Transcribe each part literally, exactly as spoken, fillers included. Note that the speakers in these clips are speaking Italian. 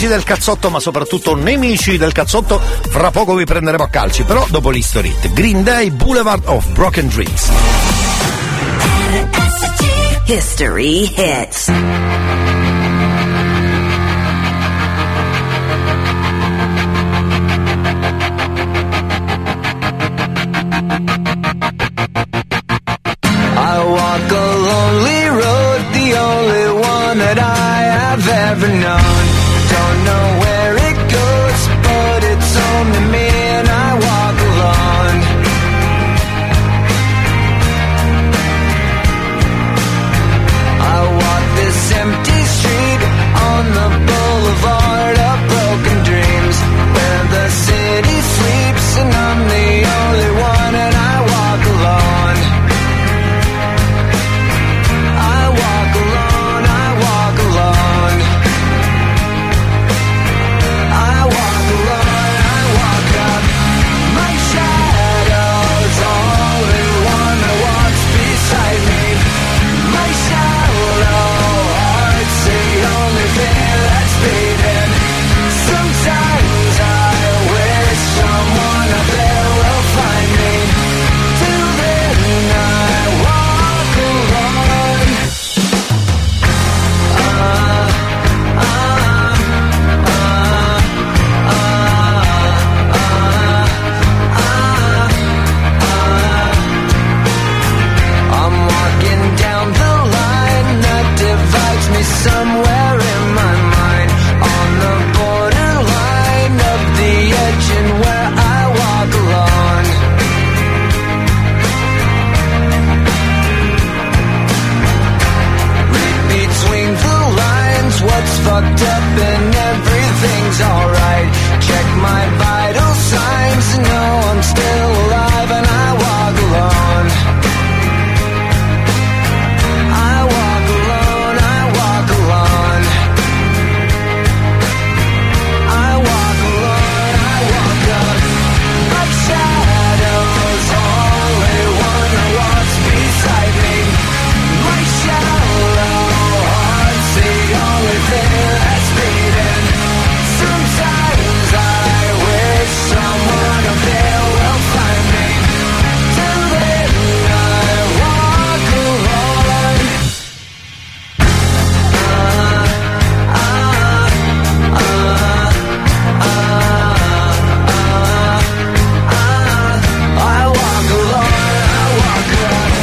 amici del cazzotto, ma soprattutto nemici del cazzotto, fra poco vi prenderemo a calci, però dopo l'History Hit. Green Day, Boulevard of Broken Dreams. History Hits. I walk a lonely road, the only one that I have ever known. Don't know where it goes, but it's only me and I walk alone. I walk this empty street on the boulevard of broken dreams, where the city sleeps and I'm the only one and I walk alone. I walk alone, I walk alone. I walk alone, I walk up. My shadow's only one that walks beside me. My shallow heart's the only thing that's beating. Sometimes I wish someone up there will find me. Till then I walk alone. Uh, uh, uh, uh, uh, uh. I'm walking down the line that divides me somewhere in my mind, on the borderline of the edge and where I walk alone. Read between the lines what's fucked up and everything's alright. Check my vital signs and know I'm still alive and I walk alone. I walk alone, I walk alone. I walk alone, I walk up. My shadow's only one that walks beside me. My shallow heart's the only thing that's beating. Sometimes I wish someone up there will find me. Till then I walk alone. Uh, uh, uh, uh, uh, I walk alone, I walk alone.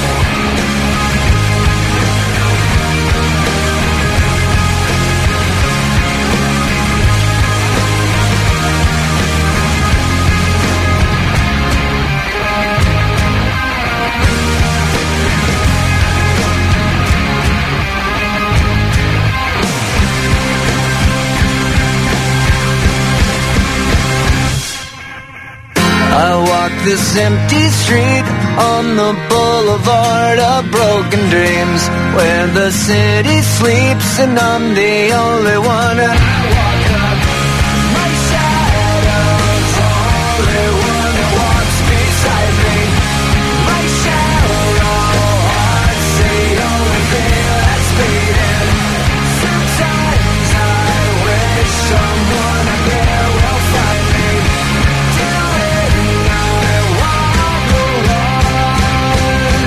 I walk this empty street on the boulevard of broken dreams, where the city sleeps and I'm the only one. And I walk up. My shadow's only one that walks beside me. My shallow heart's the only thing that's beating. Sometimes I wish someone up there will find me. Till then I walk alone.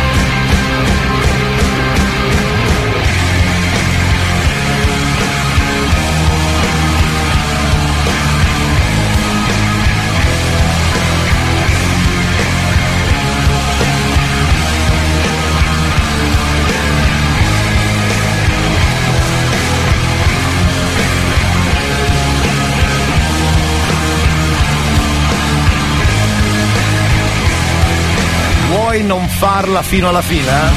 Vuoi non farla fino alla fine, eh?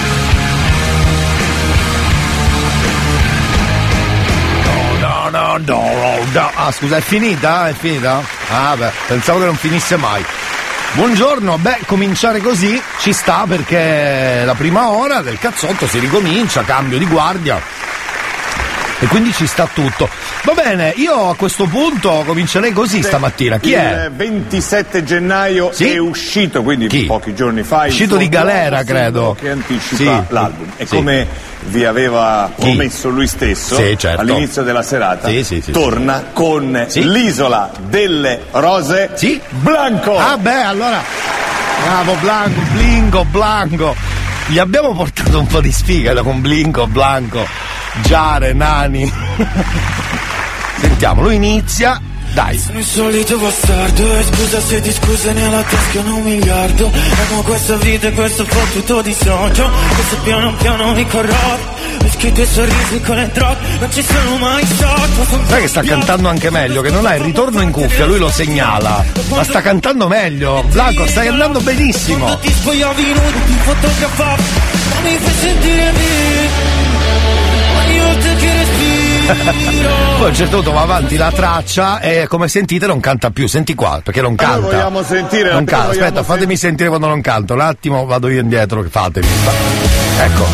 No, no, no, no, no. Ah, scusa, è finita? È finita? Ah, beh, pensavo che non finisse mai. Buongiorno, beh, cominciare così ci sta perché la prima ora del cazzotto si ricomincia, cambio di guardia. e quindi ci sta tutto. Va bene, io a questo punto comincerei così stamattina. Chi il è? Il ventisette gennaio sì? è uscito, quindi Chi? pochi giorni fa. È uscito di galera, credo. Che anticipa sì. l'album. E sì. come vi aveva Chi? promesso lui stesso, sì, certo. all'inizio della serata, sì, sì, sì, torna sì. con sì? l'isola delle rose, sì? Blanco. Ah beh, allora, bravo Blanco, Blingo, Blanco. Gli abbiamo portato un po' di sfiga con Blingo, Blanco, Giare, Nani. Sentiamo, lui inizia. Dai. Sono il solito bastardo e scusa se ti scusa nella tasca un miliardo. Amo questa vita e questo fottuto disagio. Questo piano piano mi corrode. Perché i tuoi sorrisi con le droghe non ci sono mai stato. Sai che sta cantando anche meglio, che non ha il ritorno in cuffia, lui lo segnala. Ma sta cantando meglio. Blanco, stai andando benissimo. Quando ti spogliavi nudo, ti fotografavi, ma mi fai sentire vivo. Ogni volta che respiro. Poi a un certo punto va avanti la traccia e come sentite non canta più, senti qua, perché non canta. Allora vogliamo sentire. Non canta, aspetta, vogliamo fatemi sentire. sentire quando non canto. Un attimo vado io indietro, fatemi. Ecco.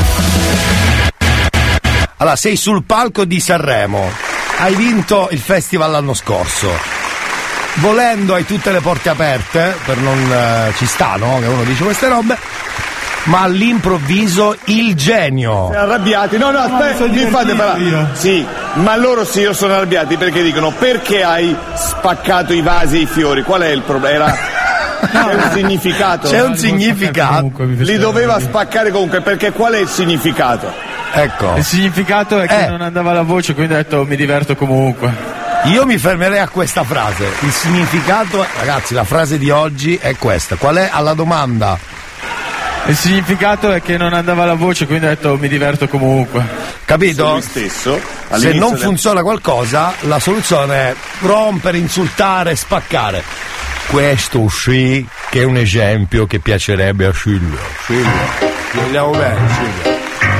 Allora, sei sul palco di Sanremo. Hai vinto il festival l'anno scorso. Volendo hai tutte le porte aperte, per non eh, ci sta, no? Che uno dice queste robe. Ma all'improvviso il genio. Arrabbiati, no, no, aspetta, mi fate parlare. Sì, ma loro sì, io sono arrabbiati perché dicono perché hai spaccato i vasi e i fiori? Qual è il problema? Era... C'è un significato. C'è un significato. Li doveva spaccare comunque, perché qual è il significato? Ecco. Il significato è che eh. non andava la voce, quindi ho detto mi diverto comunque. Io mi fermerei a questa frase. Il significato, ragazzi, la frase di oggi è questa. Qual è alla domanda? Il significato è che non andava la voce, quindi ho detto mi diverto comunque. Capito? Lui stesso, se non del... funziona qualcosa, la soluzione è rompere, insultare, spaccare. Questo sì che è un esempio che piacerebbe a Silvio. Silvio, ti vogliamo bene, Silvio.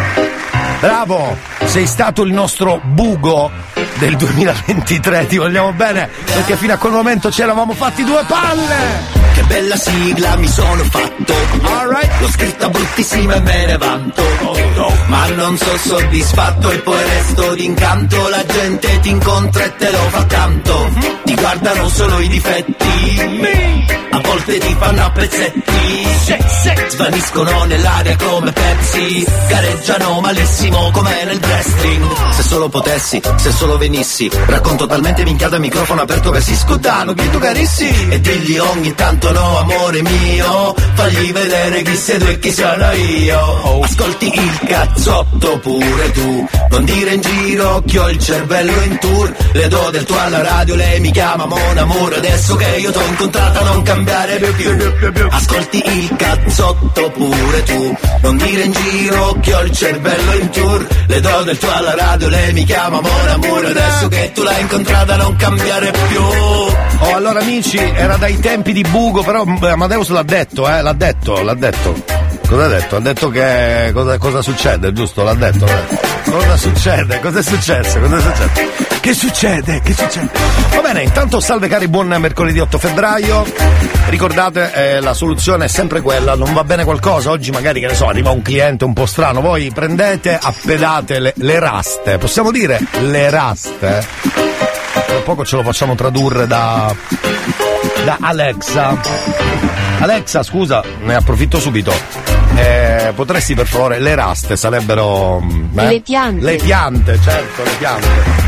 Bravo, sei stato il nostro bugo del duemilaventitré, ti vogliamo bene, perché fino a quel momento ci eravamo fatti due palle. Che bella sigla mi sono fatto. Alright. L'ho scritta bruttissima e me ne vanto. Oh, no. Ma non sono soddisfatto e poi resto d'incanto. La gente ti incontra e te lo fa tanto. Ti guardano solo i difetti. A volte ti fanno a pezzetti. Svaniscono nell'aria come Pepsi. Gareggiano malissimo come nel wrestling. Se solo potessi, se solo venissi, racconto talmente minchiata al microfono aperto che si scudano chi tu carissi. E digli ogni tanto no amore mio, fagli vedere chi sei tu e chi sono io. Ascolti il cazzotto pure tu, non dire in giro che ho il cervello in tour. Le do del tuo alla radio, lei mi chiama mon amore. Adesso che io t'ho incontrata non cambiare più più. Ascolti il cazzotto pure tu, non dire in giro che ho il cervello in tour. Le do del tuo alla radio, lei mi chiama mon amore. Adesso che tu l'hai incontrata non cambiare più. Oh, allora amici, era dai tempi di Bugo, però Amadeus l'ha detto, eh, l'ha detto, l'ha detto. Cosa ha detto? Ha detto che cosa, cosa succede, giusto? L'ha detto. Cosa succede? Cosa è successo? Cosa è successo? Che succede? Che succede? Va bene, intanto salve cari, buon mercoledì otto febbraio. Ricordate, eh, la soluzione è sempre quella, non va bene qualcosa, oggi magari, che ne so, arriva un cliente un po' strano, voi prendete, appedate le, le raste, possiamo dire le raste? Tra poco ce lo facciamo tradurre da, da Alexa. Alexa, scusa, ne approfitto subito. Eh, potresti per favore, le raste sarebbero eh? le piante. Le piante, certo, le piante.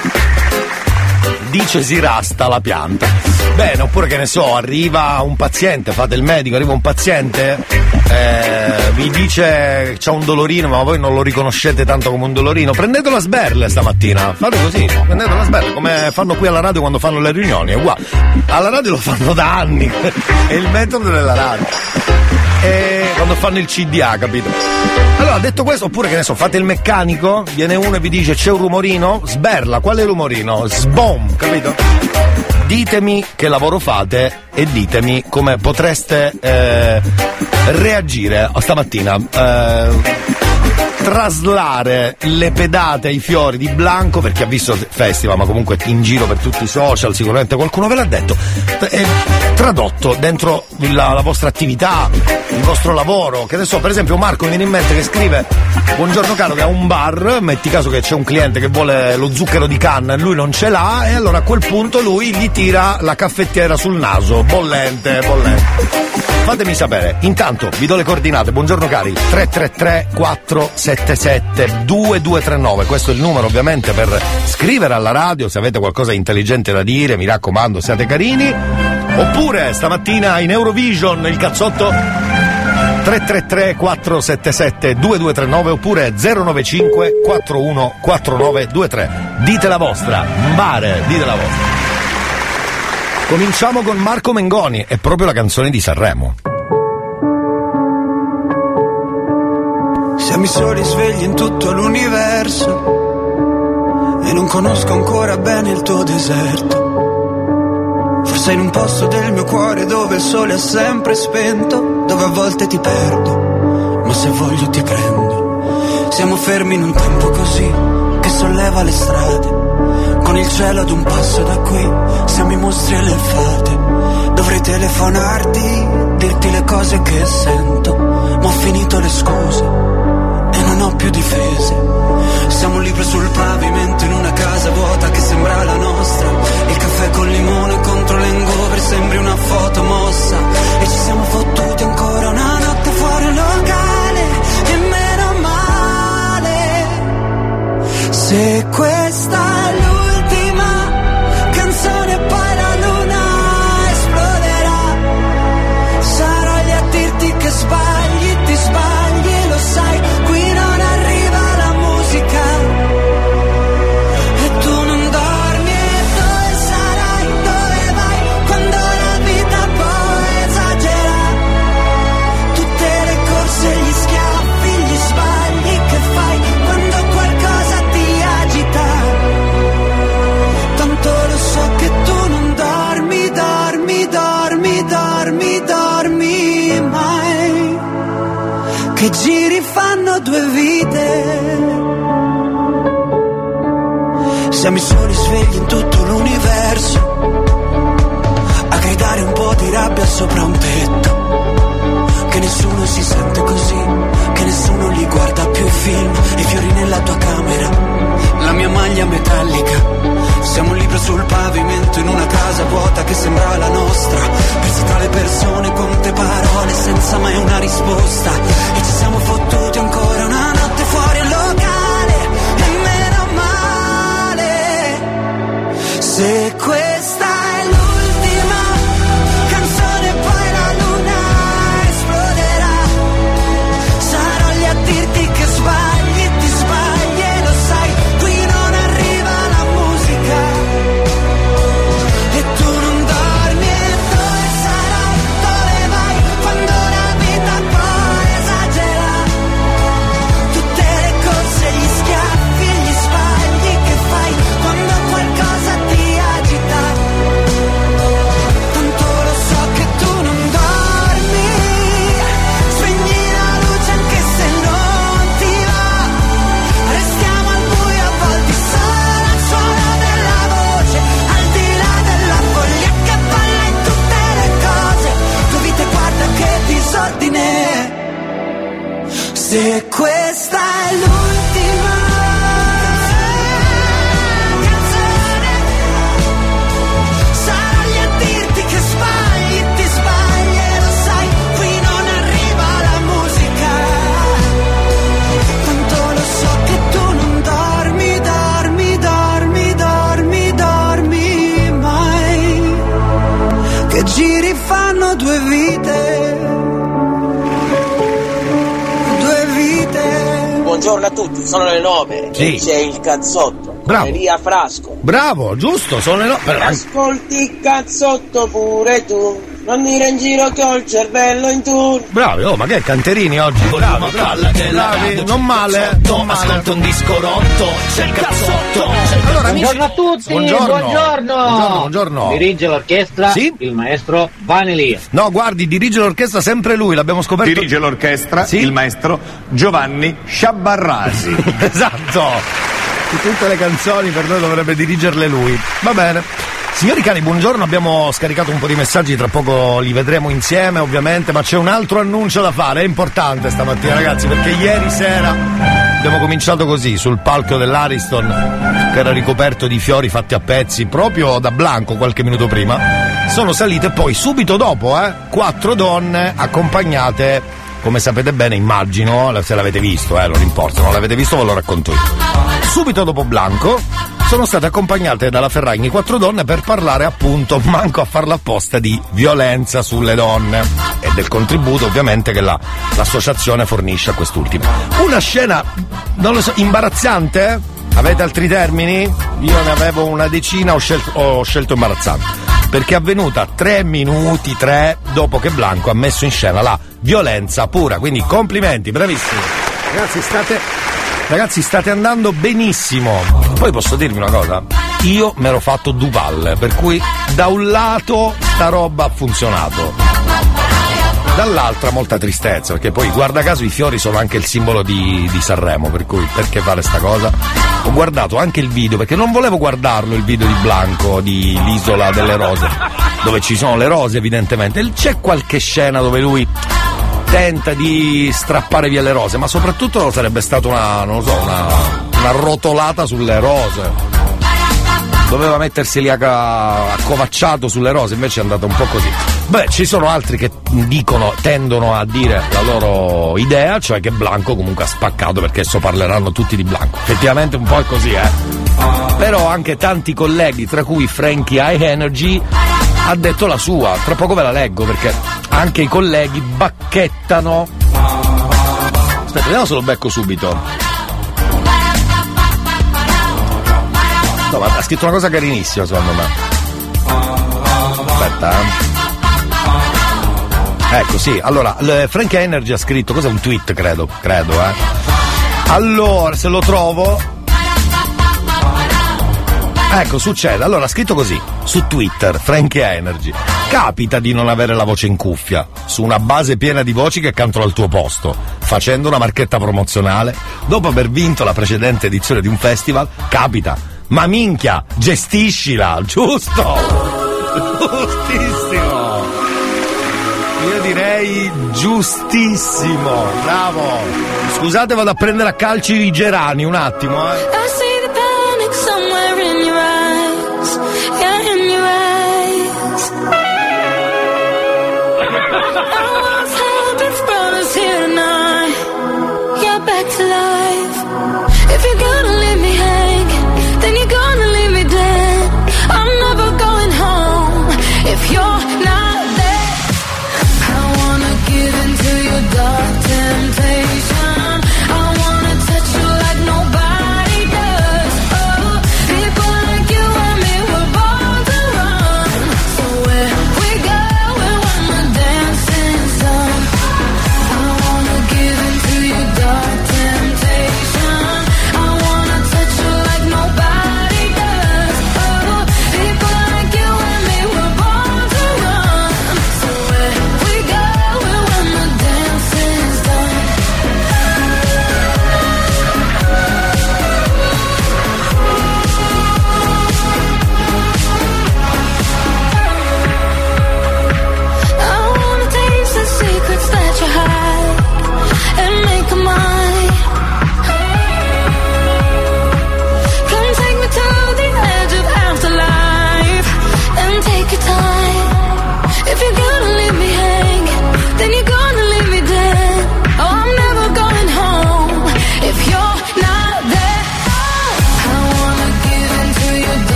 Dice si rasta la pianta. Bene, oppure che ne so, arriva un paziente, fate il medico, arriva un paziente, eh, vi dice c'ha un dolorino, ma voi non lo riconoscete tanto come un dolorino, prendetelo a sberle stamattina, fate così, prendetelo a sberle, come fanno qui alla radio quando fanno le riunioni, è uguale. Alla radio lo fanno da anni, è il metodo della radio. E quando fanno il C D A, capito? Allora, detto questo, oppure che ne so, fate il meccanico, viene uno e vi dice c'è un rumorino, sberla, quale rumorino? Sbom, capito? Ditemi che lavoro fate e ditemi come potreste eh, reagire stamattina. Eh, traslare le pedate ai fiori di Blanco, perché ha visto il festival, ma comunque in giro per tutti i social, sicuramente qualcuno ve l'ha detto, è tradotto dentro la, la vostra attività, il vostro lavoro, che adesso per esempio Marco mi viene in mente che scrive: buongiorno caro, che ha un bar, metti caso che c'è un cliente che vuole lo zucchero di canna e lui non ce l'ha, e allora a quel punto lui gli tira la caffettiera sul naso, bollente, bollente. Fatemi sapere, intanto vi do le coordinate. Buongiorno cari, tre tre tre quattro sette sette due due tre nove, questo è il numero ovviamente per scrivere alla radio se avete qualcosa di intelligente da dire, mi raccomando siate carini. Oppure stamattina in Eurovision il cazzotto tre tre tre quattro sette sette due due tre nove oppure zero nove cinque quattro uno quattro nove due tre. Dite la vostra, Mbare, dite la vostra. Cominciamo con Marco Mengoni, è proprio la canzone di Sanremo. Siamo i soli svegli in tutto l'universo e non conosco ancora bene il tuo deserto. Forse in un posto del mio cuore dove il sole è sempre spento, dove a volte ti perdo, ma se voglio ti prendo. Siamo fermi in un tempo così che solleva le strade, con il cielo ad un passo da qui, siamo i mostri e le fate. Dovrei telefonarti, dirti le cose che sento, ma ho finito le scuse e non ho più difese. Siamo un libro sul pavimento in una casa vuota che sembra la nostra. Il caffè col limone contro l'hangover sembri una foto mossa. E ci siamo fottuti ancora una notte fuori un locale, e meno male. Se questa è l'ultima canzone poi la luna esploderà, sarò lì a dirti che sbagli, ti sbagli e lo sai, qui non arriva la musica e tu non dormi. E dove sarai, dove vai, quando la vita poi esagera, tutte le corse, gli schiaffi, gli sbagli che fai quando qualcosa ti agita. Tanto lo so che tu non dormi, dormi, dormi, dormi, dormi mai, che giri fanno due vite. Siamo i soli svegli in tutto l'universo, a gridare un po' di rabbia sopra un tetto, che nessuno si sente così, che nessuno li guarda più i film, i fiori nella tua camera, la mia maglia metallica. Siamo un libro sul pavimento in una casa vuota che sembra la nostra, persi tra le persone, conte parole senza mai una risposta. E ci siamo fottuti ancora una notte fuori al locale, e meno male. Se questa è l'ultima canzone poi la luna esploderà, sarò lì a dirti che sbagli, ti sbagli e lo sai, qui non arriva la musica e tu non dormi. E dove sarai, dove vai, quando la vita poi esagera, tutte le corse, gli schiaffi, gli sbagli che fai quando qualcosa ti agita. Tanto lo so che tu non dormi, spegni la luce anche se non ti va, restiamo al buio a volte solo al suono della voce, al di là della foglia che balla in tutte le cose. Tu vita guarda che disordine, se questa è l'ultima canzone, sarò lì a dirti che sbagli, ti sbagli e lo sai, qui non arriva la musica. Tanto lo so che tu non dormi, dormi, dormi, dormi, dormi mai, che giri fanno due vite, due vite. Buongiorno a tutti, sono le nove. Sì. E c'è il cazzotto. Bravo. Maria Frasco. Bravo, giusto, sono le no... però- Ascolti il cazzotto pure tu. Non dire in giro che ho il cervello in tour. Bravi, oh, ma che canterini oggi? Bravi, bravi, bravi, non male, non male. Ascolta un disco rotto, c'è il cazzotto. Allora, amici, buongiorno a tutti, buongiorno. buongiorno. Buongiorno, buongiorno. Dirige l'orchestra sì? il maestro Vanelli. No, guardi, dirige l'orchestra sempre lui, l'abbiamo scoperto. Dirige l'orchestra sì? il maestro Giovanni Sciabarrasi. Esatto. Tutte le canzoni per noi dovrebbe dirigerle lui. Va bene. Signori cari, buongiorno, abbiamo scaricato un po' di messaggi, tra poco li vedremo insieme ovviamente, ma c'è un altro annuncio da fare, è importante stamattina ragazzi, perché ieri sera abbiamo cominciato così, sul palco dell'Ariston, che era ricoperto di fiori fatti a pezzi, proprio da Blanco qualche minuto prima, sono salite poi subito dopo, eh, quattro donne accompagnate, come sapete bene, immagino, se l'avete visto, eh, non importa, non l'avete visto ve lo racconto io. Subito dopo Blanco sono state accompagnate dalla Ferragni quattro donne per parlare appunto, manco a farla apposta, di violenza sulle donne e del contributo ovviamente che la, l'associazione fornisce a quest'ultima. Una scena, non lo so, imbarazzante? Avete altri termini? Io ne avevo una decina, ho scelto, ho scelto imbarazzante, perché è avvenuta tre minuti, tre, dopo che Blanco ha messo in scena la violenza pura, quindi complimenti, bravissimi. Ragazzi, state... Ragazzi, state andando benissimo. Poi posso dirvi una cosa? Io mi ero fatto Duval, per cui da un lato sta roba ha funzionato, dall'altra molta tristezza, perché poi guarda caso i fiori sono anche il simbolo di, di Sanremo, per cui perché fare sta cosa? Ho guardato anche il video, perché non volevo guardarlo il video di Blanco di l'Isola delle Rose, dove ci sono le rose evidentemente. C'è qualche scena dove lui tenta di strappare via le rose, ma soprattutto sarebbe stata una, non lo so, una, una rotolata sulle rose. Doveva mettersi lì accovacciato sulle rose, invece è andata un po' così. Beh, ci sono altri che dicono, tendono a dire la loro idea, cioè che Blanco comunque ha spaccato, perché adesso parleranno tutti di Blanco. Effettivamente un po' è così, eh. Però anche tanti colleghi, tra cui Frankie High Energy, ha detto la sua. Tra poco ve la leggo, perché anche i colleghi bacchettano. Aspetta, vediamo se lo becco subito. No, ma ha scritto una cosa carinissima secondo me. Aspetta, eh. Ecco, sì, allora, Frank Energy ha scritto, cos'è un tweet, credo, credo, eh. Allora, se lo trovo. Ecco, succede. Allora, ha scritto così, su Twitter, Frankie Energy. Capita di non avere la voce in cuffia, su una base piena di voci che cantano al tuo posto, facendo una marchetta promozionale, dopo aver vinto la precedente edizione di un festival? Capita. Ma minchia, gestiscila, giusto? Giustissimo. Io direi giustissimo, bravo. Scusate, vado a prendere a calci i gerani un attimo, eh. Somewhere in your eyes, yeah, in your eyes. Our walls have been brought us here tonight. Yeah, back to life. If you're gonna leave me hang, then you're gonna leave me dead. I'm never going home if you're not there. I wanna give into your dark temptation. I wanna touch you like nobody does.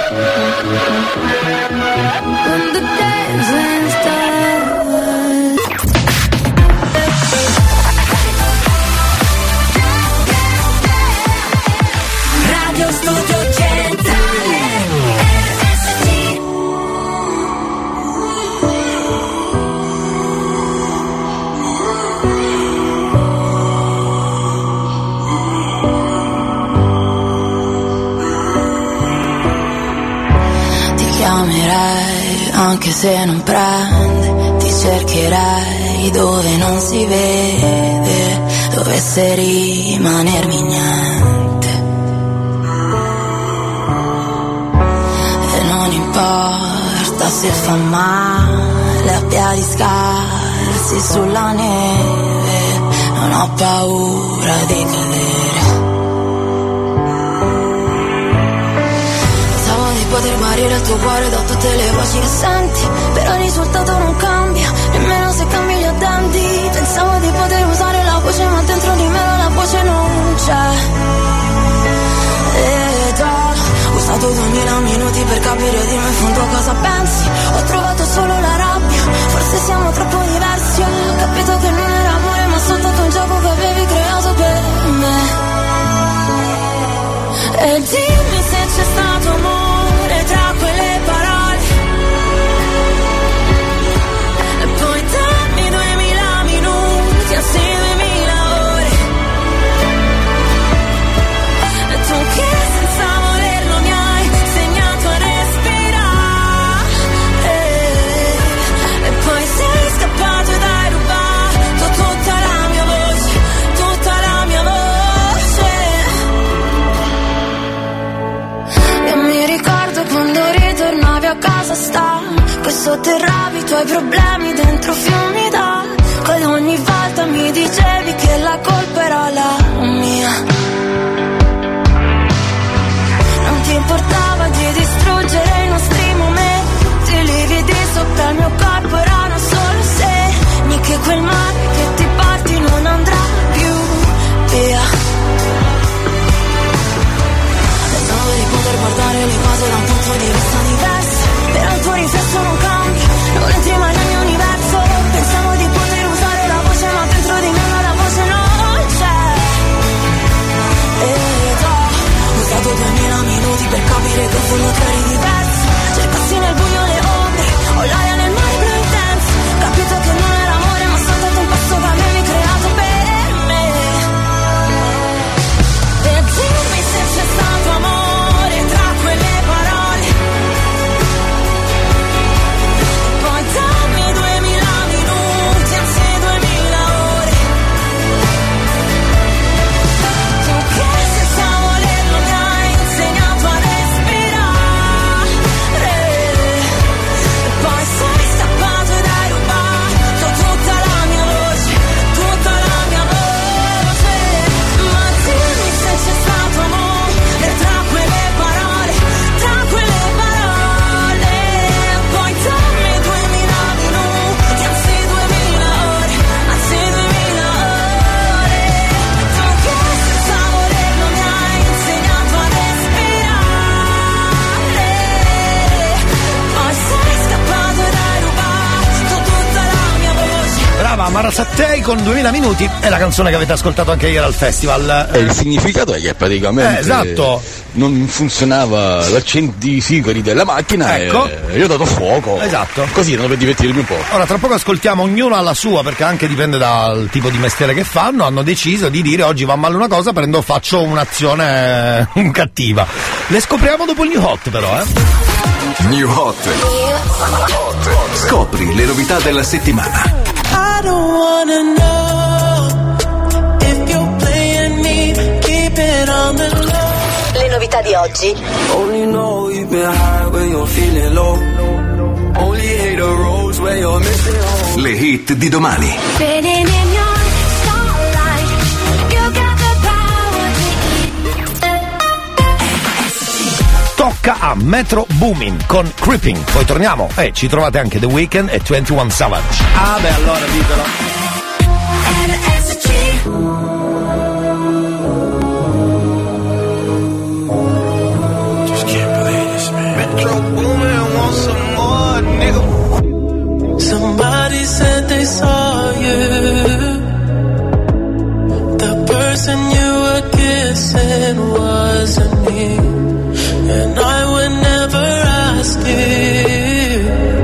when the dancing starts. Radio Studio Centrale. Chiamerai anche se non prende, ti cercherai dove non si vede, dovesse rimanermi niente. E non importa se fa male a piedi scarsi sulla neve, non ho paura di cadere. Poter guarire il tuo cuore da tutte le voci che senti, però il risultato non cambia, nemmeno se cambi gli addenti. Pensavo di poter usare la voce, ma dentro di me la voce non c'è. Ed ho usato duemila minuti per capire di me in fondo cosa pensi. Ho trovato solo la rabbia, forse siamo troppo diversi. Ho capito che non era amore, ma soltanto un gioco che avevi creato per me. E dimmi se c'è stato amore tra quelle parole, e poi dammi duemila minuti, anzi duemila ore, e tu che senza volerlo mi hai insegnato a respirare, e poi sei scappato ed hai rubato tutta la mia voce, tutta la mia voce. Io mi ricordo quando ritornavi a casa stanco e sotterravi i tuoi problemi dentro fiumi d'acqua, ed ogni volta mi dicevi che la colpa era la mia. Non ti importava di distruggere i nostri momenti, i lividi sopra il mio corpo erano solo segni che quel mare che ti porti non andrà più via. Di poter guardare le cose da un punto di vista diverso, però il tuo riflesso non cambia, non entri mai nel mio universo. Pensavo di poter usare la voce, ma dentro di me la voce non c'è. Ed ho usato duemila minuti per capire che in fondo tu eri diverso. Cercassi nel buio le ombre, o l'aria nel mare blu intenso. Capito che non era amore, ma soltanto un passo che avevi creato per me. E dimmi se c'è stato amore tra quelle parole, poi dammi duemila minuti, anzi duemila ore, tu che senza volerlo mi hai insegnato a respirare, e poi sei scappato ed hai rubato tutta la mia voce, tutta la mia voce. Ma dimmi se c'è stato amore tra quelle parole, tra quelle parole, poi dammi duemila minuti, anzi duemila ore, anzi duemila ore, tu che senza volerlo mi hai insegnato a respirare, poi sei scappato ed hai rubato tutta la mia voce. Brava Mara Sattei con duemila minuti, è la canzone che avete ascoltato anche ieri al festival. E il significato è che praticamente Eh, esatto. non funzionava l'accendisigari della macchina, Ecco. e io ho dato fuoco. Esatto. Così erano per divertirmi un po'. Ora, tra poco ascoltiamo ognuno alla sua, perché anche dipende dal tipo di mestiere che fanno. Hanno deciso di dire: oggi va male una cosa, prendo, faccio un'azione eh, cattiva. Le scopriamo dopo il New Hot, però, eh. New Hot. Scopri le novità della settimana. I don't wanna know if you're playing me, keep it on the low. Le novità di oggi. Only know you've been high when you're feeling low. Only hate the roads where you're missing home. Le hit di domani. Fading in your starlight, you got the power to Tocca a Metro Boomin con Creeping. Poi torniamo e ci trovate anche The Weeknd e ventuno Savage. Ah beh, allora ditelo. N S C. Just can't believe this, man. wasn't me, and I would never ask you.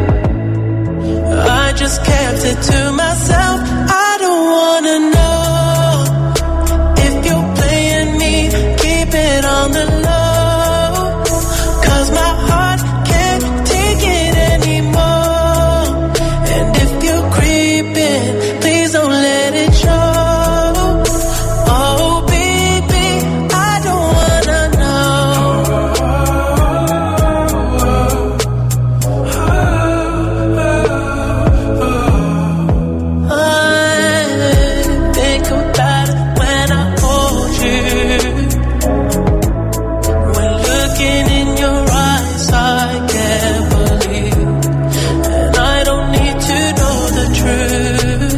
I just kept it to myself. I don't wanna know if you're playing me. Keep it on the low, 'cause my heart can't take it anymore. And if you're creeping, please don't let it show. Oh baby, I don't wanna know. I think about it when I hold you. When looking in your eyes, I can't believe, and I don't need to know the truth.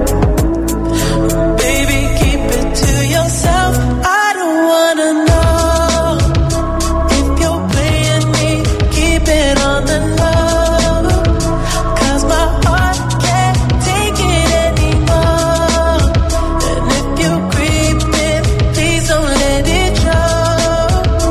Baby, keep it to yourself. I don't wanna know if you're playing me. Keep it on the low, 'cause my heart can't take it anymore. And if you're creeping, please don't let it show.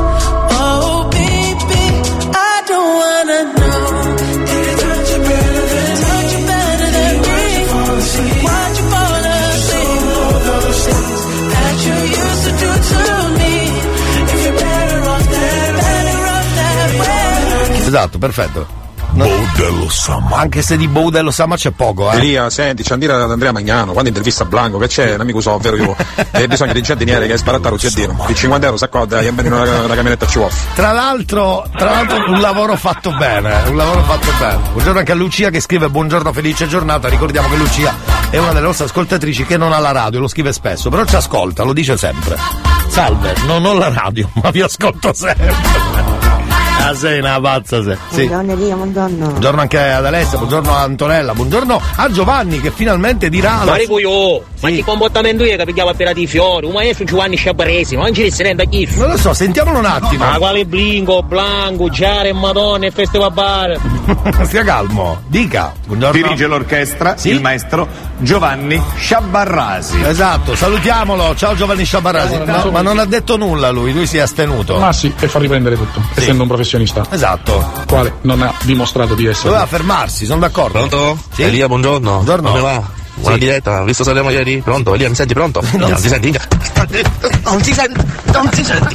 Oh baby, I don't wanna know. Did it touch you better than me? Touch you better than me? Why'd you fall asleep? All those things that you used to do to me. If you're better off that, better off that way. Esatto, perfetto. Boudello Summer. Anche se di Boudello Summer c'è poco, eh. Elia, senti, c'è a dire ad Andrea Magnano quando intervista Blanco che c'è l'amico so, ovvero io, e bisogna di giardiniere che è sparato a dire il cinquanta euro s'accorda e viene una, una camionetta ci offre. Tra l'altro, tra l'altro un lavoro fatto bene, un lavoro fatto bene. Buongiorno anche a Lucia che scrive buongiorno, felice giornata. Ricordiamo che Lucia è una delle nostre ascoltatrici che non ha la radio, lo scrive spesso, però ci ascolta, lo dice sempre. Salve, non ho la radio, ma vi ascolto sempre. Ah, sei una pazza, sei. Sì. Buongiorno Elia, buongiorno. Buongiorno anche ad Alessia, buongiorno a Antonella, buongiorno a Giovanni che finalmente dirà la... Ma dico io, ma che comportamento è che pigliava per i fiori? Un maestro Giovanni Sciabaresi, non ci si rende chi? Non lo so, sentiamolo un attimo. Ma quale blingo, blanco, giare, madonna e festival bar? Stia calmo, dica. Buongiorno. Dirige l'orchestra Sì? il maestro Giovanni Sciabarrasi. Esatto, salutiamolo. Ciao Giovanni Sciabarrasi. No, ma non ha detto nulla lui, lui si è astenuto. Ma sì, e fa riprendere tutto, Sì. essendo un professionista. Esatto. Quale non ha dimostrato di essere. Doveva fermarsi, sono d'accordo. Pronto? Sì? Elia, buongiorno. Buongiorno. Come va? Buona Sì. diretta, visto Sanremo ieri? Pronto? Elia, mi senti pronto? Non Non si- ti senti? Inga. Non ti senti? Non ti senti?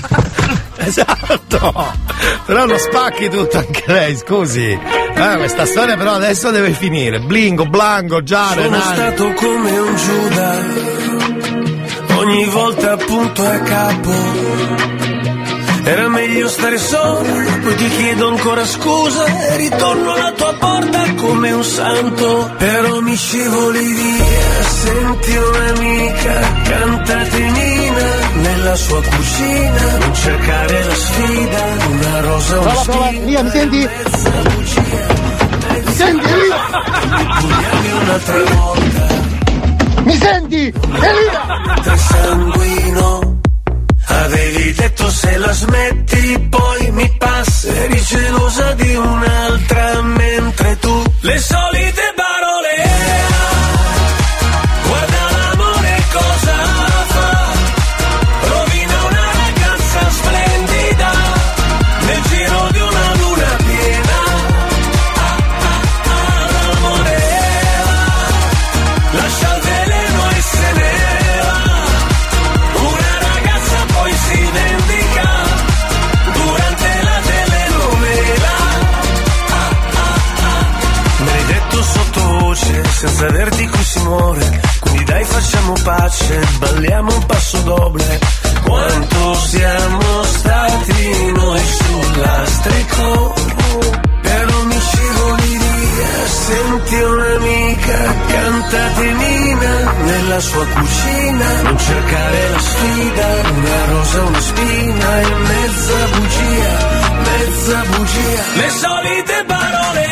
Esatto. Però non spacchi tutto anche lei, scusi. Eh, questa storia però adesso deve finire. Blingo, blanco, giare, Sono nani. stato come un Giuda, ogni volta appunto a capo. Era meglio stare solo, poi ti chiedo ancora scusa e ritorno alla tua porta come un santo. Però mi scivoli via, senti un'amica, cantate Nina nella sua cucina. Non cercare la sfida, una rosa, una Prova, prova, spina. Elia, mi senti? Mi senti Elia? Vogliamo un'altra volta, Mi senti? Elia! tra sanguino. Avevi detto se la smetti poi mi passa. Eri gelosa di un'altra mentre tu le solite parole. Guarda l'amore cosa fa, rovina una ragazza splendida nel giro di una luna piena. Ah, ah, ah, l'amore va, lascia il veleno e se ne va. Una ragazza poi si vendica durante la telenovela. Ah, ah, ah. Me l'hai detto sottovoce senza averti qui si muore. Quindi dai facciamo pace, balliamo un passo doble. Quanto siamo stati noi sul lastrico, però mi scivoli via. Senti un'amica, cantate Nina nella sua cucina. Non cercare la sfida, una rosa, una spina e mezza bugia, mezza bugia. Le solite parole.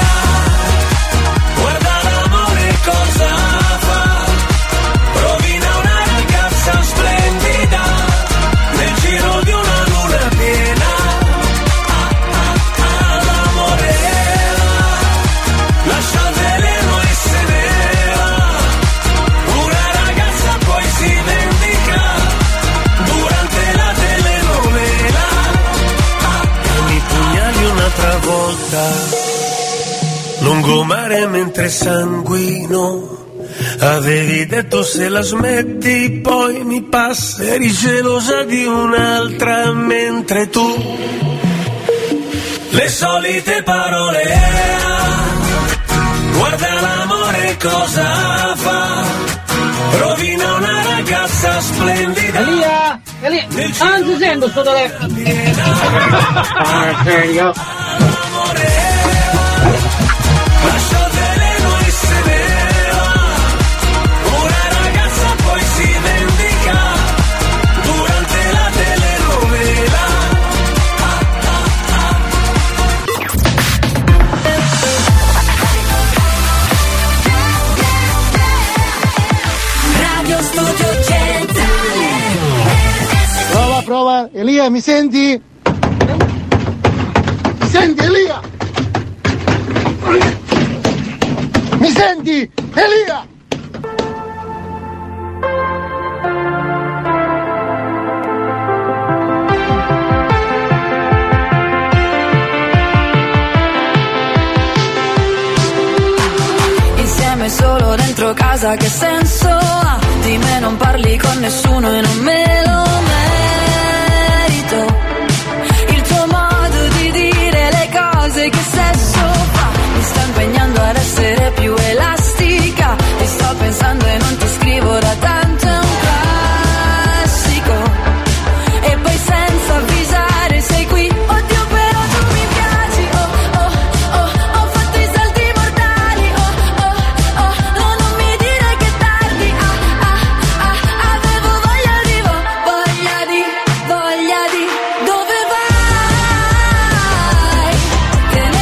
Guarda l'amore cosa fa, rovina una ragazza splendida nel giro di una luna piena. Ah, ah, ah, l'amore va, lascia il veleno e se ne va. Una ragazza poi si vendica durante la telenovela. volta, lungomare mentre sanguino. Avevi detto se la smetti poi mi passa. Eri gelosa di un'altra mentre tu le solite parole. Guarda l'amore cosa fa, rovina una ragazza splendida. Elia, Elia, non si sento sto telefono. Ah, serio? Lascio veleno e se ne va. Una ragazza poi si vendica durante la telenovela. Radio Studio Centrale. Prova, prova. Elia, mi senti? Mi senti, Elia? Mi senti, Elia? Insieme solo dentro casa, che senso ha? Di me non parli con nessuno e non me lo merito. Il tuo modo di dire le cose, che sesso fa? Mi sto impegnando ad essere più elastica. Ti sto pensando e non ti scrivo da tanto, è un classico. E poi senza avvisare sei qui. Oddio però tu mi piaci. Oh oh oh, ho fatto i salti mortali. Oh oh oh, no non mi dire che tardi. Ah ah ah, avevo voglia di, voglia di, voglia di. Dove vai? Te ne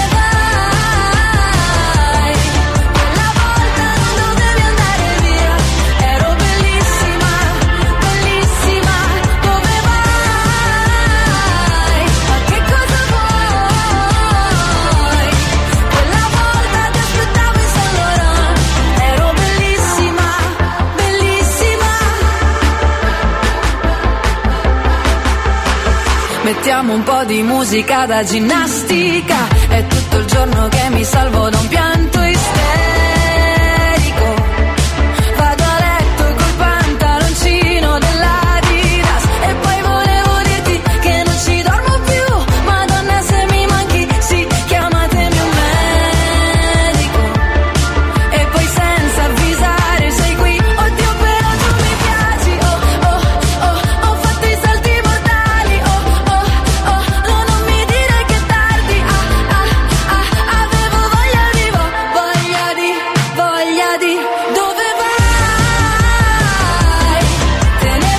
vai. Quella volta non dovevi andare via. Ero bellissima, bellissima. Dove vai? Ma che cosa vuoi? Quella volta ti aspettavo in Saint Laurent. Ero bellissima, bellissima. Mettiamo un po' di musica da ginnastica. È tutto il giorno che mi salvo da un pianto isterico. Vado a letto col pantaloncino dell'Adidas. E poi volevo dirti che non ci dormo più. Madonna se mi manchi, sì, chiamatemi un medico. E poi senza avvisare sei qui. Oddio però tu mi piaci. Oh oh oh, ho fatto i salti mortali. Oh oh oh, no non mi dire che tardi. Ah ah ah, avevo voglia di, voglia di, voglia di. Dove vai? Te ne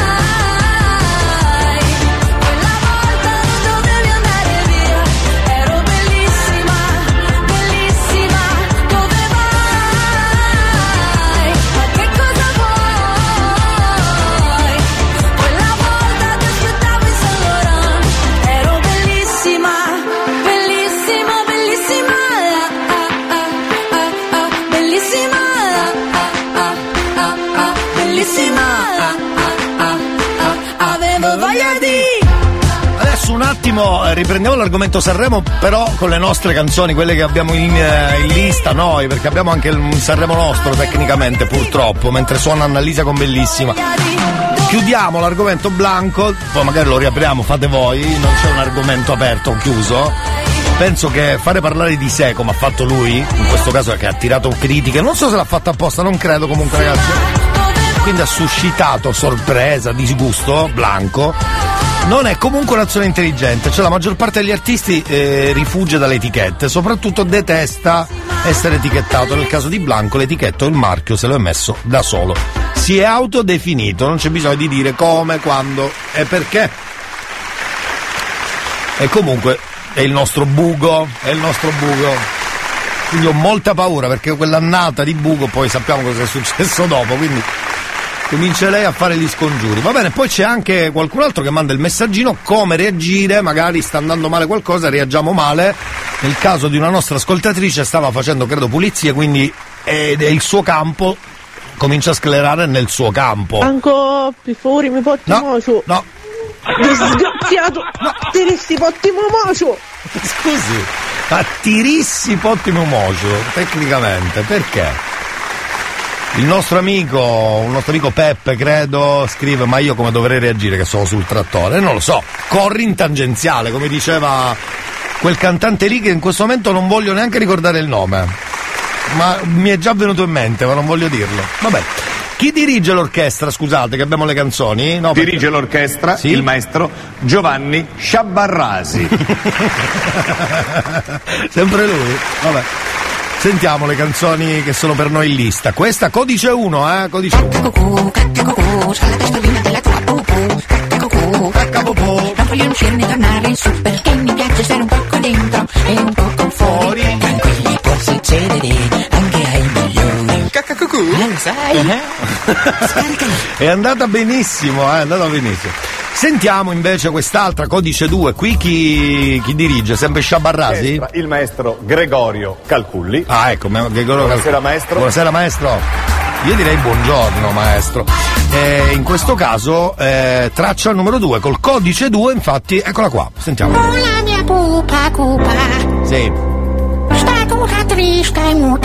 vai. Quella volta non dovevi andare via. Ero bellissima, bellissima. Dove vai? Ma che cosa vuoi? Quella volta ti aspettavo in Saint Laurent. Ero bellissima, bellissima, bellissima. Ah, ah, ah, ah, bellissima. Ah, ah, ah, ah, bellissima. Ah, ah, ah, ah, avevo voglia di. Adesso un attimo eh, riprendiamo l'argomento Sanremo, però con le nostre canzoni, quelle che abbiamo in, eh, in lista noi, perché abbiamo anche un Sanremo nostro tecnicamente, purtroppo, mentre suona Annalisa con Bellissima. Chiudiamo l'argomento Blanco, poi magari lo riapriamo, fate voi, non c'è un argomento aperto o chiuso. Penso che fare parlare di sé come ha fatto lui, in questo caso che ha attirato critiche, non so se l'ha fatto apposta, non credo comunque ragazzi, quindi ha suscitato sorpresa, disgusto, Blanco. Non è comunque un'azione intelligente, cioè la maggior parte degli artisti eh, rifugia dalle etichette, soprattutto detesta essere etichettato. Nel caso di Blanco l'etichetto, il marchio se lo è messo da solo, si è autodefinito, non c'è bisogno di dire come, quando e perché. E comunque è il nostro Bugo, è il nostro Bugo. Quindi ho molta paura perché quell'annata di Bugo poi sappiamo cosa è successo dopo, quindi comincia lei a fare gli scongiuri. Va bene, poi c'è anche qualcun altro che manda il messaggino come reagire, magari sta andando male qualcosa, reagiamo male. Nel caso di una nostra ascoltatrice stava facendo credo pulizie, quindi è, è il suo campo, comincia a sclerare nel suo campo. Anco per favore mi porti No, mocio. no. Disgraziato, no. Ti resti porti mocio. Scusi, Fattirissimo mocio, tecnicamente, perché? Il nostro amico, un nostro amico Peppe, credo, scrive: ma io come dovrei reagire che sono sul trattore? Non lo so, corri in tangenziale, come diceva quel cantante lì che in questo momento non voglio neanche ricordare il nome, ma mi è già venuto in mente, ma non voglio dirlo. Vabbè. Chi dirige l'orchestra, scusate, che abbiamo le canzoni? No, dirige perché... l'orchestra sì? Il maestro Giovanni Sciabarrasi. Sempre lui? Vabbè. Sentiamo le canzoni che sono per noi in lista. Questa codice uno, eh? Codice uno. C'ha la testolina della tua pupù. Caccacocù, caccapopò. Non voglio uscirne tornare in su perché mi piace stare un poco dentro e un poco fuori. Tranquilli, può succedere anche ai milioni. Caccacocù, lo sai? È andata benissimo, eh? È andata benissimo. Sentiamo invece quest'altra, codice due, qui chi, chi dirige? Sempre Sciabarrasi? Il maestro Gregorio Calculli. Ah, ecco, Gregorio Buonasera Calculli. maestro. Buonasera maestro. Io direi buongiorno maestro. Eh, in questo caso eh, traccia numero due, col codice due, infatti, eccola qua, sentiamo. Oh, la mia pupa cupa. Sì. Sta tutta triste e muta.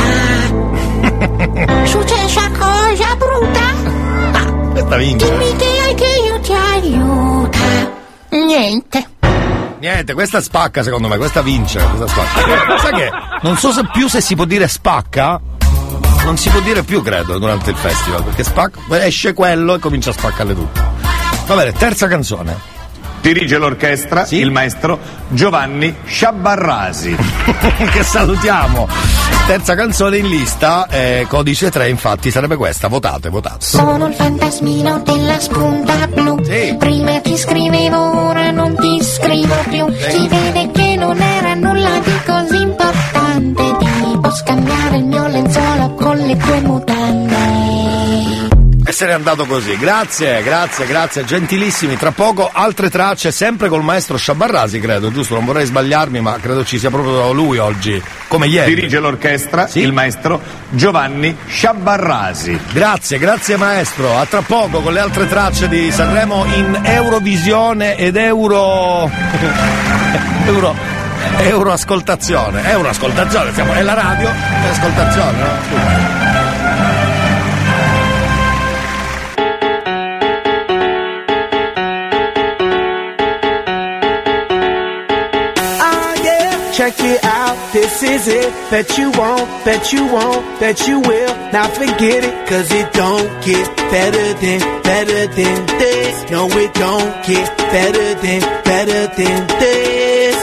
Successa cosa brutta. Questa vince. Dimmi che hai che io ti aiuta. Niente. Niente, questa spacca secondo me, questa vince, questa spacca. Sai che non so se più se si può dire spacca, non si può dire più credo durante il festival, perché spacca, esce quello e comincia a spaccarle tutte. Va bene, terza canzone. Dirige l'orchestra sì? Il maestro Giovanni Sciabarrasi. Che salutiamo. Terza canzone in lista, eh, codice tre, infatti sarebbe questa. Votate, votate. Sono il fantasmino della spunta blu. Sì. Prima ti scrivevo, ora non ti scrivo più. Sì. Si vede che non era nulla di così importante. Tipo scambiare il mio lenzuolo con le tue mutande. E se n'è andato così. Grazie, grazie, grazie, gentilissimi. Tra poco altre tracce, sempre col maestro Sciabarrasi, credo, giusto? Non vorrei sbagliarmi, ma credo ci sia proprio lui oggi, come ieri. Dirige l'orchestra sì? Il maestro Giovanni Sciabarrasi. Grazie, grazie maestro. A tra poco con le altre tracce di Sanremo in Eurovisione ed Euro... Euro... Euroascoltazione. Euroascoltazione, siamo nella radio, è ascoltazione, no? Scusa. Check it out, this is it. Bet you won't, bet you won't, bet you will. Now forget it, cause it don't get better than, better than this. No, it don't get better than, better than this.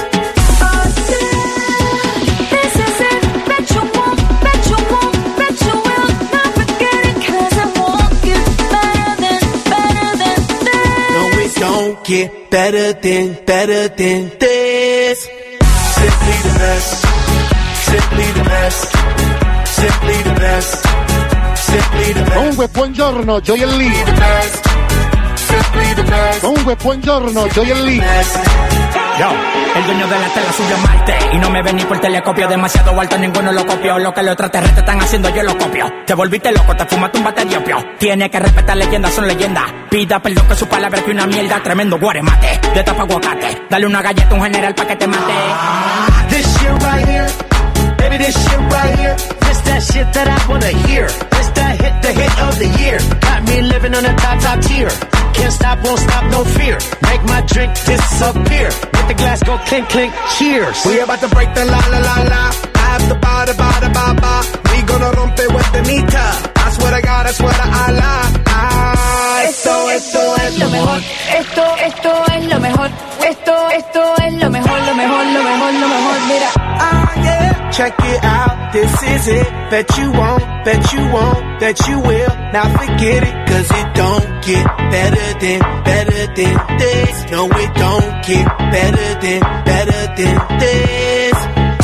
This is it, bet you won't, bet you won't, bet you will. Now forget it, cause it won't get better than, better than this. No, it don't get better than, better than this. Simply the best, simply the best, simply the best, simply the best. Comunque buongiorno gioiellini. Simply the best. Comunque buongiorno gioiellini. Yo, el dueño de la tela subió a Marte y no me ven ni por telescopio, demasiado alto, ninguno lo copió. Lo que los extraterrestres están haciendo yo lo copio. Te volviste loco, te fumaste un bate de opio. Tiene que respetar leyendas, son leyendas. Pida perdón que su palabra es que una mierda. Tremendo guaremate, de tapa aguacate. Dale una galleta a un general pa' que te mate. This shit right here, baby, this shit right here. This that shit that I wanna hear. This that hit, the hit of the year. Got me living on a top, top tier. Can't stop, won't stop, no fear. Make my drink disappear. Let the glass go clink, clink, cheers. We about to break the la, la, la, la. I have the ba, da, ba, da, ba, ba. We gonna rompe with the nita. I swear to God, I swear to Allah. Ah, esto, esto es lo mejor. Esto, esto es lo mejor. Esto, esto es lo mejor, lo mejor, lo mejor, lo mejor. Mira. Ah, yeah. Check it out, this is it. Bet you won't, bet you won't, bet you will. Now forget it, cause it don't get better than, better than this. No, it don't get better than, better than this.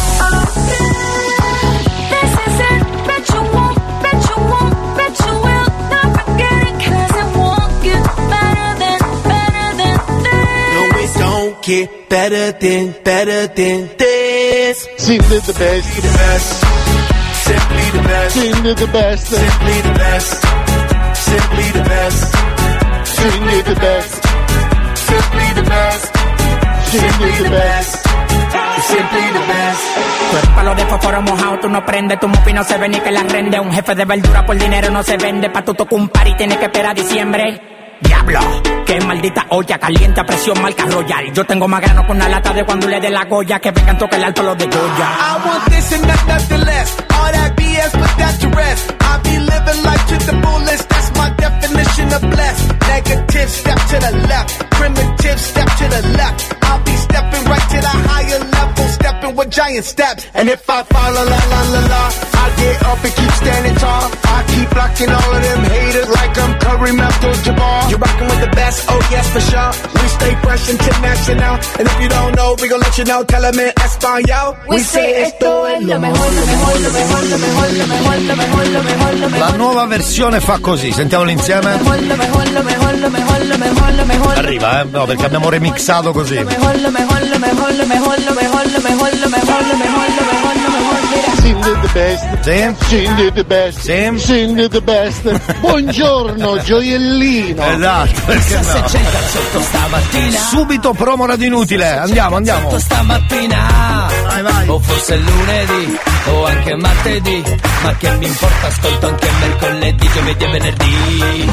This is it. Bet you won't, bet you won't, bet you will. Now forget it, cause it won't get better than, better than this. No, it don't get better than, better than this. Simply the best. Simply the best. Simply the best. Simply the best. Simply the best. Simply the best. Simply the best. Simply the best. Simply the best. Simply the best. Tú eres palo de fósforo mojado, tú no prendes, tu mufi no se ve ni que la rende. Un jefe de verdura por dinero no se vende, pa' tu tocar un par y tienes que esperar a diciembre. Diablo, qué maldita olla caliente a presión marca Royal. Yo tengo más grano con una lata de cuando le dé la Goya. Que vengan toque el alto los de Goya. I want this and not nothing less. All that B S, put that to rest. I be living life to the fullest. That's my definition of blessed. Negative, step to the left. Primitive, step to the left. I'll be stepping right to the higher level. Stepping with giant steps. And if I fall, la la la la la, I get up and keep standing tall. I keep blocking all of them haters like I'm Kareem Abdul-Jabbar. You're rocking with the best, oh yes for sure. We stay fresh international. And if you don't know, we gon' let you know. Tell them in Espanol. We say esto es lo mejor, lo mejor, lo mejor, lo mejor, lo mejor, lo mejor, lo mejor, lo mejor. La nuova versione fa così, sentiamolo insieme. Lo mejor, lo mejor, lo mejor, lo mejor, lo mejor, lo mejor. Arriva, eh? No, perché abbiamo remixato così. Lo mejor, lo mejor, lo mejor, lo mejor, lo mejor, lo mejor, lo mejor, lo mejor, lo mejor, lo mejor. Mira. Cindy the best. Sì? Cindy the best. Sì? Cindy the best. Buongiorno, gioiellino. Esatto, perché no? Subito promo radio inutile, andiamo, andiamo. Stamattina, vai, vai. O forse lunedì, o anche martedì, ma che mi importa, ascolto anche mercoledì, giovedì e venerdì.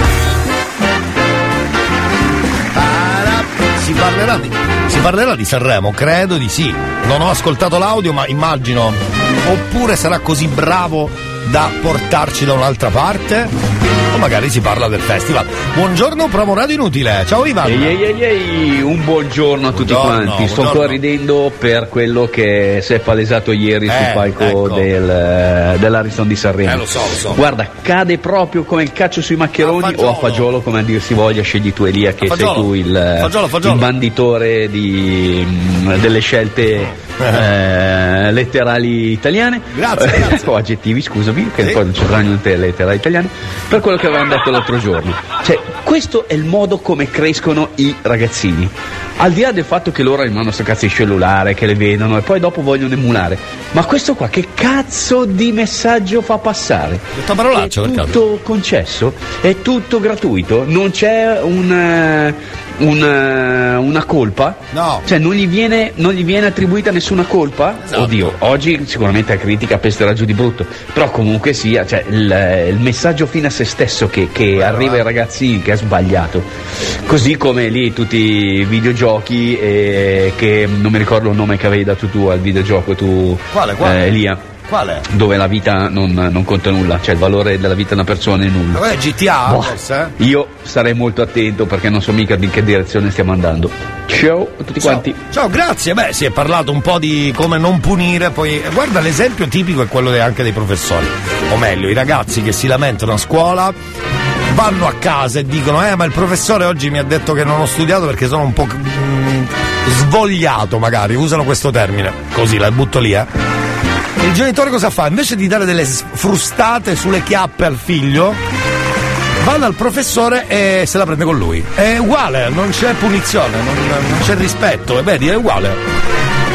Si parlerà di, si parlerà di Sanremo, credo di sì. Non ho ascoltato l'audio, ma immagino. Oppure sarà così bravo da portarci da un'altra parte? O magari si parla del festival. Buongiorno, promo radio inutile. Ciao Ivan. Ehi ehi ehi ehi, un buongiorno a tutti Buongiorno, quanti. Sto buongiorno. ancora ridendo per quello che si è palesato ieri Eh, sul palco ecco. del, dell'Ariston di Sanremo. Eh, lo so, lo so. Guarda, cade proprio come il caccio sui maccheroni A fagiolo. o a fagiolo, come a dir si voglia, scegli tu Elia, che A sei fagiolo. tu il, Fagiolo, fagiolo. il banditore di, mh, delle scelte eh, letterali italiane. Grazie, grazie. o aggettivi, scusami, che Sì. poi non c'entrano niente le letterali italiane, per quello che avevamo detto l'altro giorno. Cioè, questo è il modo come crescono i ragazzini. Al di là del fatto che loro rimangono sto cazzo di cellulare, che le vedono e poi dopo vogliono emulare. Ma questo qua che cazzo di messaggio fa passare? Questa parolaccia, È per caso. tutto concesso, è tutto gratuito, non c'è un, eh, un, eh, una colpa. No. Cioè non gli viene, non gli viene attribuita nessuna colpa. Esatto. Oddio, oggi sicuramente la critica pesterà giù di brutto, però comunque sia, cioè, il, il messaggio fine a se stesso che, che arriva ai ragazzi che è sbagliato. Così come lì tutti i videogiochi, eh, che non mi ricordo il nome che avevi dato tu al videogioco tu, Quale, quale? eh, Elia, Quale? dove la vita non, non conta nulla, cioè il valore della vita di una persona è nulla. Ma qual è G T A? Boh. Forse? Io sarei molto attento perché non so mica in che direzione stiamo andando. Ciao a tutti Ciao. quanti. Ciao, grazie. Beh, si è parlato un po' di come non punire, poi guarda, l'esempio tipico è quello de- anche dei professori, o meglio, i ragazzi che si lamentano a scuola, vanno a casa e dicono eh ma il professore oggi mi ha detto che non ho studiato perché sono un po' mm, svogliato, magari usano questo termine, così la butto lì, eh. Il genitore cosa fa? Invece di dare delle s- frustate sulle chiappe al figlio, va dal professore e se la prende con lui. È uguale, non c'è punizione, non, non c'è rispetto, e vedi, è uguale.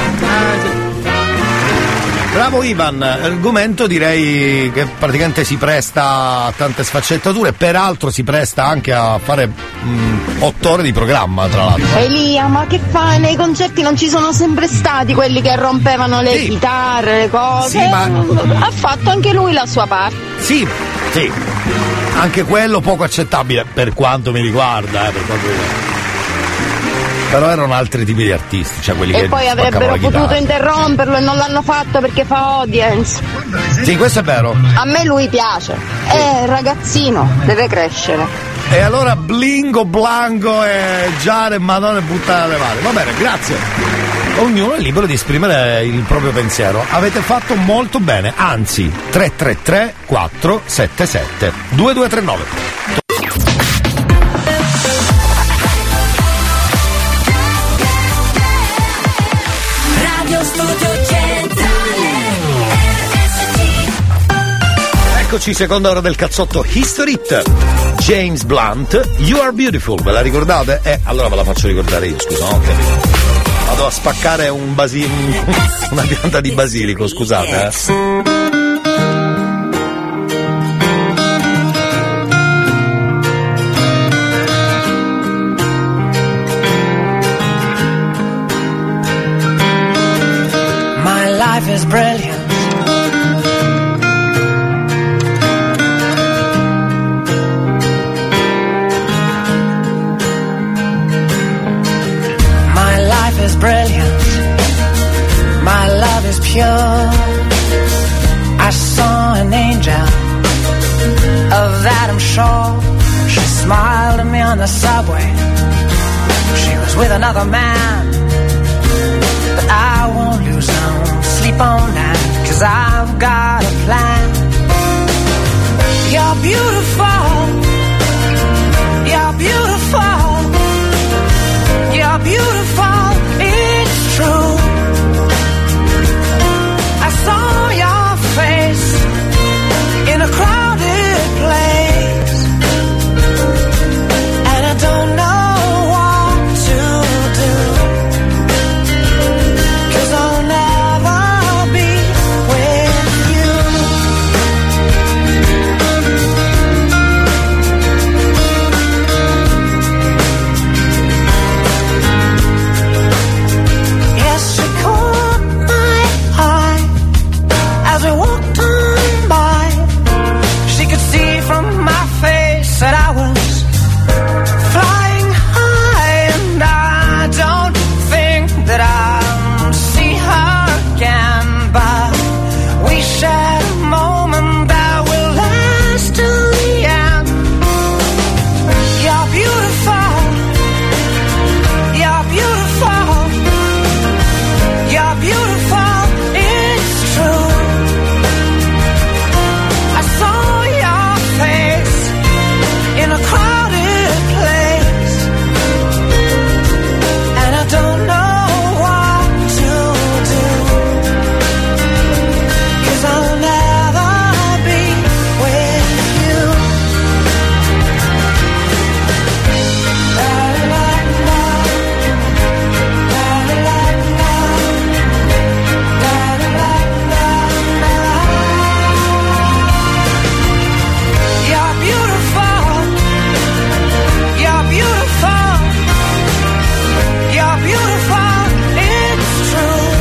Bravo Ivan, l'argomento direi che praticamente si presta a tante sfaccettature, peraltro si presta anche a fare mh, otto ore di programma, tra l'altro. Elia, ma che fai? Nei concerti non ci sono sempre stati quelli che rompevano le Sì. chitarre, le cose. Sì, ma- Ha fatto anche lui la sua parte. Sì, sì, anche quello poco accettabile per quanto mi riguarda, eh, per quanto mi riguarda. Però erano altri tipi di artisti, cioè quelli E che poi spaccavano avrebbero la chitarra. potuto interromperlo e non l'hanno fatto perché fa audience. Sì, questo è vero. A me lui piace. È ragazzino, deve crescere. E allora blingo, blanco e giare, madonna e buttare le mani. Va bene, grazie. Ognuno è libero di esprimere il proprio pensiero. Avete fatto molto bene, anzi, tre tre tre quattro sette sette due due tre nove. Radio Studio Centrale R S C. Eccoci, seconda ora del cazzotto History Hit. James Blunt, You Are Beautiful, ve la ricordate? Eh, allora ve la faccio ricordare io, scusa, non ho capito. Vado a spaccare un basi- una pianta di basilico, scusate, eh. My life life is brilliant. My life is brilliant. My love is pure. I saw an angel, of that I'm sure. She smiled at me on the subway. She was with another man, but I won't lose no sleep on that, 'cause I've got a plan. You're beautiful. You're beautiful. You're beautiful. It's true. I saw your face in a crowded place, and I don't know what to do, 'cause I'll never be with you. Yes, she caught my eye as we walked on by. She could see from my face that I was flying high, and I don't think that I'll see her again, but we shared a moment that will last till the end. You're beautiful. You're beautiful. You're beautiful. It's true. I saw your face in a crowded place, and I don't know what to do, 'cause I'll never be with you. You're beautiful. You're beautiful. You're beautiful. It's true.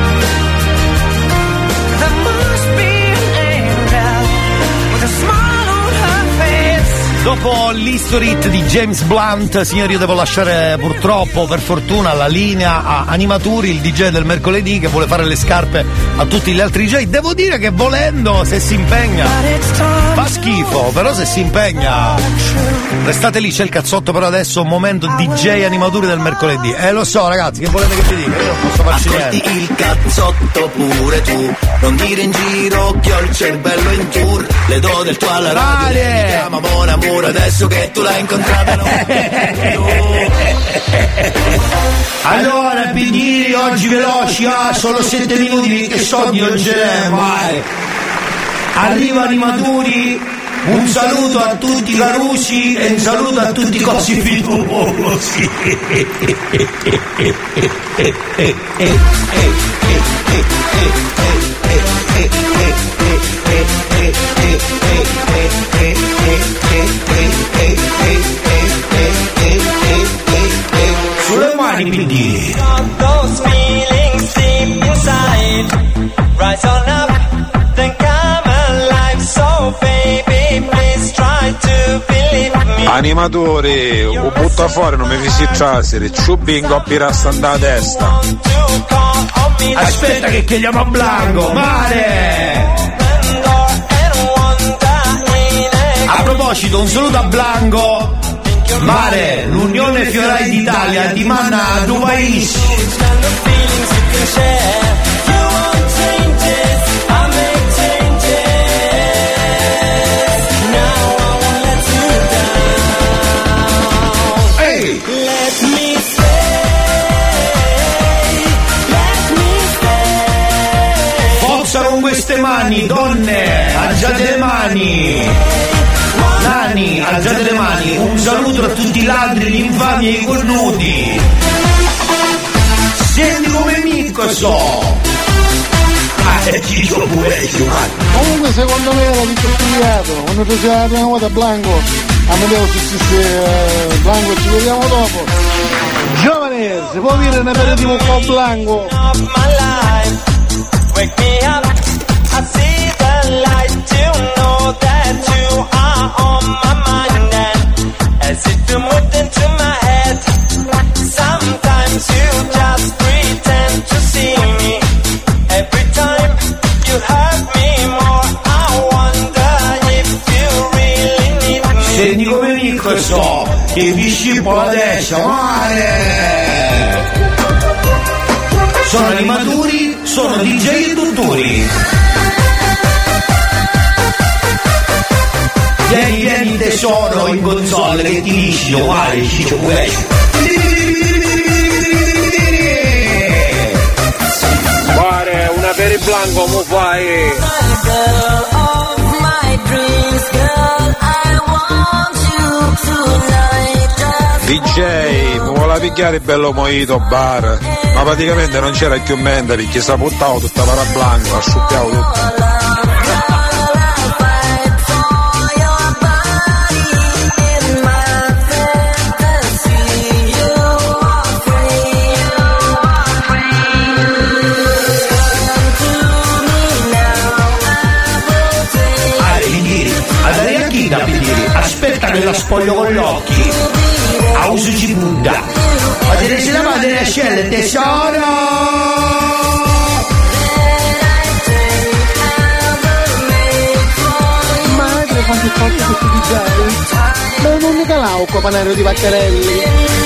There must be an angel with a smile on her face. Dopo l'history hit di James Blunt, signori, io devo lasciare purtroppo, per fortuna, la linea a Animaturi, il D J del mercoledì, che vuole fare le scarpe a tutti gli altri D J. Devo dire che volendo, se si impegna, fa schifo, però se si impegna. Restate lì, c'è il cazzotto, però adesso un momento D J Animaturi del mercoledì. Eh, lo so, ragazzi, che volete che vi dica? Io non posso farci Ascolti niente. il cazzotto pure tu, non dire in giro che ho il cervello in tour. Le do del tuo alla radio, Vale. mi chiama Mon Amour, adesso che tu l'hai incontrata non Allora, Pidini, oggi veloci, ah, solo sette minuti, che so di oggi è, vai. Arriva Animaturi, un saluto a tutti i Carusi e un saluto a tutti i cosi fiduosi. Sulle mani, Pidini. Those feelings deep inside, rise on up, then come alive. So baby, please try to believe me. Animatori, o butta fuori, non mi fissi trasere, ciubingo a pirasta a testa. Aspetta che chiediamo a Blanco, male! A proposito, un saluto a Blanco. Mare, l'Unione Fiorai d'Italia ti manda a Dubai. Ehi! Forza con queste mani, donne, alzate le mani. Nani, alzate le mani, un saluto a tutti i ladri, gli infami e i cornuti. Senti come Mirko so. Ah, e ti dico pure io, Comunque secondo me era tutto studiato. Quando tu sei la prima volta a Blanco, a Medeo su se Blanco ci vediamo dopo. Giovane, si può dire un aperitivo con Blanco? wake me up. I see the light, you know that you are on my mind, and as if you moved into my head. Sometimes you just pretend to see me. Every time you hurt me more, I wonder if you really need me. Senti come Nico so, che discipo la destra, male! Sono animatori, sono D J e dottori. Vieni, vieni tesoro in console che ti dici, uguale, ciccio questo. Pare una per il blanco mo fai. D J, mi vuole picchiare il bello mojito bar, ma praticamente non c'era più mente perché si buttava tutta la blanca, asciugavo tutto. Da pedire, aspetta che la spoglio con gli occhi. A uso ci butta. Ma te ne sei la madre scelle, tesoro. Madre, quante cose che ti dici? Ma non mica l'auco, panero di Vaccarelli.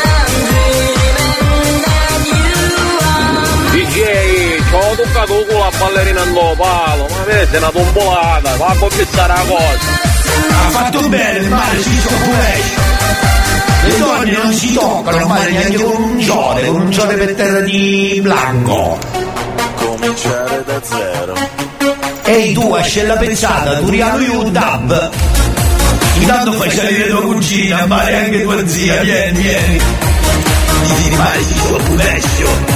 D J, ci ho toccato il culo a ballerina no palo, ma vedi, è una tombolata, va a confessare la cosa. Ha fatto bene, il mare si scopuresce. Le donne non si toccano, male neanche con un giore, con un giore per terra di blanco. Cominciare da zero. Ehi tu, ascella pezzata, Turiano io un dub. Intanto fai salire tua cugina, male anche tua zia, vieni, vieni. Di male si scopuresce.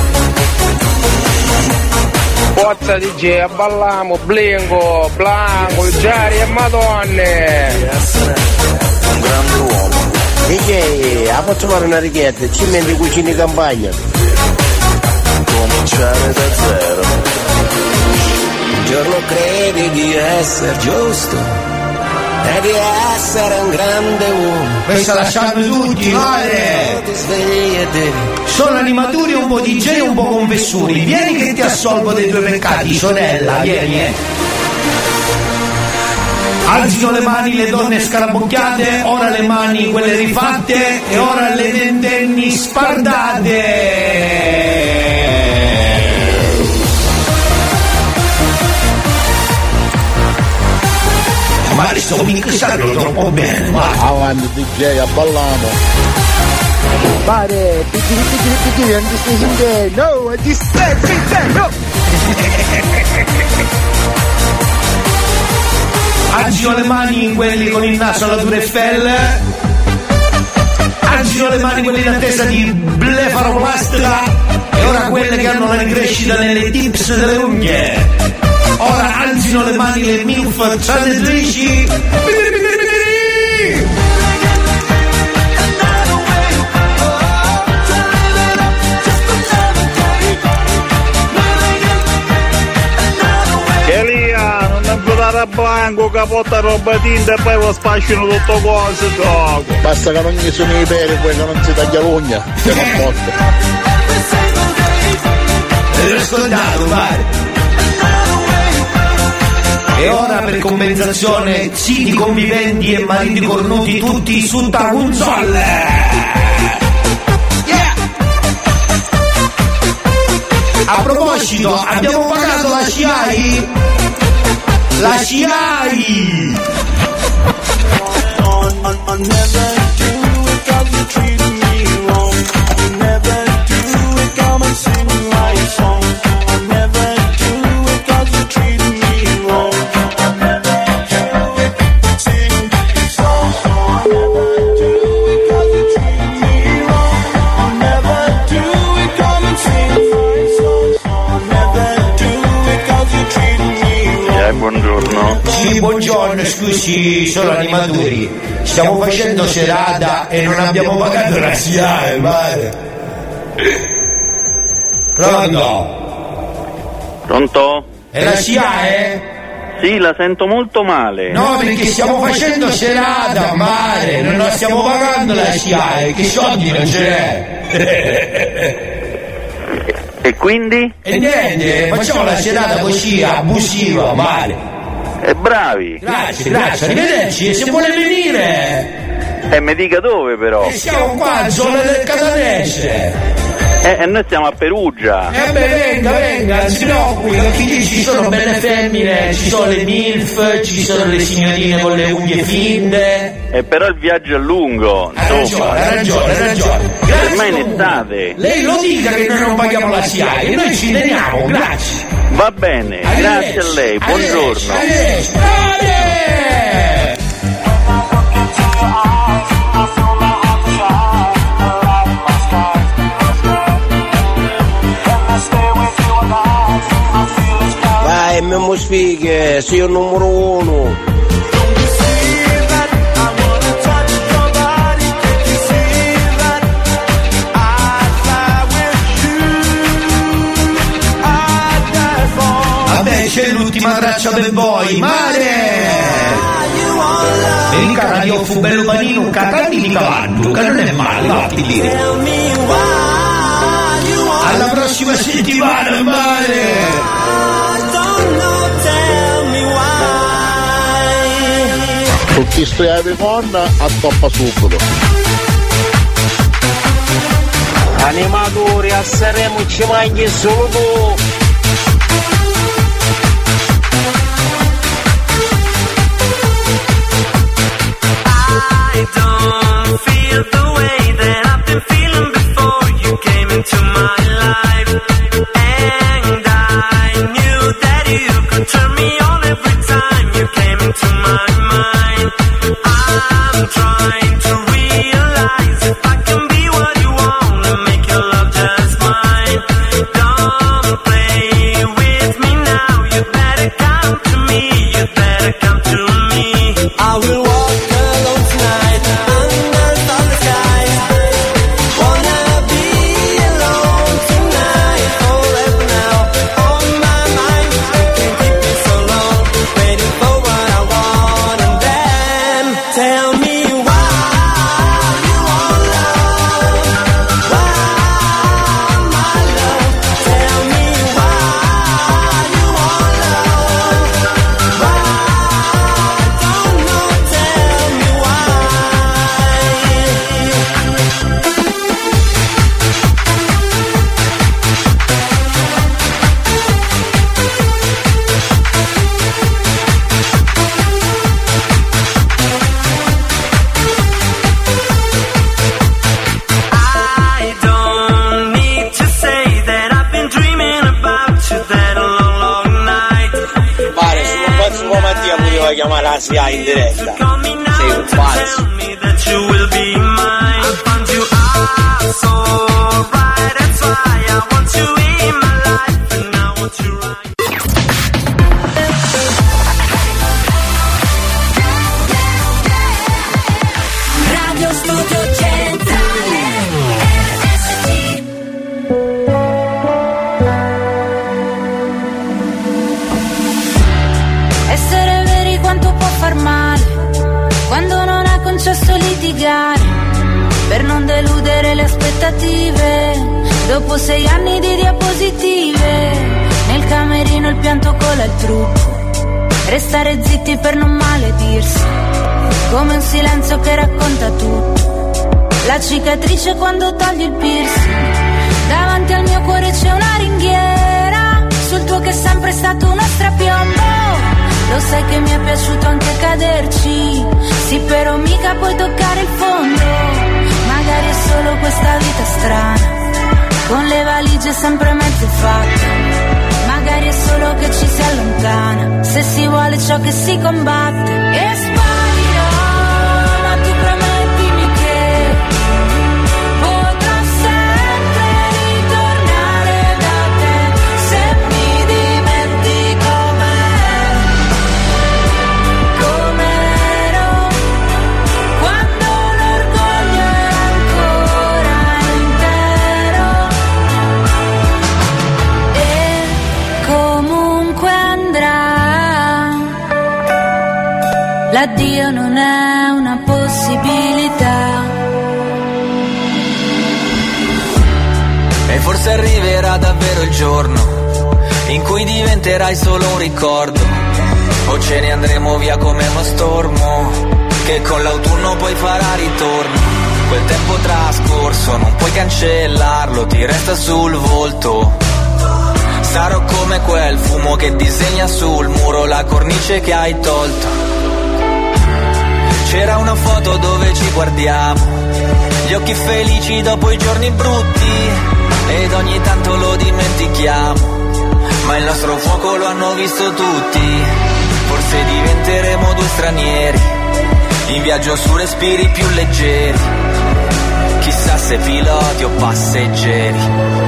Forza D J, abballiamo, blingo, blanco, giari e madonne. Un grande uomo. D J, la posso fare una richiesta, ci metti cucini in campagna. Cominciare da zero. Un giorno credi di essere giusto. Devi essere un grande uomo. Questa lasciando tutti, male! Ti svegli e devi. Sono animatori un po' D J e un po' confessori. Vieni che ti assolvo dei tuoi peccati, sorella, vieni, eh. Alzino le mani le donne scarabocchiate, ora le mani quelle rifatte e ora le ventenni spardate. Ma sto mixando troppo bene, ma avanti D J, abballiamo. Pare, picchiri picchiri picchiri, non ti stai sentendo, no, non ti stai sentendo. Alzino le mani quelli con il naso alla Tour Eiffel. Alzino le mani quelli in attesa di blefaroplastica. E ora quelle che hanno la ricrescita nelle tips delle unghie. Ora alzino le mani le milf traditrici. Elia, non è buttare a blanco, capotta roba tinta e poi lo spasciano tutto cose dopo. Basta che non gli sono i peri, poi che non si taglia l'ugna. Siamo a posto. L'ho scontato, vai. E ora per compensazione siti conviventi e mariti cornuti tutti su ta console. Yeah! A proposito, abbiamo pagato la C I A I? La C I A I! Buongiorno. Sì, buongiorno, scusi, sono animatori. Stiamo facendo serata e non abbiamo pagato la C I A I, vale. Pronto? Pronto? È la S I A E? Sì, la sento molto male. No, perché stiamo facendo serata a mare, non la stiamo pagando la S I A E, che soldi non ce n'è. E quindi? E niente, facciamo la serata così, abusiva, a mare. E bravi. Grazie, grazie, arrivederci, e se vuole venire... E mi dica dove però? E siamo qua, in zona del Catanese. E eh, noi stiamo a Perugia. E eh beh, venga, venga, non si preoccupi, perché ci sono belle femmine, ci sono le MILF, ci sono le signorine con le unghie finte. E però il viaggio è lungo, insomma. Ha ragione, ha ragione. Per me in estate. Lei lo dica che noi non paghiamo la S I A E, noi ci teniamo, grazie. Va bene, grazie a lei, buongiorno. Vai, Memo Sfighe, sei il numero uno. Vabbè, c'è l'ultima traccia del boy, mare! E mica radio fu bello panino, cacati di cavallo, che non è male, va, lì. Alla prossima settimana, mare! Tutti striati con a toppa subito. Animatori, a Sanremo ci mangi solo tu. I don't feel the way that I've been feeling before you came into my life. And I knew that you could turn me on every time you came into my mind. I'm trying to realize if I can be what you want and make your love just mine. Don't play with me now, you better come to me, you better come to me. I will walk alone tonight under the sky. Wanna be alone tonight forever now. On my mind, can't keep me so long, waiting for what I want. And then tell me why you want love, why my love. Tell me why you want love, why I don't know. Tell me why. I don't need to say that I've been dreaming about you that long, long night. Pare, se non pazzo come Mattia poteva chiamare la S I A in diretta. Sei un pazzo. Tell me that you will be mine. I found you out so right, that's why I want you in my life and I want you right. Radio Studio Centrale R S C. Essere veri quanto può far male quando non ha concesso litigare per non deludere le aspettative. Dopo sei anni di diapositive nel camerino il pianto cola il trucco. Restare zitti per non maledirsi come un silenzio che racconta tutto. La cicatrice quando togli il piercing. Davanti al mio cuore c'è una ringhiera, sul tuo che è sempre stato uno strapiombo. Lo sai che mi è piaciuto anche caderci, sì però mica puoi toccare il fondo. Magari è solo questa vita strana, con le valigie sempre mezze fatte. Magari è solo che ci si allontana, se si vuole ciò che si combatte. E sparirò, ma tu promettimi che potrò sempre ritornare da te, se mi dimentico com'ero, quando l'orgoglio era ancora intero. E comunque l'addio non è una possibilità. E forse arriverà davvero il giorno in cui diventerai solo un ricordo, o ce ne andremo via come uno stormo che con l'autunno poi farà ritorno. Quel tempo trascorso non puoi cancellarlo, ti resta sul volto. Sarò come quel fumo che disegna sul muro la cornice che hai tolto. C'era una foto dove ci guardiamo, gli occhi felici dopo i giorni brutti, ed ogni tanto lo dimentichiamo, ma il nostro fuoco lo hanno visto tutti. Forse diventeremo due stranieri in viaggio su respiri più leggeri, chissà se piloti o passeggeri.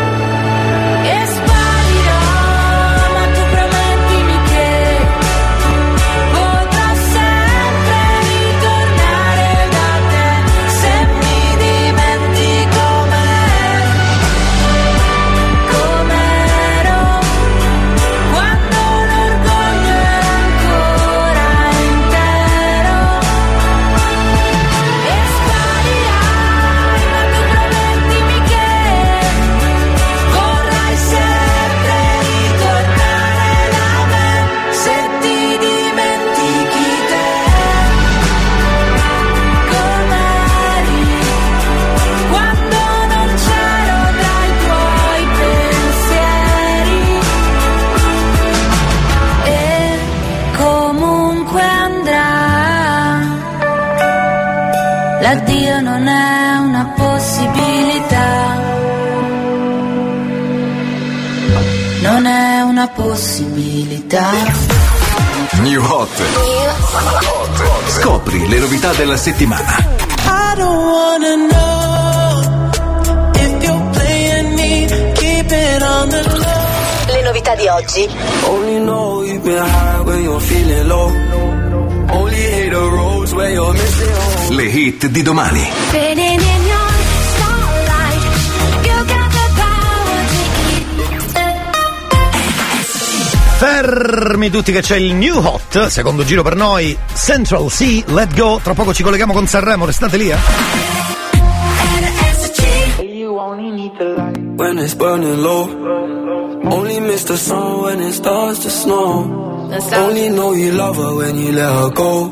L'addio non è una possibilità, non è una possibilità. New Hot. Scopri le novità della settimana. I don't wanna know if you're playing me, keep it on the low. Le novità di oggi. Only know you've been high when you're feeling low. Only hate the roads where you're missing home. Le hit di domani. Fermi tutti che c'è il New Hot, secondo giro per noi, Central C, Let Go. Tra poco ci colleghiamo con Sanremo, restate lì, eh. When it's burning low, only miss the sun when it starts to snow. Only know you love her when you let her go.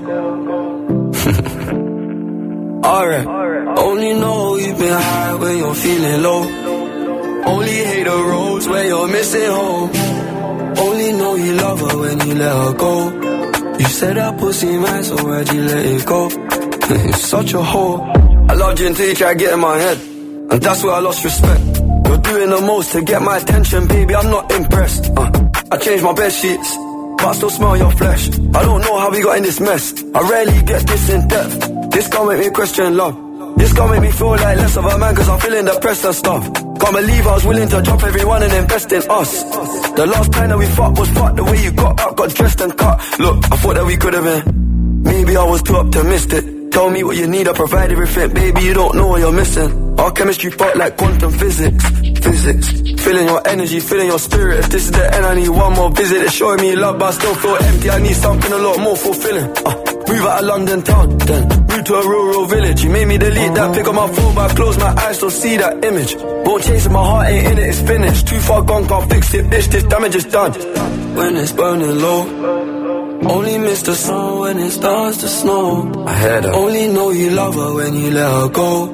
Alright, only know you've been high when you're feeling low. Only hate the roads where you're missing home. Only know you love her when you let her go. You said that pussy man, so why'd you let it go? You're such a whore. I loved you until you tried to get in my head, and that's where I lost respect. You're doing the most to get my attention, baby, I'm not impressed. uh, I changed my bed sheets, but I still smell your flesh. I don't know how we got in this mess, I rarely get this in depth. This can't make me question love. This can't make me feel like less of a man, cause I'm feeling depressed and stuff. Can't believe I was willing to drop everyone and invest in us. The last time that we fucked was fucked. The way you got up, got dressed and cut. Look, I thought that we could have been. Maybe I was too optimistic. Tell me what you need, I provide everything. Baby, you don't know what you're missing. Our chemistry felt like quantum physics. Physics. Feeling your energy, feeling your spirit. If this is the end, I need one more visit. It's showing me love, but I still feel empty. I need something a lot more fulfilling. uh, Move out of London town, then move to a rural village. You made me delete that pic on my phone, but I close my eyes, still see that image. Won't chase it, my heart ain't in it, it's finished. Too far gone, can't fix it, bitch, this damage is done. When it's burning low, only miss the sun when it starts to snow. I had her. Only know you love her when you let her go.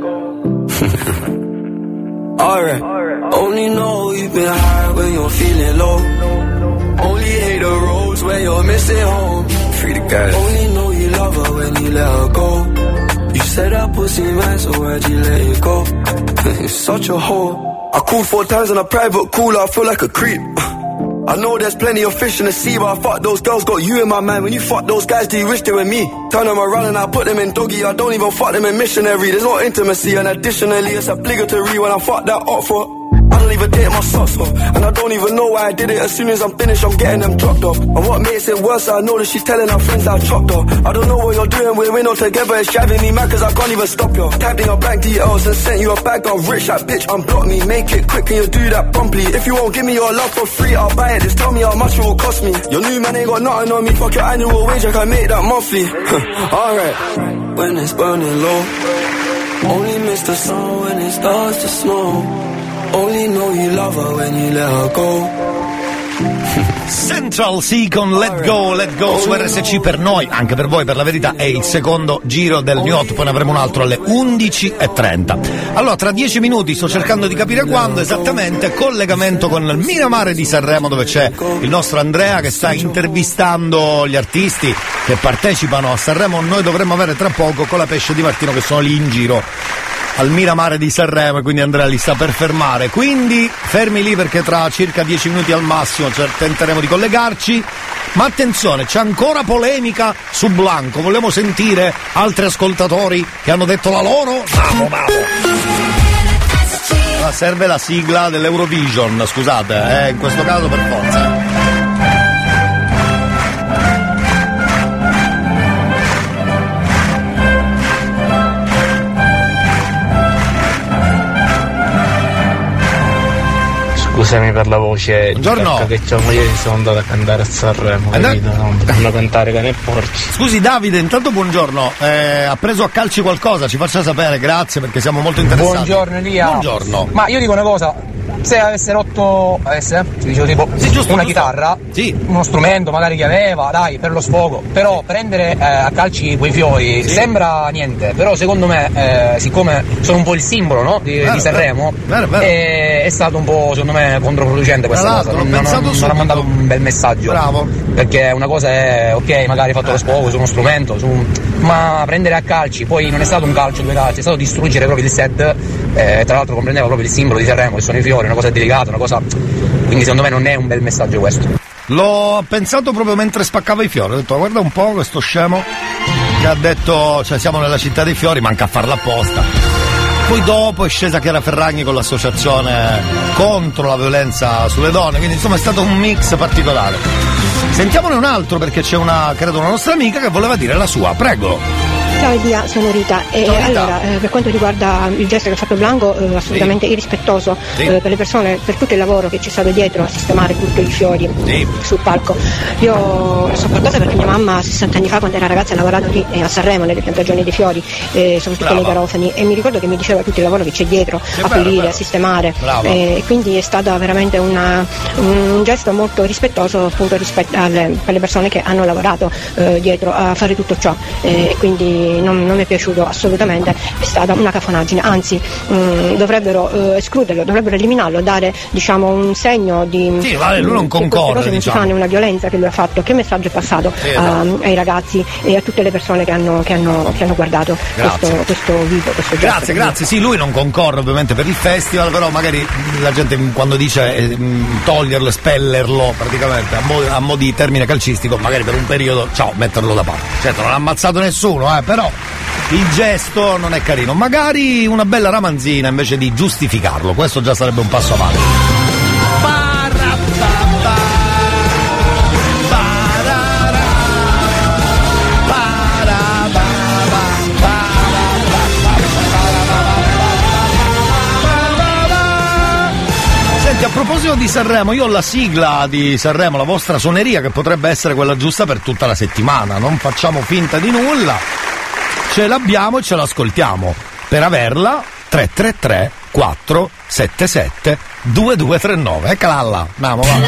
Alright, only know you've been high when you're feeling low. Only hate the roads where you're missing home. Free the guys. Only know you love her when you let her go. You said that pussy man, so why'd you let it go? You're such a whore. I called four times on a private call, I feel like a creep. I know there's plenty of fish in the sea, but I fuck those girls, got you in my mind. When you fuck those guys, do you wish they were me? Turn them around and I put them in doggy. I don't even fuck them in missionary. There's no intimacy, and additionally, it's obligatory when I fuck that up for. I don't even take my socks off, and I don't even know why I did it. As soon as I'm finished, I'm getting them dropped off. And what makes it worse, I know that she's telling her friends I chopped off. I don't know what you're doing, we're in all together. It's driving me mad cause I can't even stop you. Tapped in your bank details and sent you a bag. I'm rich, that bitch, unblock me. Make it quick, can you do that promptly? If you won't give me your love for free, I'll buy it. Just tell me how much it will cost me. Your new man ain't got nothing on me. Fuck your annual wage, I can make that monthly. Alright. When it's burning low, only miss the sun when it starts to snow. Only know you love her when you let her go. Central C con Let Go, Let Go su R S C per noi, anche per voi per la verità, è il secondo giro del New Hot, poi ne avremo un altro alle undici e trenta. Allora, tra dieci minuti, sto cercando di capire quando esattamente, collegamento con il Miramare di Sanremo, dove c'è il nostro Andrea che sta intervistando gli artisti che partecipano a Sanremo. Noi dovremmo avere tra poco Colapesce di Martino che sono lì in giro al Miramare di Sanremo, e quindi Andrea li sta per fermare, quindi fermi lì perché tra circa dieci minuti al massimo cioè, tenteremo di collegarci. Ma attenzione, c'è ancora polemica su Blanco, vogliamo sentire altri ascoltatori che hanno detto la loro? Bravo, bravo. Ah, serve la sigla dell'Eurovision, scusate, eh, in questo caso per forza. Scusami per la voce. Buongiorno. Che c'ho, ieri sono andato a cantare a Sanremo, capito? Non fanno cantare cane e porci. Scusi Davide, intanto buongiorno. Eh, ha preso a calci qualcosa? Ci faccia sapere, grazie, perché siamo molto interessati. Buongiorno Elia. Buongiorno. Ma io dico una cosa, se avesse rotto, avesse, si dicevo tipo, sì, giusto, una giusto. chitarra, sì. uno strumento magari che aveva, dai, per lo sfogo, però prendere eh, a calci quei fiori sì. sembra niente, però secondo me, eh, siccome sono un po' il simbolo, no, di, vero, di Sanremo, vero, vero. È, è stato un po', secondo me, controproducente questa cosa, non, non, non, non ha mandato un bel messaggio. Bravo. Perché una cosa è, ok, magari hai fatto lo sfogo su uno strumento, su un, ma prendere a calci, poi non è stato un calcio, due calci, è stato distruggere proprio il set, eh, tra l'altro comprendeva proprio il simbolo di Sanremo, che sono i fiori, una cosa delicata, una cosa, quindi secondo me non è un bel messaggio questo. L'ho pensato proprio mentre spaccava i fiori, ho detto guarda un po' questo scemo che ha detto, cioè siamo nella città dei fiori, manca a farla apposta. Poi dopo è scesa Chiara Ferragni con l'associazione contro la violenza sulle donne, quindi insomma è stato un mix particolare. Sentiamone un altro perché c'è una, credo una nostra amica che voleva dire la sua, prego. Ciao Elia, sono Rita. E Ciao, Rita. Allora, eh, per quanto riguarda il gesto che ha fatto Blanco, eh, assolutamente sì. irrispettoso sì. eh, per le persone, per tutto il lavoro che c'è stato dietro a sistemare tutti i fiori sì. sul palco. Io so qualcosa perché mia mamma sessanta anni fa, quando era ragazza, ha lavorato lì eh, a Sanremo nelle piantagioni dei fiori, eh, soprattutto Brava. nei garofani, e mi ricordo che mi diceva tutto il lavoro che c'è dietro che a bello, pulire, bello. a sistemare, e eh, quindi è stato veramente una, un gesto molto rispettoso appunto rispetto alle, per le persone che hanno lavorato eh, dietro a fare tutto ciò, e quindi Non, non mi è piaciuto assolutamente, è stata una cafonaggine, anzi mh, dovrebbero eh, escluderlo, dovrebbero eliminarlo, dare diciamo un segno di sì, vale, lui non concorre, non diciamo. si fanno una violenza che lui ha fatto, che messaggio è passato sì, esatto. uh, ai ragazzi e a tutte le persone che hanno, che hanno, che hanno guardato questo, questo video, questo gesto. Grazie, grazie, sì, lui non concorre ovviamente per il festival, però magari la gente quando dice eh, toglierlo, espellerlo praticamente a mo', a mo' di termine calcistico, magari per un periodo, ciao, metterlo da parte. Certo, non ha ammazzato nessuno, eh, però il gesto non è carino, magari una bella ramanzina invece di giustificarlo, questo già sarebbe un passo avanti. Senti, a proposito di Sanremo, io ho la sigla di Sanremo, la vostra suoneria, che potrebbe essere quella giusta per tutta la settimana, non facciamo finta di nulla. Ce l'abbiamo e ce l'ascoltiamo. Per averla tre tre tre quattro sette sette due due tre nove. Eccola là. Andiamo, va.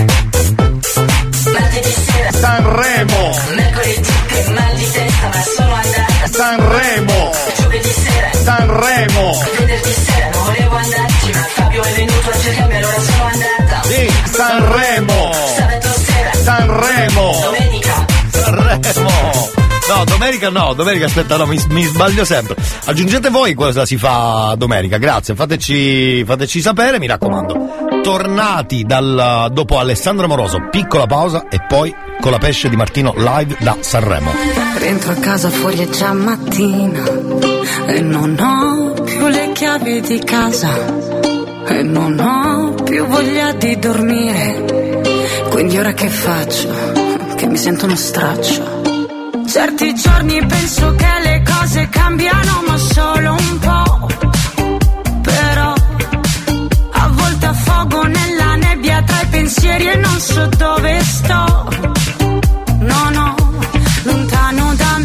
Sanremo. Mercoledì che mal di testa ma sono andata. Sanremo. Giovedì sera. Sanremo. Venerdì sera non volevo andarci ma Fabio è venuto a cercarmi allora sono andata. Sì, Sanremo. Sabato sera. Sanremo. Domenica. Sanremo. No, domenica no, domenica aspetta, no, mi, mi sbaglio sempre. Aggiungete voi cosa si fa domenica, grazie, fateci, fateci sapere, mi raccomando. Tornati dal dopo Alessandro Amoroso, piccola pausa e poi Colapesce di Martino live da Sanremo. Rientro a casa, fuori è già mattina e non ho più le chiavi di casa. e non ho più voglia di dormire. Quindi ora che faccio? Che mi sento uno straccio. Certi giorni penso che le cose cambiano, ma solo un po'. Però a volte affogo nella nebbia tra i pensieri e non so dove sto. No, no, lontano da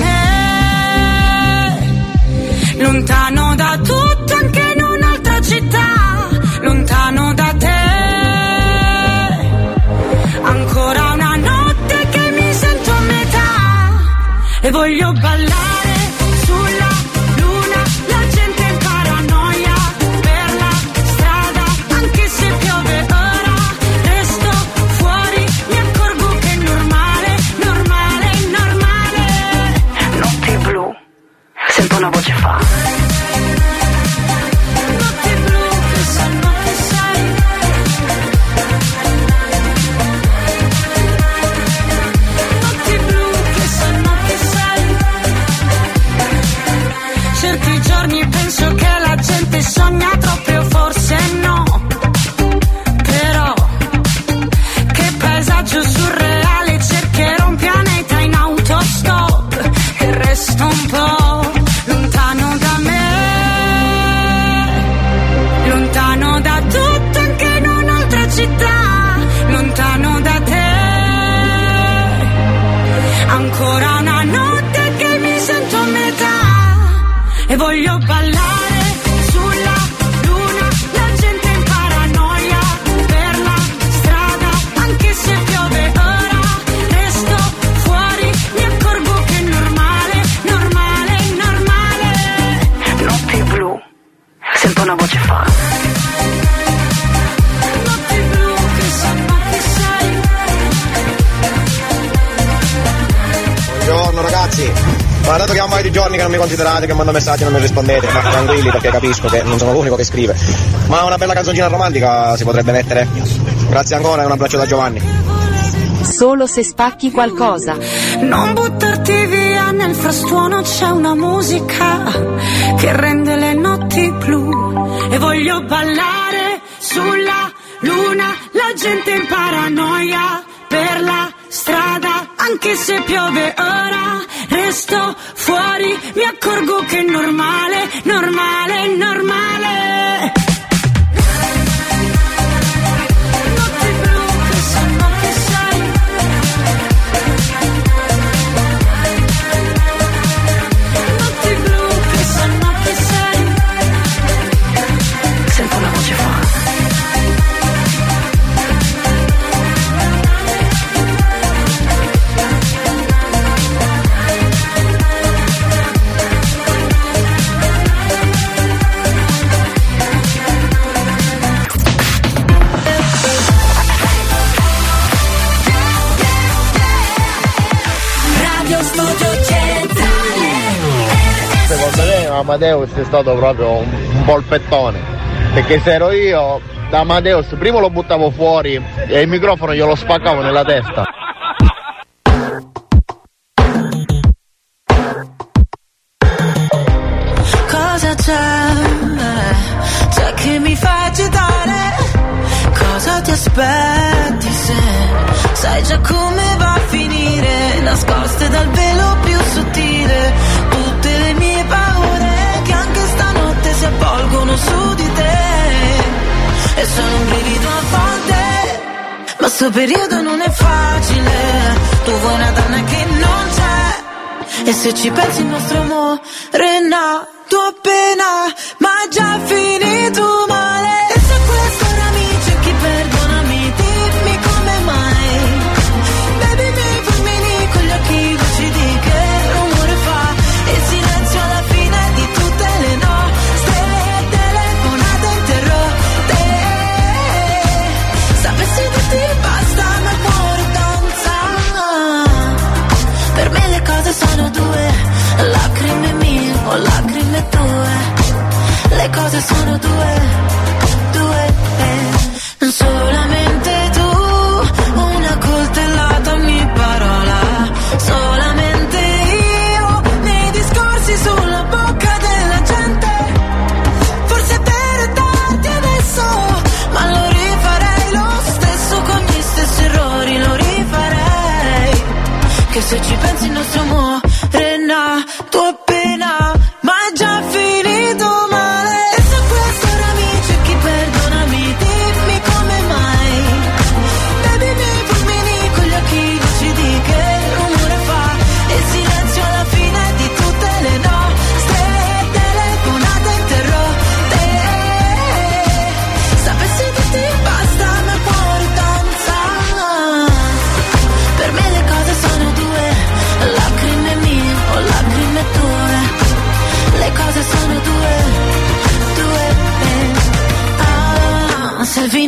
me, lontano da tutto, anche in un'altra città, lontano da te. Ancora una notte che mi sento a metà e voglio ballare sulla luna, la gente in paranoia per la strada, anche se piove ora resto fuori, mi accorgo che è normale, normale, normale. Notti blu, sento una voce fa. Notti blu che sanno che sei. Notti blu che sanno che sei. Certi giorni penso che la gente sogna troppo, io forse no. Però che paesaggio surreale, cercherò un pianeta in autostop e resto un po' lontano da me, lontano da tutto, anche in un'altra città, lontano da te. Ancora una notte che mi sento a metà e voglio ballare sulla luna, la gente in paranoia per la strada, anche se piove ora resto fuori, mi accorgo che è normale, normale, normale. Notti blu, sento una voce fa. Notti blu che sanno che sei. Buongiorno ragazzi, ma dato che ho un paio di giorni che non mi considerate, che mando messaggi e non mi rispondete, ma tranquilli perché capisco che non sono l'unico che scrive, ma una bella canzoncina romantica si potrebbe mettere. Grazie ancora e un abbraccio da Giovanni. Solo se spacchi qualcosa. Non buttarti via, nel frastuono c'è una musica che rende le notti blu e voglio ballare sulla luna, la gente in paranoia per la strada, anche se piove ora resto fuori, mi accorgo che è normale, normale, normale. Notti blu che sanno che sei. Notti blu che sanno che sei. Sento una voce fa. Secondo me Amadeus è stato proprio un, un polpettone, perché se ero io da Amadeus prima lo buttavo fuori e il microfono glielo spaccavo nella testa. Cosa c'è? C'è che mi fa agitare? Cosa ti aspetti se sai già come va a finire? Nascoste dal velo più sottile tutte le mie paure che anche stanotte si avvolgono su di te. E sono un brivido a volte, ma sto periodo non è facile. Tu vuoi una donna che non c'è, e se ci pensi il nostro amore è nato appena, ma già finito male. E se questo era amici e chi perdonami, dimmi come mai. Baby miei fulmini con gli occhi lucidi, che rumore fa il silenzio alla fine di tutte le nostre telefonate interrotte. Sapessi dirti basta ma il cuore danza. Per me le cose sono due, lacrime mie o lacrime tue. Le cose sono due, due, eh. Solamente tu, una coltellata ogni parola. Solamente io, nei discorsi sulla bocca della gente. Forse per darti adesso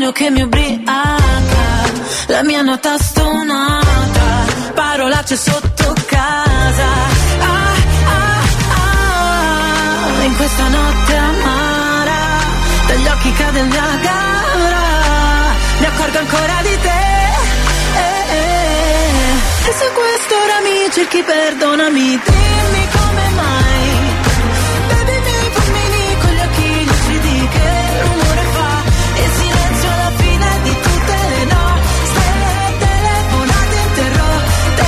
vino che mi ubriaca, la mia nota stonata, parolacce sotto casa. Ah, ah, ah, in questa notte amara, dagli occhi cade il Niagara, mi accorgo ancora di te. Eh, eh. E se questo ora mi cerchi, perdonami, dimmi come mai. Baby, mi fulmini con gli occhi lucidi, che rumore fa, e silenzio alla fine di tutte le nostre telefonate interrotte.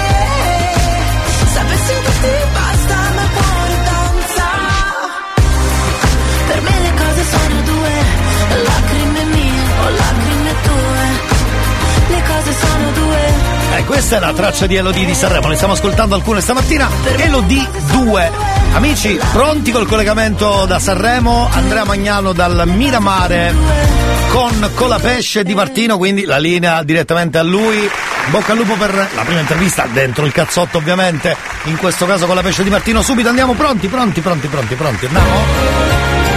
Sapessi che ti basta, ma il cuore danza. Per me le cose sono due, lacrime mie o lacrime tue. Le cose sono due. Eh, questa è la traccia di Elodie di Sanremo, ne stiamo ascoltando alcune stamattina. Elodie due. Amici, pronti col collegamento da Sanremo? Andrea Magnano dal Miramare con Colapesce Di Martino, quindi la linea direttamente a lui. Bocca al lupo per la prima intervista, dentro il cazzotto ovviamente, in questo caso Colapesce Di Martino. Subito andiamo, pronti, pronti, pronti, pronti, pronti, andiamo?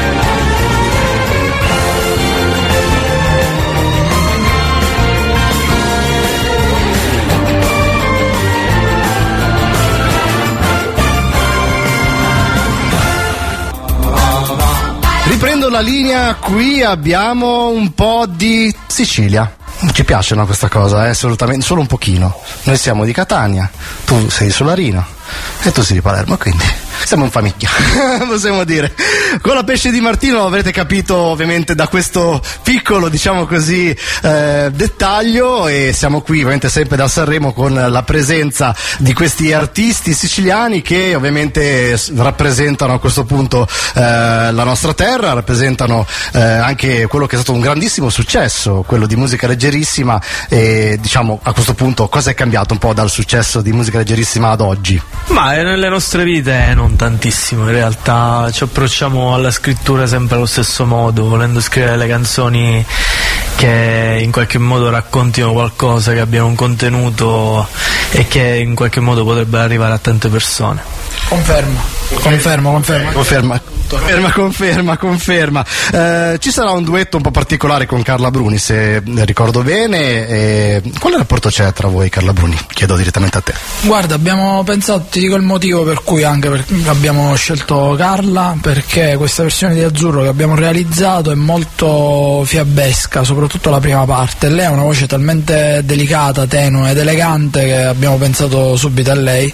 Riprendo la linea, qui abbiamo un po' di Sicilia. Ci piace, no, questa cosa, eh? Assolutamente, solo un pochino. Noi siamo di Catania, tu sei di Solarino e tu sei di Palermo, quindi siamo in famiglia, possiamo dire. Colapesce Di Martino avrete capito ovviamente da questo piccolo, diciamo così, eh, dettaglio, e siamo qui ovviamente sempre da Sanremo con la presenza di questi artisti siciliani che ovviamente rappresentano a questo punto eh, la nostra terra, rappresentano eh, anche quello che è stato un grandissimo successo, quello di Musica Leggerissima. E diciamo a questo punto cosa è cambiato un po' dal successo di Musica Leggerissima ad oggi? Ma nelle nostre vite non tantissimo, in realtà ci approcciamo alla scrittura sempre allo stesso modo, volendo scrivere le canzoni che in qualche modo raccontino qualcosa, che abbiano un contenuto e che in qualche modo potrebbero arrivare a tante persone. Conferma, confermo, conferma. Conferma, conferma, conferma, conferma. Eh, ci sarà un duetto un po' particolare con Carla Bruni, se ricordo bene. Eh, quale rapporto c'è tra voi, Carla Bruni? Chiedo direttamente a te. Guarda, abbiamo pensato, ti dico il motivo per cui anche per, abbiamo scelto Carla, perché questa versione di Azzurro che abbiamo realizzato è molto fiabesca, soprattutto la prima parte. Lei ha una voce talmente delicata, tenue ed elegante che abbiamo pensato subito a lei.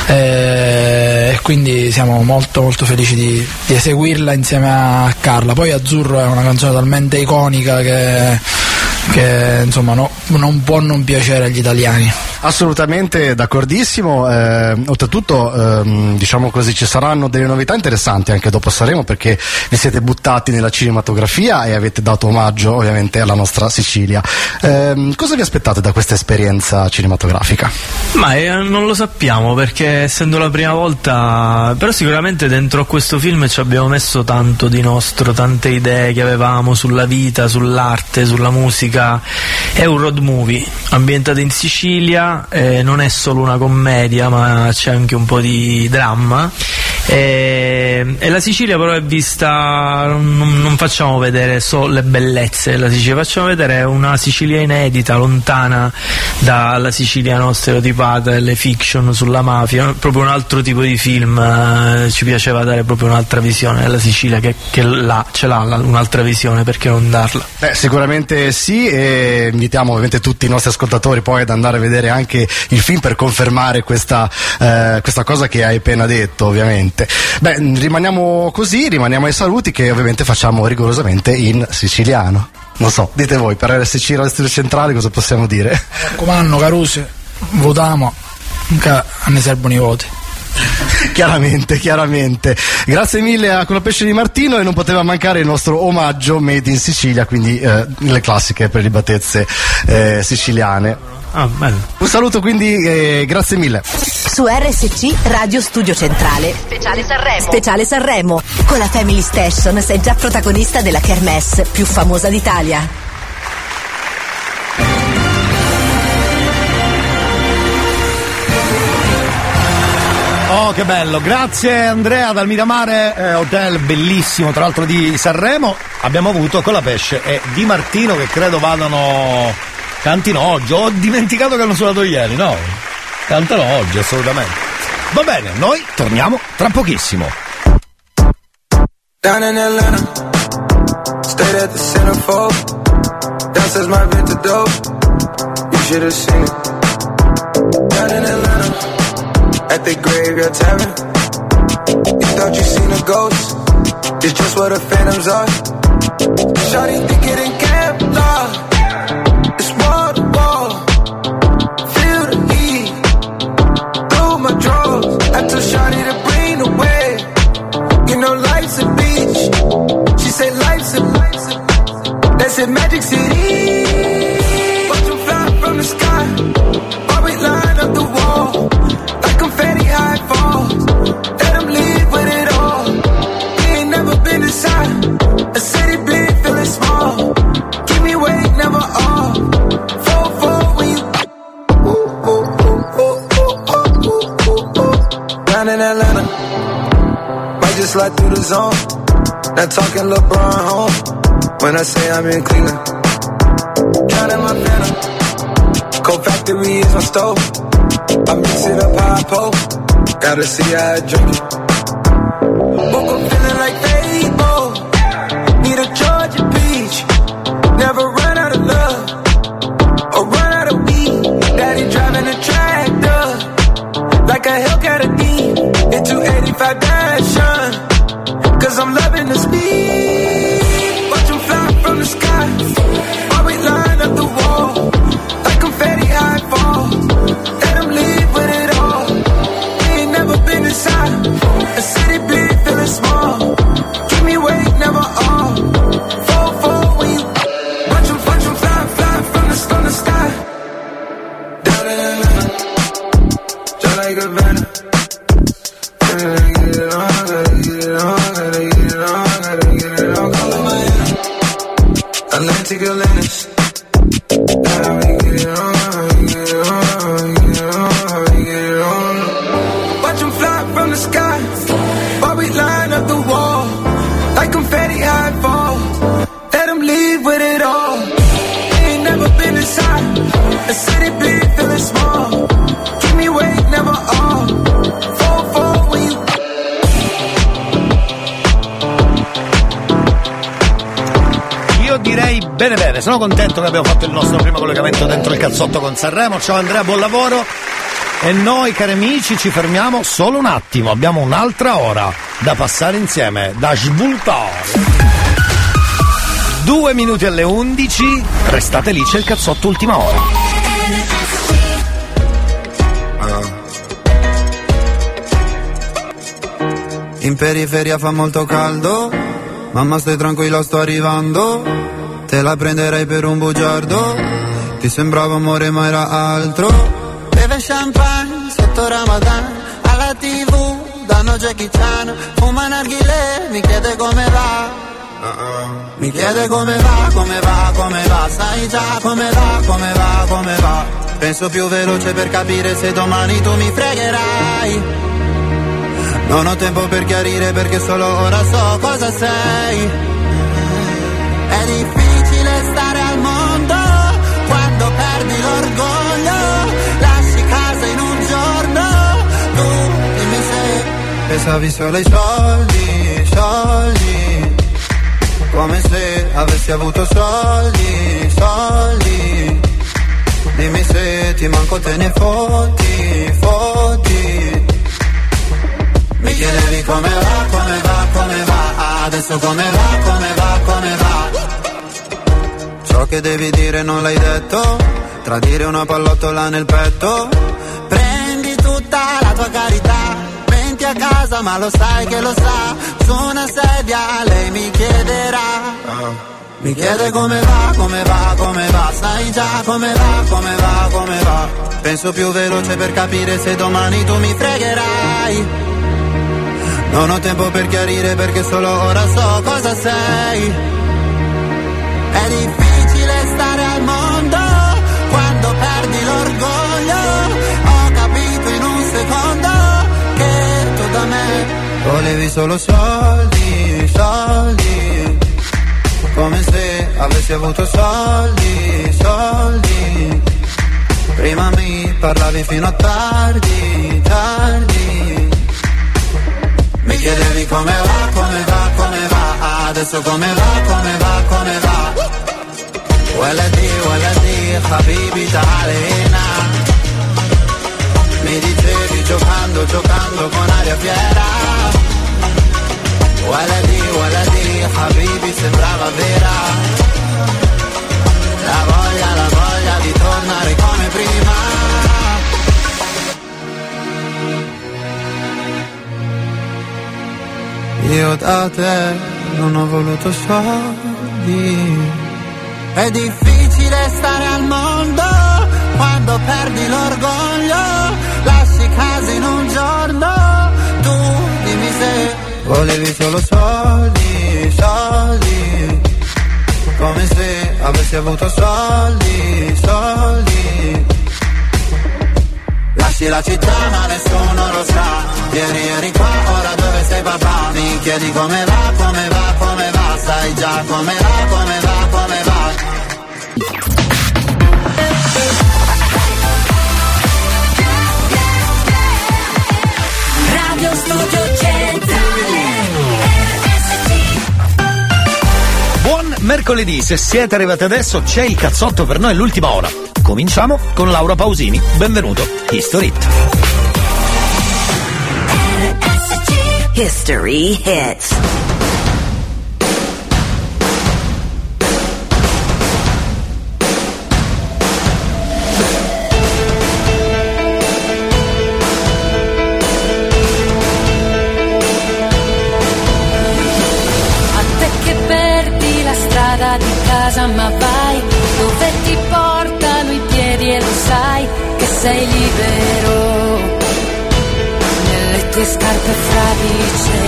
E quindi siamo molto molto felici di, di eseguirla insieme a Carla. Poi Azzurro è una canzone talmente iconica che, che insomma no, non può non piacere agli italiani. Assolutamente d'accordissimo, eh, oltretutto ehm, diciamo così ci saranno delle novità interessanti anche dopo Sanremo, perché vi siete buttati nella cinematografia e avete dato omaggio ovviamente alla nostra Sicilia. Eh, cosa vi aspettate da questa esperienza cinematografica? Ma eh, non lo sappiamo, perché essendo la prima volta, però sicuramente dentro a questo film ci abbiamo messo tanto di nostro, tante idee che avevamo sulla vita, sull'arte, sulla musica. È un road movie ambientato in Sicilia. Eh, non è solo una commedia, ma c'è anche un po' di dramma, e, e la Sicilia però è vista, non, non facciamo vedere solo le bellezze della Sicilia, facciamo vedere una Sicilia inedita, lontana dalla Sicilia nostra stereotipata, delle fiction sulla mafia, proprio un altro tipo di film. Eh, ci piaceva dare proprio un'altra visione della Sicilia, che, che là ce l'ha un'altra visione, perché non darla? Beh, sicuramente sì, e invitiamo ovviamente tutti i nostri ascoltatori poi ad andare a vedere anche il film per confermare questa, eh, questa cosa che hai appena detto, ovviamente. Beh, rimaniamo così, rimaniamo ai saluti, che ovviamente facciamo rigorosamente in siciliano. Non so, dite voi, per R S C Radio Studio Centrale cosa possiamo dire? Mi raccomando, Carusi, votiamo, che ne servono i voti. Chiaramente, chiaramente. Grazie mille a Colapesce Di Martino, e non poteva mancare il nostro omaggio Made in Sicilia, quindi eh, le classiche prelibatezze eh, siciliane. Ah, bello. Un saluto quindi, eh, grazie mille. Su R S C Radio Studio Centrale Speciale Sanremo Speciale Sanremo Con la Family Station sei già protagonista della kermesse più famosa d'Italia. Oh, che bello, grazie Andrea dal Miramare eh, Hotel, bellissimo, tra l'altro di Sanremo. Abbiamo avuto Colapesce e Di Martino che credo vadano, cantino oggi. Ho dimenticato che hanno suonato ieri, no? Cantano oggi, assolutamente. Va bene, noi torniamo tra pochissimo. Down in Atlanta, stayed at the centerfold. Downstairs my vintage dope, you should have seen it. Down in Atlanta, at the Graveyard Tavern, you thought you seen a ghost, it's just what the phantoms are. Shawty think it in Kevlar, it's wall to wall, feel the heat through my drawers. I told Shawty to bring the wave, you know life's a beach, she said life's a, life's a that's in Magic City. Watch them fly from the sky, while we line up the wall, like confetti high falls. Let them leave with it all. We ain't never been inside a city bleed, feeling small. Keep me weight, never off. Four, four, when you ooh, ooh, ooh, ooh, ooh, ooh, ooh, ooh. Down in Atlanta, might just slide through the zone. Not talking LeBron home. When I say I'm in Cleveland, counting my phantom. Cold Factory is my stove. I mix it up how I pour. Gotta see how I drink it. Woke up feeling like Fable. Need a Georgia peach. Never run out of love or run out of weed. Daddy driving a tractor like a Hellcat a D. In two eighty-five Dashin', cause I'm loving the speed. From the sky, while we line up the wall, like confetti high falls. Let them leave with it all. We ain't never been inside a city bleed, feeling small. Keep me weight, never off. Four, four, when you watch them, watch them fly, fly from the, from the sky. Down in Atlanta, just like a Havana. Gotta get it on, gotta get it on, gotta get it on, gotta get it on. Call it Miami, Atlantic Atlantis. Now we get it on, we get it on, we get it on, we get it on. Watch them fly from the sky, while we line up the wall, like confetti high falls. Let them leave with it all. We ain't never been inside a city bleed, feeling small. Keep me weight, never off. Four, four, when you Io direi bene bene, sono contento che abbiamo fatto il nostro primo collegamento dentro il cazzotto con Sanremo. Ciao Andrea, buon lavoro. E noi cari amici ci fermiamo solo un attimo, abbiamo un'altra ora da passare insieme, da svoltare. Due minuti alle undici, restate lì, c'è il cazzotto ultima ora. In periferia fa molto caldo, mamma stai tranquilla sto arrivando, te la prenderei per un bugiardo, ti sembrava amore ma era altro. Beve champagne sotto Ramadan, alla tv danno Jackie Chan, fuma narghilè, mi chiede come va, mi chiede come va, come va, come va, sai già come va, come va, come va. Penso più veloce per capire se domani tu mi fregherai. Non ho tempo per chiarire perché solo ora so cosa sei. È difficile stare al mondo quando perdi l'orgoglio. Lasci casa in un giorno, tu dimmi se pensavi solo ai soldi, soldi. Come se avessi avuto soldi, soldi. Dimmi se ti manco te ne fotti, fotti. Mi chiedevi come va, come va, come va. Adesso come va, come va, come va. Ciò che devi dire non l'hai detto. Tradire una pallottola nel petto. Prendi tutta la tua carità. Venti a casa ma lo sai che lo sa. Su una sedia lei mi chiederà. Mi chiede come va, come va, come va. Sai già come va, come va, come va. Penso più veloce per capire se domani tu mi fregherai. Non ho tempo per chiarire perché solo ora so cosa sei. È difficile stare al mondo quando perdi l'orgoglio. Ho capito in un secondo che Volevi solo soldi, soldi, come se avessi avuto soldi, soldi. Prima mi parlavi fino a tardi, tardi. Mi chiedevi come va, come va, come va. Adesso come va, come va, come va. Waladi, waladi, habibi ta'alina. Mi dicevi giocando, giocando con aria fiera. Waladi, waladi, habibi sembrava vera. La voglia, la voglia di tornare come prima. Io da te non ho voluto soldi. È difficile stare al mondo quando perdi l'orgoglio. Lasci casa in un giorno. Tu dimmi se volevi solo soldi, soldi, come se avessi avuto soldi, soldi. Lasci la città ma nessuno lo sa. Ieri eri qua, ora dove sei papà? Mi chiedi come va, come va, come va. Sai già come va, come va, come va. Radio Studio Centrale. Buon mercoledì, se siete arrivati adesso c'è il cazzotto per noi, l'ultima ora. Cominciamo con Laura Pausini, benvenuto, History Hit. History Hits. Ma vai dove ti portano i piedi e lo sai che sei libero nelle tue scarpe fradice.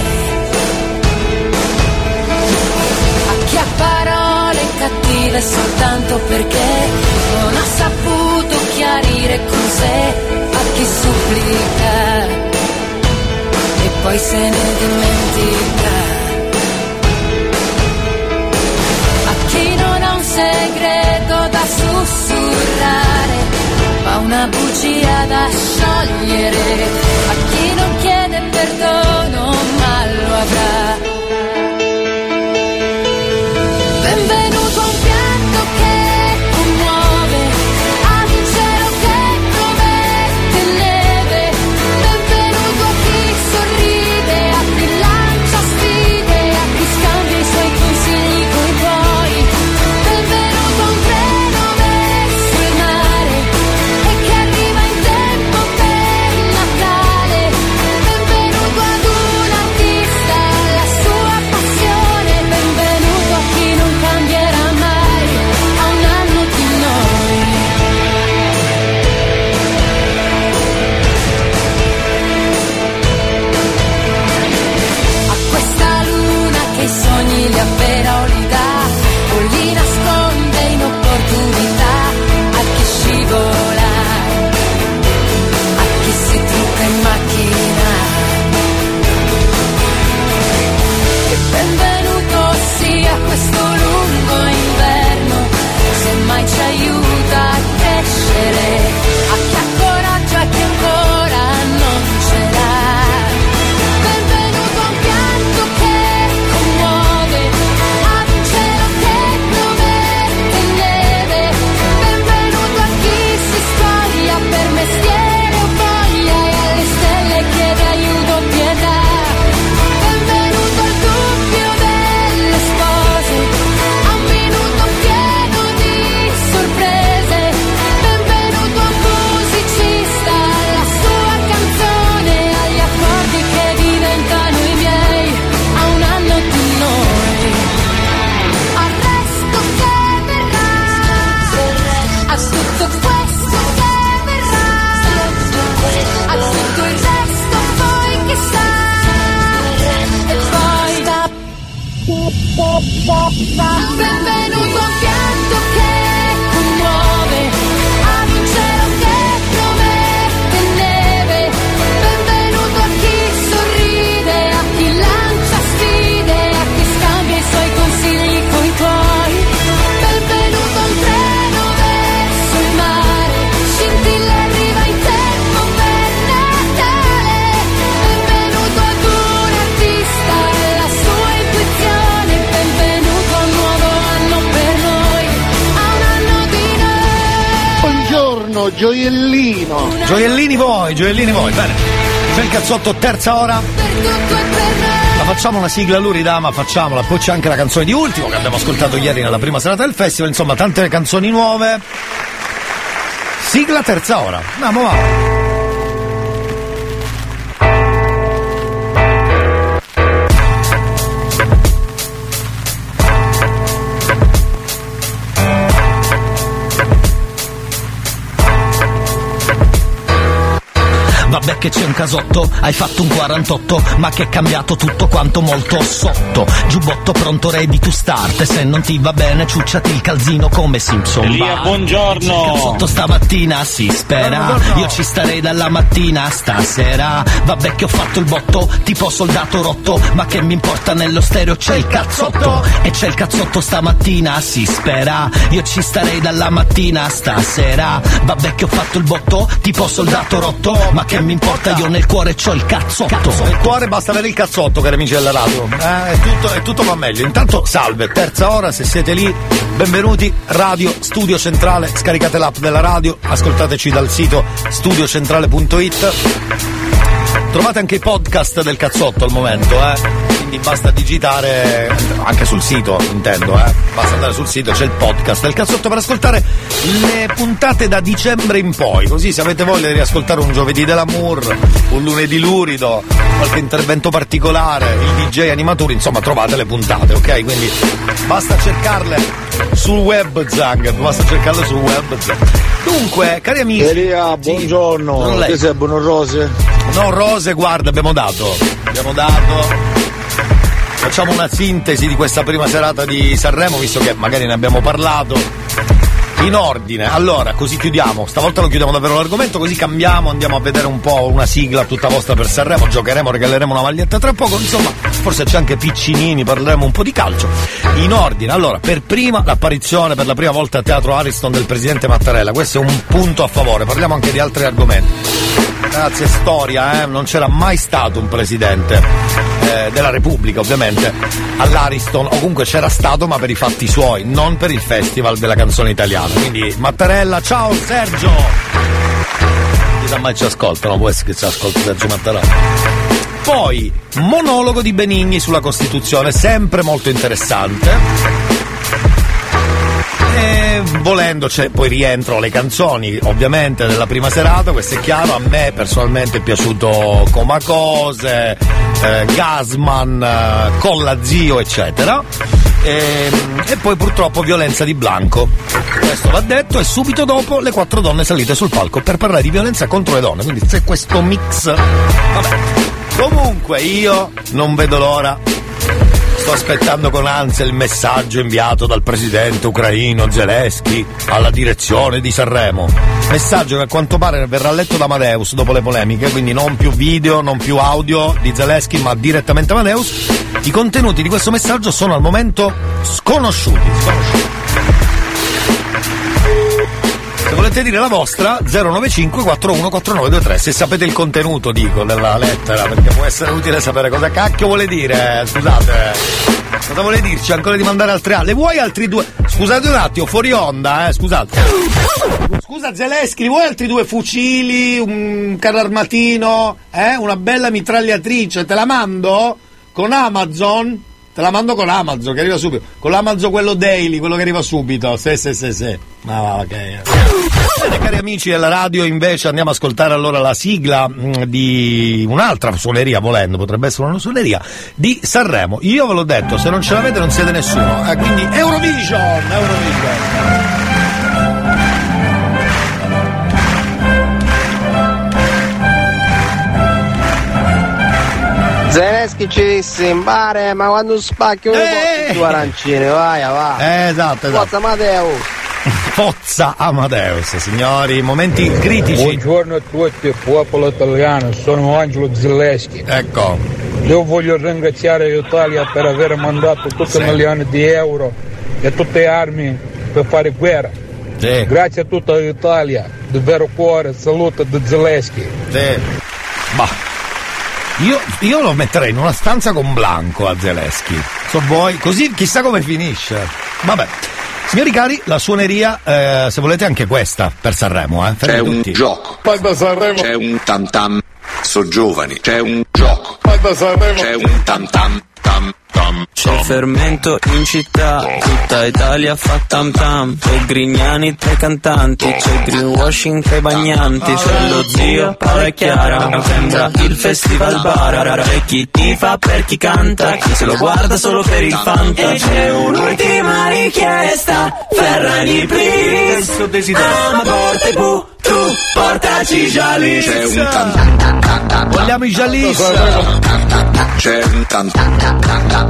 A chi ha parole cattive soltanto perché non ha saputo chiarire con sé, a chi supplica e poi se ne dimentica. Segreto da sussurrare, ma una bugia da sciogliere. A chi non chiede perdono, ma lo avrà. Benvenuto a un pianto che commuove, ad un cielo che promette neve. Benvenuto a chi sorride, a chi lancia sfide, a chi scambia i suoi consigli coi tuoi. Benvenuto ad buongiorno, gioiellino. Gioiellini voi, gioiellini voi, bene. C'è il cazzotto, terza ora. La facciamo una sigla lurida, ma facciamola. Poi c'è anche la canzone di Ultimo che abbiamo ascoltato ieri nella prima serata del festival. Insomma, tante canzoni nuove. Sigla terza ora. Andiamo, va. Vabbè che c'è un casotto, hai fatto un quarantotto, ma che è cambiato tutto quanto molto sotto. Giubbotto pronto ready to start, e se non ti va bene ciucciati il calzino come Simpson. Elia, buongiorno. Il casotto stamattina si spera, io ci starei dalla mattina stasera. Vabbè che ho fatto il botto, tipo soldato rotto, ma che mi importa, nello stereo c'è il cazzotto. E c'è il cazzotto stamattina si spera, io ci starei dalla mattina stasera. Vabbè che ho fatto il botto, tipo soldato rotto, ma che mi importa, io nel cuore c'ho il cazzotto. Cazzo, nel cuore basta avere il cazzotto, cari amici della radio. Eh, è tutto, è tutto va meglio. Intanto salve, terza ora, se siete lì, benvenuti, Radio Studio Centrale, scaricate l'app della radio, ascoltateci dal sito studio centrale punto it. Trovate anche i podcast del cazzotto al momento, eh. Quindi basta digitare, anche sul sito intendo, eh. Basta andare sul sito, c'è il podcast del cazzotto per ascoltare le puntate da dicembre in poi, così se avete voglia di riascoltare un giovedì dell'amour, un lunedì lurido, qualche intervento particolare, il D J animatore, insomma trovate le puntate, ok? Quindi basta cercarle sul web, Zang, basta cercarle sul web. Dunque, cari amici. Elia, buongiorno, che sei buono rose? No, rose, guarda, abbiamo dato, abbiamo dato. Facciamo una sintesi di questa prima serata di Sanremo, visto che magari ne abbiamo parlato. In ordine, allora, così chiudiamo. Stavolta lo chiudiamo davvero l'argomento, così cambiamo, andiamo a vedere un po' una sigla tutta vostra per Sanremo, giocheremo, regaleremo una maglietta tra poco, insomma, forse c'è anche Piccinini, parleremo un po' di calcio. In ordine, allora, per prima l'apparizione per la prima volta a Teatro Ariston del presidente Mattarella, questo è un punto a favore, parliamo anche di altri argomenti. Grazie, storia, eh? Non c'era mai stato un presidente eh, della Repubblica, ovviamente, all'Ariston, o comunque c'era stato, ma per i fatti suoi, non per il Festival della Canzone Italiana. Quindi Mattarella, ciao Sergio! Chissà mai ci ascoltano, può essere che ci ascolta Sergio Mattarella. Poi, monologo di Benigni sulla Costituzione, sempre molto interessante. E volendo c'è poi rientro le canzoni ovviamente della prima serata, questo è chiaro. A me personalmente è piaciuto Comacose, eh, Gasman, eh, Colla Zio eccetera, e, e poi purtroppo violenza di Blanco, questo va detto, e subito dopo le quattro donne salite sul palco per parlare di violenza contro le donne, quindi c'è questo mix. Vabbè, comunque io non vedo l'ora. Sto aspettando con ansia il messaggio inviato dal presidente ucraino Zelensky alla direzione di Sanremo. Messaggio che a quanto pare verrà letto da Amadeus dopo le polemiche, quindi non più video, non più audio di Zelensky, ma direttamente Amadeus. I contenuti di questo messaggio sono al momento sconosciuti. sconosciuti. Se volete dire la vostra, zero nove cinque quattro uno quattro nove due tre, se sapete il contenuto, dico, della lettera, perché può essere utile sapere cosa cacchio vuole dire, scusate, cosa vuole dirci, ancora di mandare altre ali, le vuoi altri due, scusate un attimo, fuori onda, eh, scusate, scusa Zelensky, vuoi altri due fucili, un carro armatino, eh, una bella mitragliatrice, te la mando con Amazon? Te la mando con Amazon, che arriva subito. Con l'Amazon quello daily, quello che arriva subito. Sì, sì, sì, sì. Ma va, ok. Bene, cari amici della radio, invece andiamo ad ascoltare allora la sigla mh, di un'altra suoneria, volendo, potrebbe essere una suoneria, di Sanremo. Io ve l'ho detto, se non ce l'avete non siete nessuno. Eh, quindi Eurovision, Eurovision. Zelensky ci disse in bare, ma quando spacchio le due arancine, vai, va. Eh, esatto, esatto. Forza Amadeus. Forza Amadeus, signori, momenti critici. Buongiorno a tutti, popolo italiano, sono Angelo Zelensky. Ecco. Io voglio ringraziare l'Italia per aver mandato tutti i milioni di euro e tutte le armi per fare guerra. Sì. Grazie a tutta l'Italia, di vero cuore, salute di Zelensky. Sì. Bah. Io, io lo metterei in una stanza con Blanco a Zelensky. So voi, così chissà come finisce. Vabbè. Signori cari, la suoneria, eh, se volete anche questa per Sanremo, eh. C'è un tutti. gioco. C'è un tam tam. So giovani. C'è un gioco. C'è un tam tam tam tam. C'è il fermento in città, tutta Italia fa tam tam. C'è il Grignani tra i cantanti, c'è il greenwashing tra i bagnanti, c'è lo zio Paola e Chiara, sembra il festival bar. C'è chi tifa per chi canta, chi se lo guarda solo per il fanta. E c'è un'ultima richiesta, Ferragni please, ama porte bu, tu portaci Jalis. C'è un tam tam tam tam. Vogliamo i Jalis. C'è un tam tam tam tam.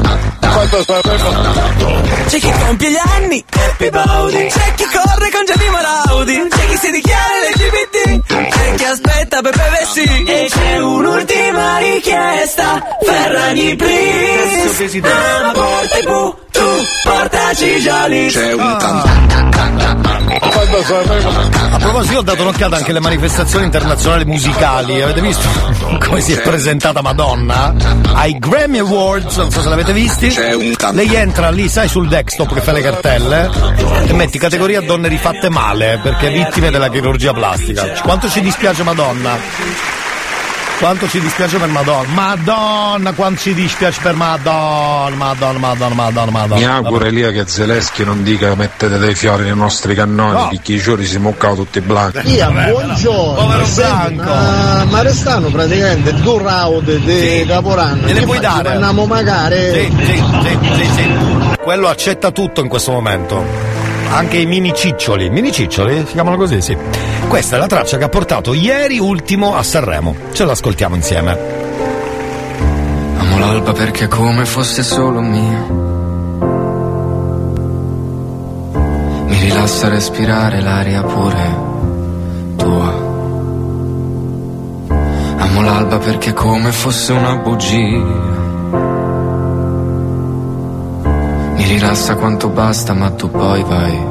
C'è chi compie gli anni, Happy Baudi. C'è chi corre con Gianni Malaudi. C'è chi si dichiara L G B T. C'è chi aspetta Pepe Vessi. E c'è un'ultima richiesta, Ferragni please, ama porte bu, tu portaci Jalis. C'è un tam tam tam tam. A proposito, ho dato un'occhiata anche alle manifestazioni internazionali musicali. Avete visto come si è presentata Madonna ai Grammy Awards? Non so se l'avete visti. Lei entra lì, sai, sul desktop che fa le cartelle e metti categoria donne rifatte male perché vittime della chirurgia plastica. Quanto ci dispiace Madonna? Quanto ci dispiace per Madonna. Madonna, quanto ci dispiace per Madonna. Madonna, Madonna, Madonna, Madonna. Mi auguro Elia che Zelensky non dica mettete dei fiori nei nostri cannoni, no. Perché i giorni si moccano tutti blanchi. Ia, buongiorno. Povero Franco. Ma, ma restano praticamente due round di sì. Caporanno. Me le puoi dare? Andiamo magari. Sì, sì, sì, sì, sì. Quello accetta tutto in questo momento. Anche i mini ciccioli. Mini ciccioli? Si chiamano così, sì. Questa è la traccia che ha portato ieri ultimo a Sanremo. Ce l'ascoltiamo insieme. Amo l'alba perché come fosse solo mia. Mi rilassa respirare l'aria pure tua. Amo l'alba perché come fosse una bugia. Mi rilassa quanto basta ma tu poi vai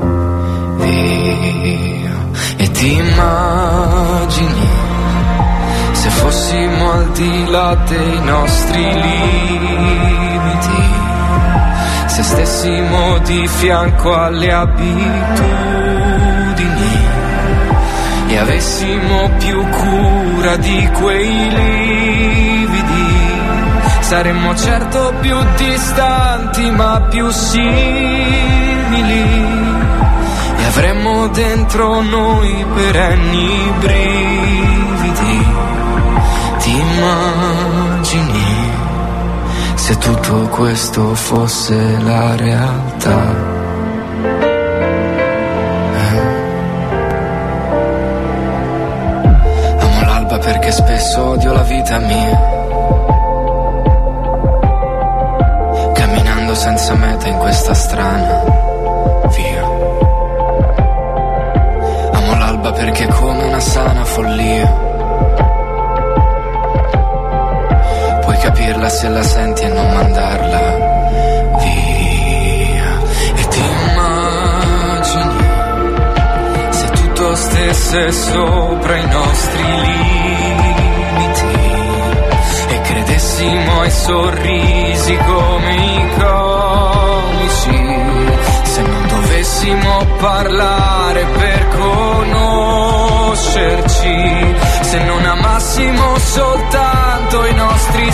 via. E ti immagini se fossimo al di là dei nostri limiti, se stessimo di fianco alle abitudini e avessimo più cura di quei lividi, saremmo certo più distanti ma più simili. E avremmo dentro noi perenni brividi. Ti immagini se tutto questo fosse la realtà? Eh. Amo l'alba perché spesso odio la vita mia, camminando senza meta in questa strana via. Perché è come una sana follia, puoi capirla se la senti e non mandarla via. E ti immagini se tutto stesse sopra i nostri limiti e credessimo ai sorrisi come i comici, se non dovessimo parlare per conoscerci, se non amassimo soltanto i nostri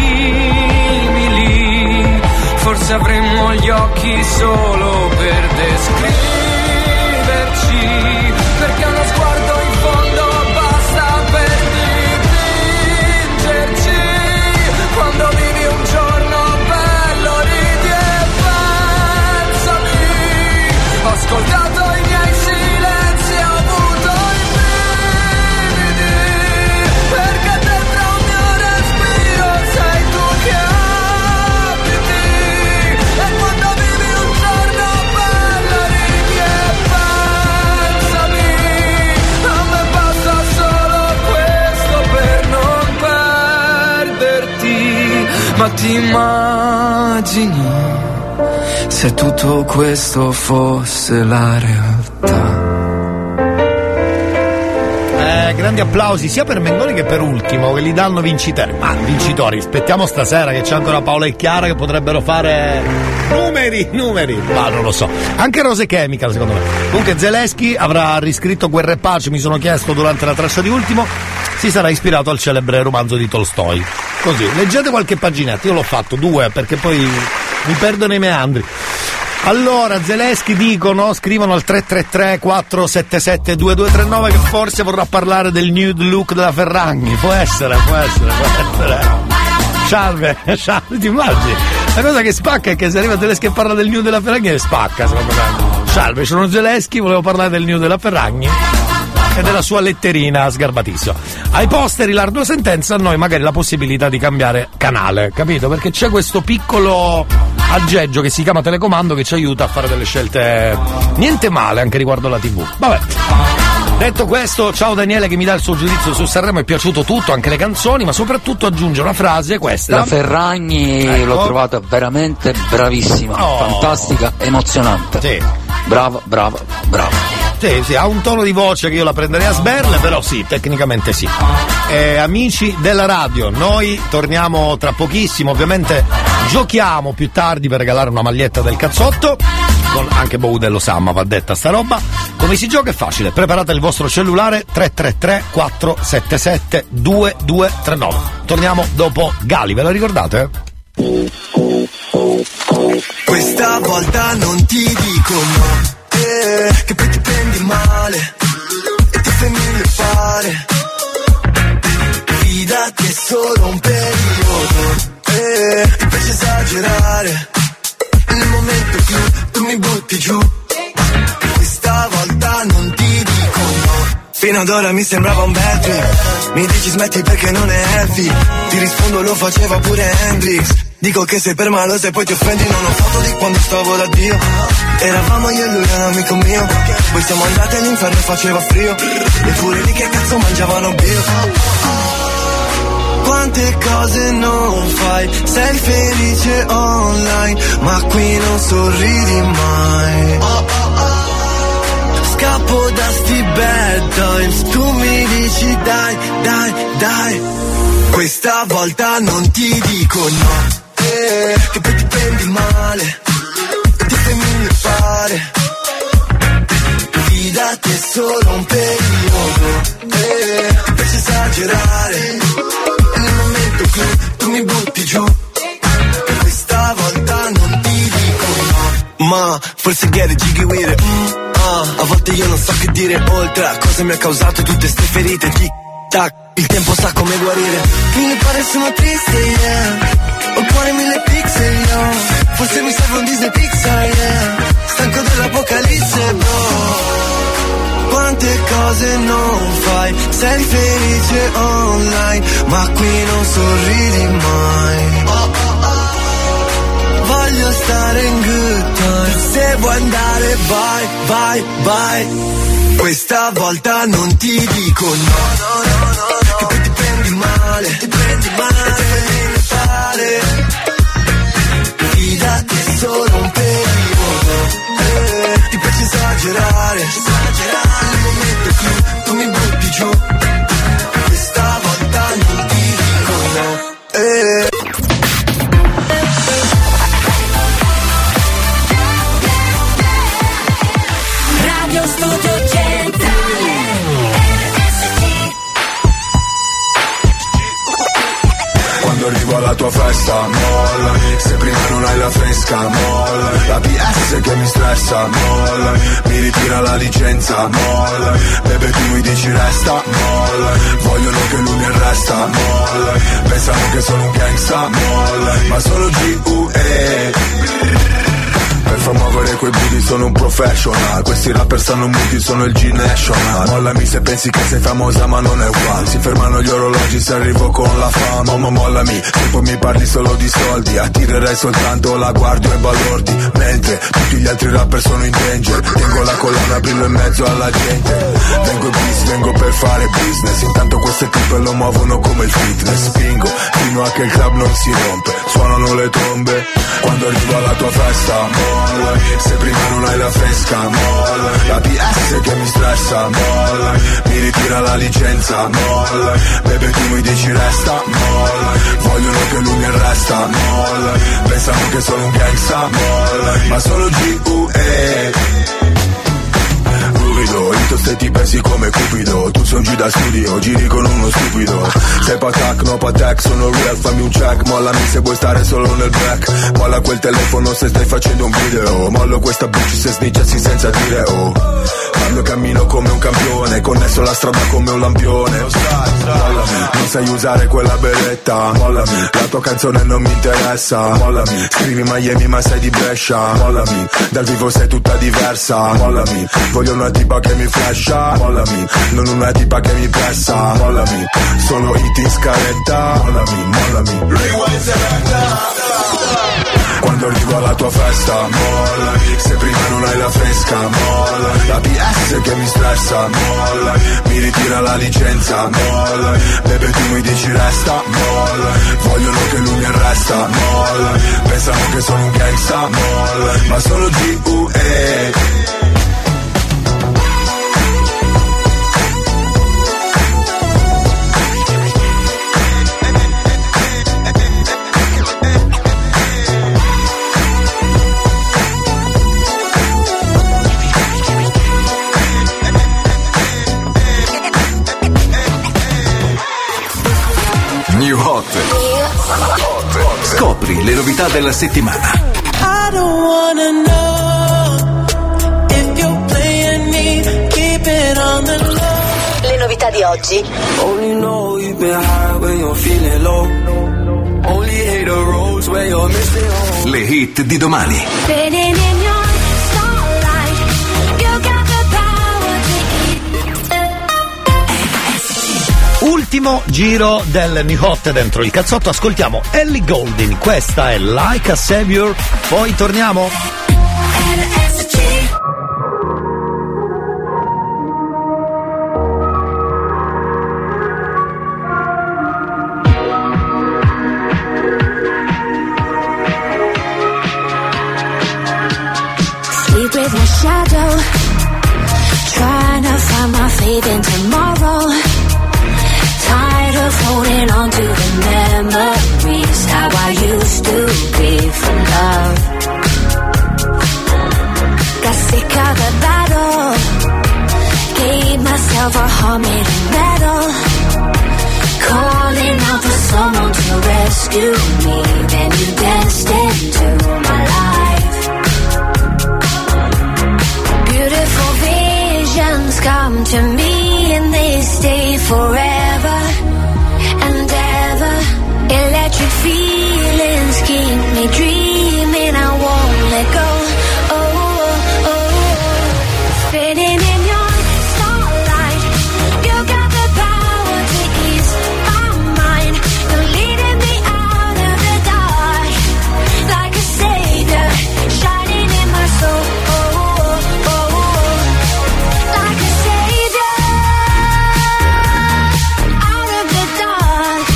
simili, forse avremmo gli occhi solo per descriverci, perché uno sguardo in fondo basta per dipingerci. Quando vivi un giorno bello ridi e pensami, ho ascoltato i miei silenzi, ho avuto i brividi, perché dentro un mio respiro sei tu che abiti. E quando vivi un giorno bello ridi e pensami, a me basta solo questo per non perderti. Ma ti immagini se tutto questo fosse la realtà? Eh, grande grandi applausi sia per Mengoni che per Ultimo, che li danno vincitori. Ma vincitori, aspettiamo stasera che c'è ancora Paola e Chiara che potrebbero fare numeri, numeri. Ma non lo so. Anche Rose Chemical, secondo me. Comunque Zelensky avrà riscritto Guerra e Pace, mi sono chiesto durante la traccia di Ultimo. Si sarà ispirato al celebre romanzo di Tolstoi. Così, leggete qualche paginetta, io l'ho fatto due perché poi mi perdono i meandri. Allora, Zelensky dicono, scrivono al tre tre tre quattro sette sette due due tre nove che forse vorrà parlare del nude look della Ferragni. Può essere, può essere, può essere. Salve, salve, ti immagini? La cosa che spacca è che se arriva Zelensky e parla del nude della Ferragni, spacca, secondo me. Salve, sono Zelensky, volevo parlare del nude della Ferragni e della sua letterina sgarbatissima. Ai posteri l'ardua sentenza, a noi magari la possibilità di cambiare canale, capito? Perché c'è questo piccolo aggeggio che si chiama telecomando che ci aiuta a fare delle scelte niente male anche riguardo la tivù. Vabbè. Detto questo, ciao Daniele che mi dà il suo giudizio su Sanremo, è piaciuto tutto, anche le canzoni, ma soprattutto aggiunge una frase, questa. La Ferragni ecco. L'ho trovata veramente bravissima, oh. fantastica, emozionante. Sì. Brava, brava, brava. Sì, sì, ha un tono di voce che io la prenderei a sberle, però sì, tecnicamente sì. Eh, amici della radio, noi torniamo tra pochissimo, ovviamente giochiamo più tardi per regalare una maglietta del cazzotto, con anche Boudello Samma, va detta sta roba. Come si gioca è facile, preparate il vostro cellulare tre tre tre quattro sette sette due due tre nove. Torniamo dopo Gali, ve lo ricordate? Questa volta non ti dico no, eh, che poi ti prendi male e ti fai mille fare. Fidati è solo un periodo, eh, ti piace esagerare. Nel momento più tu mi butti giù. Questa volta non ti dico no. Fino ad ora mi sembrava un bad trip. Mi dici smetti perché non è healthy. Ti rispondo lo faceva pure Hendrix. Dico che sei permalosa e poi ti offendi. Non ho foto di quando stavo da Dio. Eravamo io e lui un amico mio. Poi siamo andati all'inferno e faceva frio. Eppure lì che cazzo mangiavano bio. Quante cose non fai. Sei felice online, ma qui non sorridi mai. Scappo da sti bad times. Tu mi dici dai, dai, dai. Questa volta non ti dico no, eh, che poi ti prendi male e ti fai mille fare. Fidati è solo un periodo, eh, ti piace esagerare. E nel momento più tu mi butti giù. Questa volta non ti dico no, ma forse get it jiggy with it. mm, uh, A volte io non so che dire oltre a cosa mi ha causato tutte ste ferite. Tic tac, il tempo sa come guarire. Mille pare sono triste, yeah. Ho il cuore mille pixel, yo. Forse mi serve un Disney Pixar, yeah. Stanco dell'apocalisse, bro. Quante cose non fai. Sei felice online, ma qui non sorridi mai. Oh, oh, oh. Voglio stare in good time. Se vuoi andare, vai, vai, vai. Questa volta non ti dico no, no, no, no, no. Che poi ti prendi male, ti prendi male, ti prendi male. Fidati è solo un periodo, eh, ti piace esagerare, esagerare. Nel momento più tu mi butti giù. Questa volta non ti dico no, eh. Radio Studio Centrale R S C. Quando arrivo alla tua festa, mollami. Se prima non hai la fresca, mollami. La P S che mi stressa, mollami. Mi ritira la licenza, mollami. Bebe tu mi dici resta, mollami. Vogliono che lui mi arresta, mollami. Pensano che sono un gangsta, mollami. Ma solo G U E. Per far muovere quei booty sono un professional. Questi rapper stanno muti, sono il G-National. Mollami se pensi che sei famosa ma non è uguale. Si fermano gli orologi se arrivo con la fama. Momo mollami, se poi mi parli solo di soldi. Attirerei soltanto la guardia e balordi. Mentre tutti gli altri rapper sono in danger. Tengo la collana, brillo in mezzo alla gente. Vengo bis, vengo per fare business. Intanto queste tipe lo muovono come il fitness. Spingo fino a che il club non si rompe. Suonano le trombe quando arrivo alla tua festa, mollami. Se prima non hai la fresca, mollami. La P S che mi stressa, mollami. Mi ritira la licenza, molla. Bebe tu mi dici resta, molla. Vogliono che lui mi arresta, molla. Pensano che sono un gangsta, molla. Ma solo G U E. In toste ti pensi come Cupido. Tu sei un G da studio, giri con uno stupido. Sei patac, no patac, sono real, fammi un check. Mollami se vuoi stare solo nel back. Molla quel telefono se stai facendo un video. Mollo questa bitch se snitchassi senza dire oh. Quando cammino come un campione, connesso la strada come un lampione. Mollami, non sai usare quella beretta. Mollami, la tua canzone non mi interessa. Mollami, scrivi Miami ma sei di Brescia. Mollami, dal vivo sei tutta diversa. Mollami, voglio una tipa che mi flasha. Mollami, non una tipa che mi pressa. Mollami, sono hit in scaletta. Mollami, mollami, rewind selecta. Quando arrivo alla tua festa, mollami. Se prima non hai la fresca, mollami. La P S che mi stressa, mollami. Mi ritira la licenza, mollami. Bebe tu mi dici resta, mollami. Vogliono che lui mi arresta, mollami. Pensano che sono un gangsta, mollami. Ma solo G U E. New Hot. Scopri le novità della settimana. I don't wanna know if you're playing me, keep it on the low. Le novità di oggi. Only know you've been high when you're feeling low. Only hate the roads where you're missing home. Le hit di domani. Fading in your starlight, you got the power to eat. Ultimo giro del New Hot dentro il cazzotto, ascoltiamo Ellie Goulding, questa è Like a Savior, poi torniamo. Sleep with my shadow, trying to find my faith in tomorrow. Tired of holding on to the memories, how I used to be from love. Got sick of the battle, gave myself a humming metal, calling out for someone to rescue me. Then you danced into my life. Beautiful visions come to me and they stay forever and ever. Electric feelings keep me dreaming, I won't let go. Oh, oh, oh. Spinning in your starlight, you got the power to ease my mind. You're leading me out of the dark, like a savior, shining in my soul. Oh, oh, oh. Like a savior, out of the dark.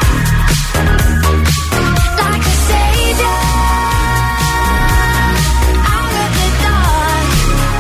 Like a savior, out of the dark.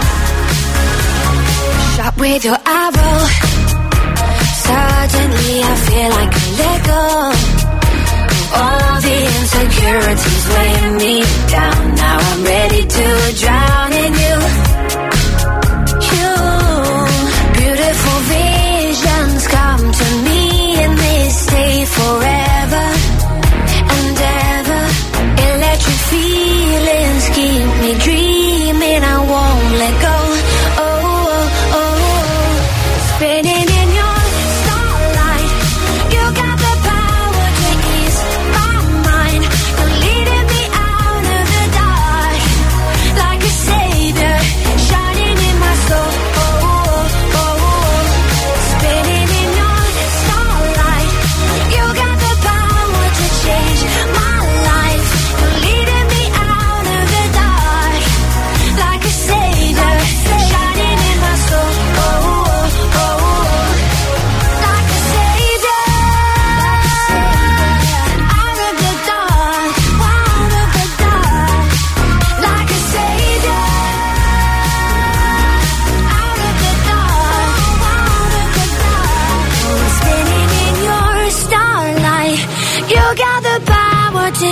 Shot with your arrow, suddenly I feel like I let go. All the insecurities weighing me down. Now I'm ready to drown in you. You, beautiful visions come to me and they stay forever and ever. Electric feelings keep me dreaming, I won't let go. Oh, oh, oh. Spinning in your starlight, you got the power to ease my mind. You're leading me out of the dark,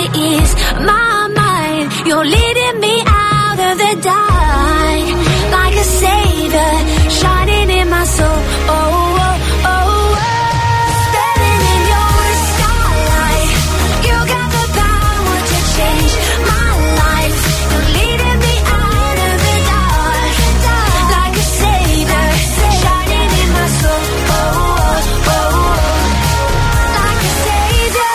ease my mind. You're leading me out of the dark, like a savior, shining in my soul. Oh, oh, oh, oh. Standing in your starlight, you got the power to change my life. You're leading me out of the dark, like a savior, shining in my soul. Oh, oh, oh, like a savior.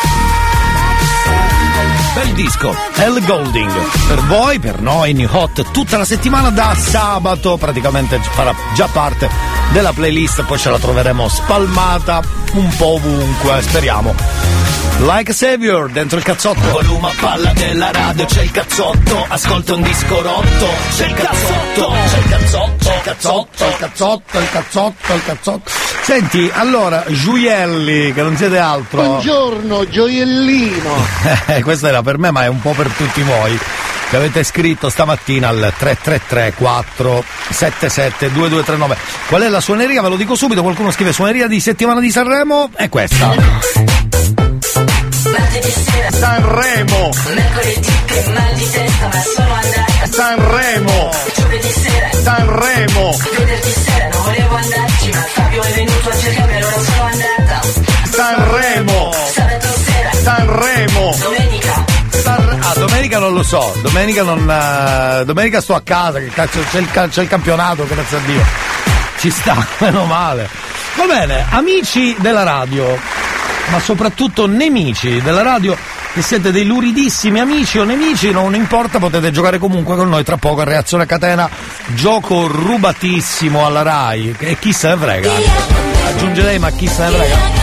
Bel disco, Elle Goulding, per voi, per noi, New Hot, tutta la settimana da sabato, praticamente farà già parte della playlist, poi ce la troveremo spalmata un po' ovunque, speriamo. Like a Savior, dentro il cazzotto. Volume a palla della radio, c'è il cazzotto, ascolta un disco rotto, c'è il cazzotto, c'è il cazzotto, il cazzotto, il cazzotto, il cazzotto, il cazzotto. Senti, allora, gioielli, che non siete altro. Buongiorno, gioiellino. Eh, questo era per me, ma è un po' per tutti voi che avete scritto stamattina al tre tre tre quattro sette sette due due tre nove. Qual è la suoneria? Ve lo dico subito, qualcuno scrive suoneria di settimana di Sanremo, è questa. Martedì sera Sanremo, mercoledì che mal di testa ma solo andare a Sanremo, giovedì sera Sanremo, venerdì sera non volevo andarci ma Fabio è venuto a cercarmi allora sono andata Sanremo, sabato sera Sanremo, domenica San... ah domenica non lo so, domenica non uh, domenica sto a casa, che cazzo, c'è il, c'è il campionato, grazie a Dio, ci sta, meno male. Va bene, amici della radio, ma soprattutto nemici della radio, che siete dei luridissimi amici o nemici, non importa, potete giocare comunque con noi tra poco a Reazione a Catena, gioco rubatissimo alla Rai, e chi se ne frega, aggiungerei, ma chi se ne frega.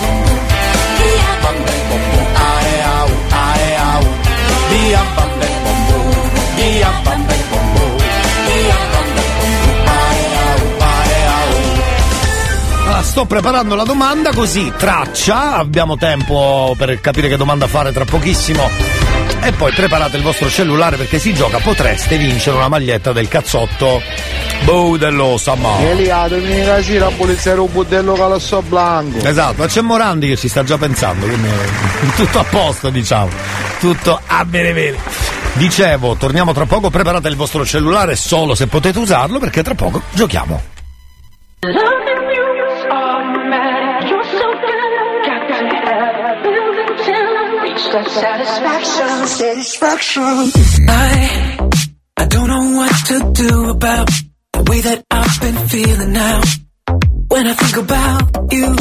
Sto preparando la domanda, così traccia, abbiamo tempo per capire che domanda fare tra pochissimo, e poi preparate il vostro cellulare perché si gioca, potreste vincere una maglietta del cazzotto Boh dello Samà. Elia, domenica sera a poliziare un budello calasso blanco. Esatto, ma c'è Morandi che ci sta già pensando, quindi tutto a posto, diciamo, tutto a bene bene. Dicevo, torniamo tra poco, preparate il vostro cellulare solo se potete usarlo perché tra poco giochiamo. Satisfaction, satisfaction. I, I don't know what to do about the way that I've been feeling now. When I think about you,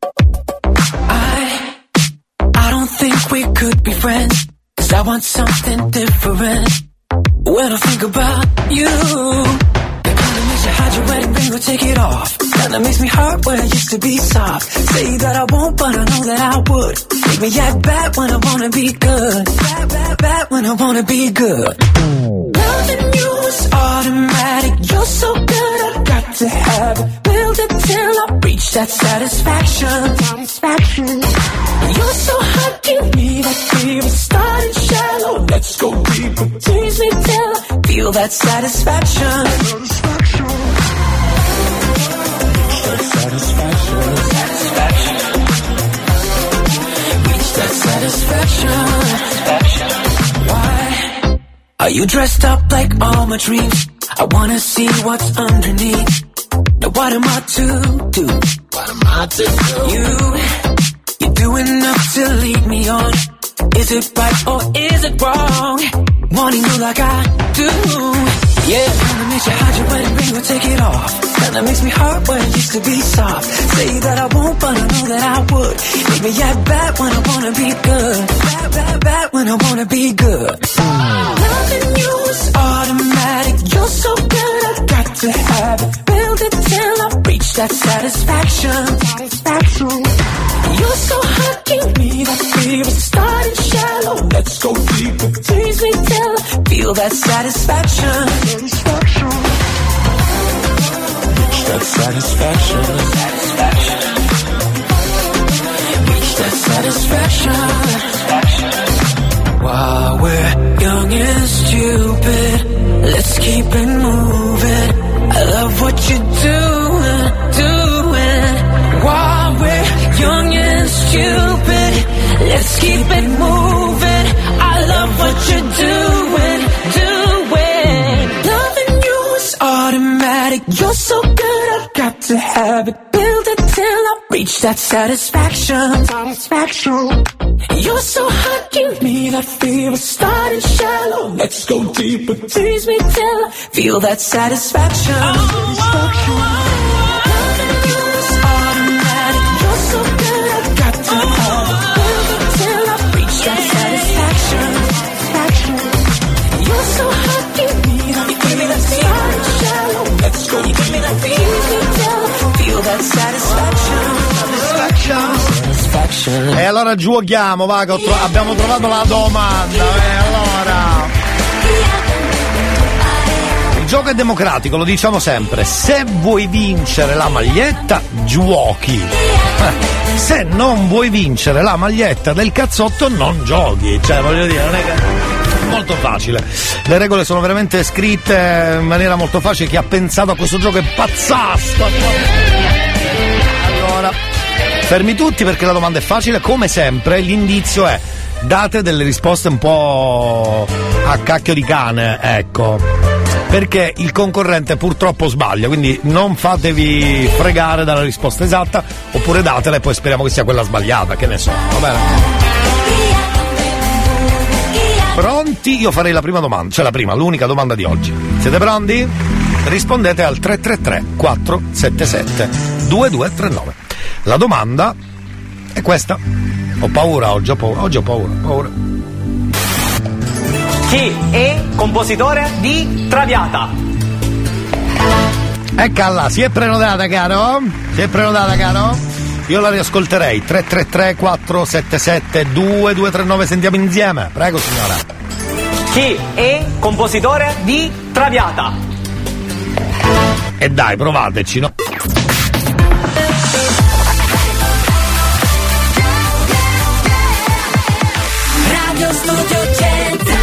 I, I don't think we could be friends, 'cause I want something different. When I think about you, it kinda makes you hide your wedding ring or take it off. Kinda makes me hurt where I used to be soft. Say that I won't, but I know that I would. Make me act bad when I wanna be good. Bad, bad, bad when I wanna be good. Loving you is automatic. You're so good, I got to have it. Build it till I reach that satisfaction. Satisfaction. You're so hot, give me that fever. Starting shallow, let's go deeper. Tease me till I feel that satisfaction. Satisfaction. Satisfaction, satisfaction. Reach that satisfaction. Satisfaction. Why are you dressed up like all my dreams? I wanna see what's underneath. Now what am I to do? What am I to do? You, you do enough to lead me on. Is it right or is it wrong? Wanting you like I do. Yeah, kinda makes you hide your wedding ring or take it off. Kinda makes me hurt where it used to be soft. Say that I won't, but I know that I would. Make me act bad when I wanna be good. Bad, bad, bad when I wanna be good. Loving you is automatic. You're so good, I got to have it. Build it till I reach that satisfaction. Satisfaction. You're so hot, give me that fever. Starting shallow, let's go deeper. Tease me till I feel that satisfaction. Satisfaction. Reach that satisfaction. Satisfaction. Reach that satisfaction. Satisfaction. While we're young and stupid, let's keep it moving. I love what you're doing, doing. While we're young and stupid, let's keep it moving. I to have it. Build it till I reach that satisfaction. Satisfaction. You're so hot, give me that fever. Starting shallow, let's go deeper. Tease me till I feel that satisfaction. Satisfaction. Loving you is automatic. You're so good, I got to have it. Build it till I reach that satisfaction. Satisfaction. You're so hot, give me that fever. Starting shallow, let's go deeper. Tease me till I feel that satisfaction. Satisfaction. E allora giochiamo, va, che ho tro- abbiamo trovato la domanda. E allora il gioco è democratico, lo diciamo sempre. Se vuoi vincere la maglietta, giochi. Eh, se non vuoi vincere la maglietta del cazzotto, non giochi. Cioè, voglio dire, non è che... molto facile, le regole sono veramente scritte in maniera molto facile. Chi ha pensato a questo gioco è pazzesco. Allora, fermi tutti perché la domanda è facile, come sempre. L'indizio è: date delle risposte un po' a cacchio di cane, ecco, perché il concorrente purtroppo sbaglia, quindi non fatevi fregare dalla risposta esatta, oppure datela e poi speriamo che sia quella sbagliata, che ne so, va bene? Pronti? Io farei la prima domanda, cioè la prima, l'unica domanda di oggi. Siete pronti? Rispondete al tre tre tre quattro sette sette due due tre nove. La domanda è questa. Ho paura oggi, ho paura, oggi ho paura, paura. Chi è compositore di Traviata? Eccola, si è prenotata, caro? Si è prenotata, caro? Io la riascolterei. Tre tre tre quattro sette sette due due tre nove, sentiamo insieme. Prego, signora. Chi è compositore di Traviata? E dai, provateci, no? Radio Studio Centrale.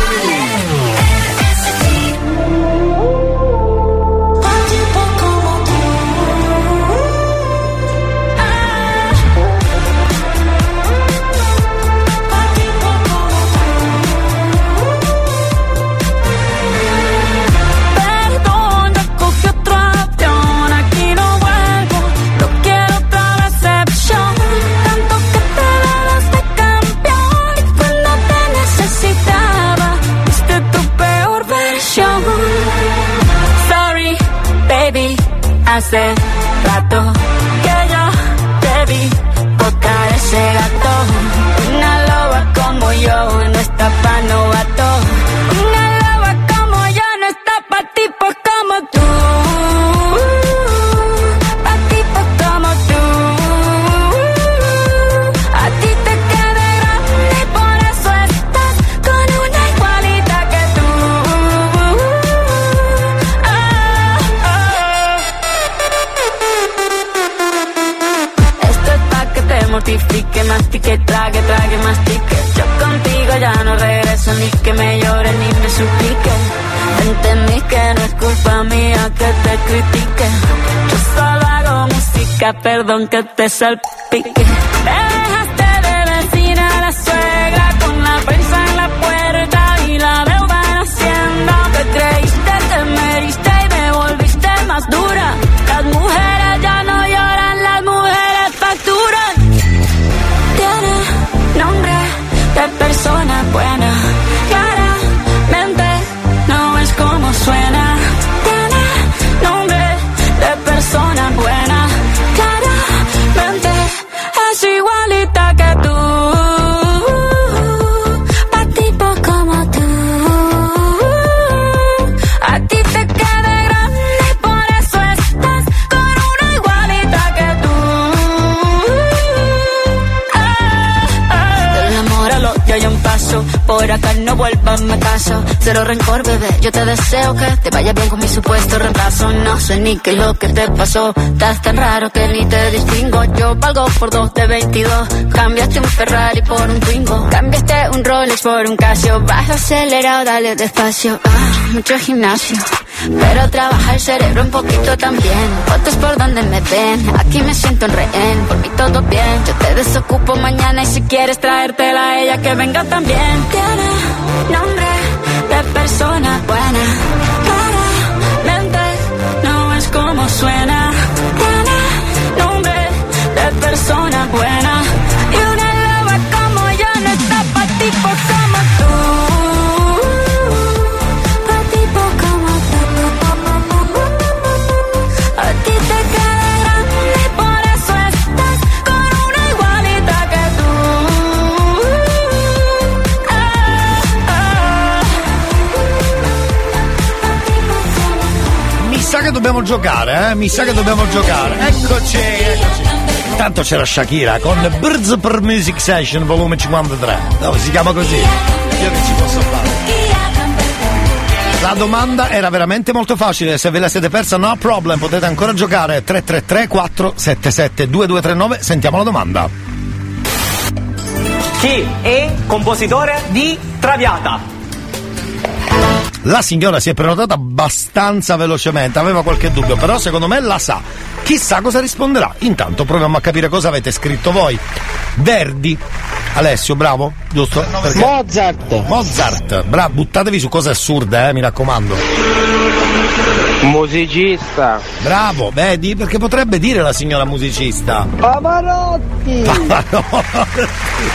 Hace rato que yo te vi tocar ese gato. Una loba como yo no está pa' novato. Una loba como yo no está pa' tipos como tú. Pa' tipos como tú. A ti te queda grande y por eso estás con una igualita que tú. Mortifique, mastique, trague, trague, mastique. Yo contigo ya no regreso, ni que me llore ni me suplique. Entendí que no es culpa mía que te critique. Yo solo hago música, perdón que te salpique. Me dejaste de vecina la suegra con la prensa en la puerta y la deuda en Hacienda. Te creíste, te meriste y me volviste más dura. Las mujeres ya no lloran, las mujeres facturan. Nombre de persona buena, claramente no es como suena. Tiene nombre de persona buena, claramente es igualita que tú. Pa' tipo como tú. A ti te queda grande y por eso estás con una igualita que tú. Yo hay un paso, por acá no vuelvas, me caso. Cero rencor, bebé, yo te deseo que te vaya bien con mi supuesto reemplazo. No sé ni qué es lo que te pasó, estás tan raro que ni te distingo. Yo valgo por dos de veintidós, cambiaste un Ferrari por un Twingo. Cambiaste un Rolex por un Casio, baja acelerado, dale despacio. Ah, mucho gimnasio, pero trabaja el cerebro un poquito también. Fotos por donde me ven, aquí me siento en rehén. Por mí todo bien, yo te desocupo mañana y si quieres traértela a ella que venga también. Tiene nombre de persona buena, claramente no es como suena. Tiene dobbiamo giocare, eh? Mi sa che dobbiamo giocare. Eccoci, eccoci. Intanto c'era Shakira con Birds per Music Session volume cinquantatré. No, si chiama così. Io che ci posso fare? La domanda era veramente molto facile, se ve la siete persa no problem, potete ancora giocare. Tre tre tre quattro sette sette due due tre nove. Sentiamo la domanda. Chi è compositore di Traviata? La signora si è prenotata abbastanza velocemente, aveva qualche dubbio, però secondo me la sa. Chissà cosa risponderà. Intanto proviamo a capire cosa avete scritto voi. Verdi. Alessio, bravo, giusto? Perché? Mozart. Mozart, bravo, buttatevi su cose assurde, eh, mi raccomando. Musicista. Bravo, vedi? Perché potrebbe dire la signora musicista. Pavarotti. Pavarotti.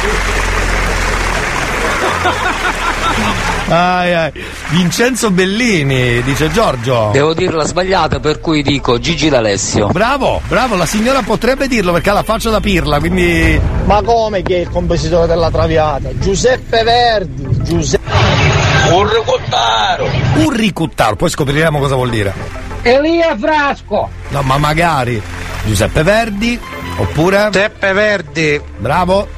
Ai, ai. Vincenzo Bellini, dice Giorgio. Devo dirla sbagliata, per cui dico Gigi D'Alessio. Bravo, bravo, la signora potrebbe dirlo perché ha la faccia da pirla, quindi. Ma come che è il compositore della Traviata? Giuseppe Verdi. Giuseppe Urricuttaro. Urricuttaro, poi scopriremo cosa vuol dire. Elia Frasco. No, ma magari Giuseppe Verdi, oppure Giuseppe Verdi. Bravo.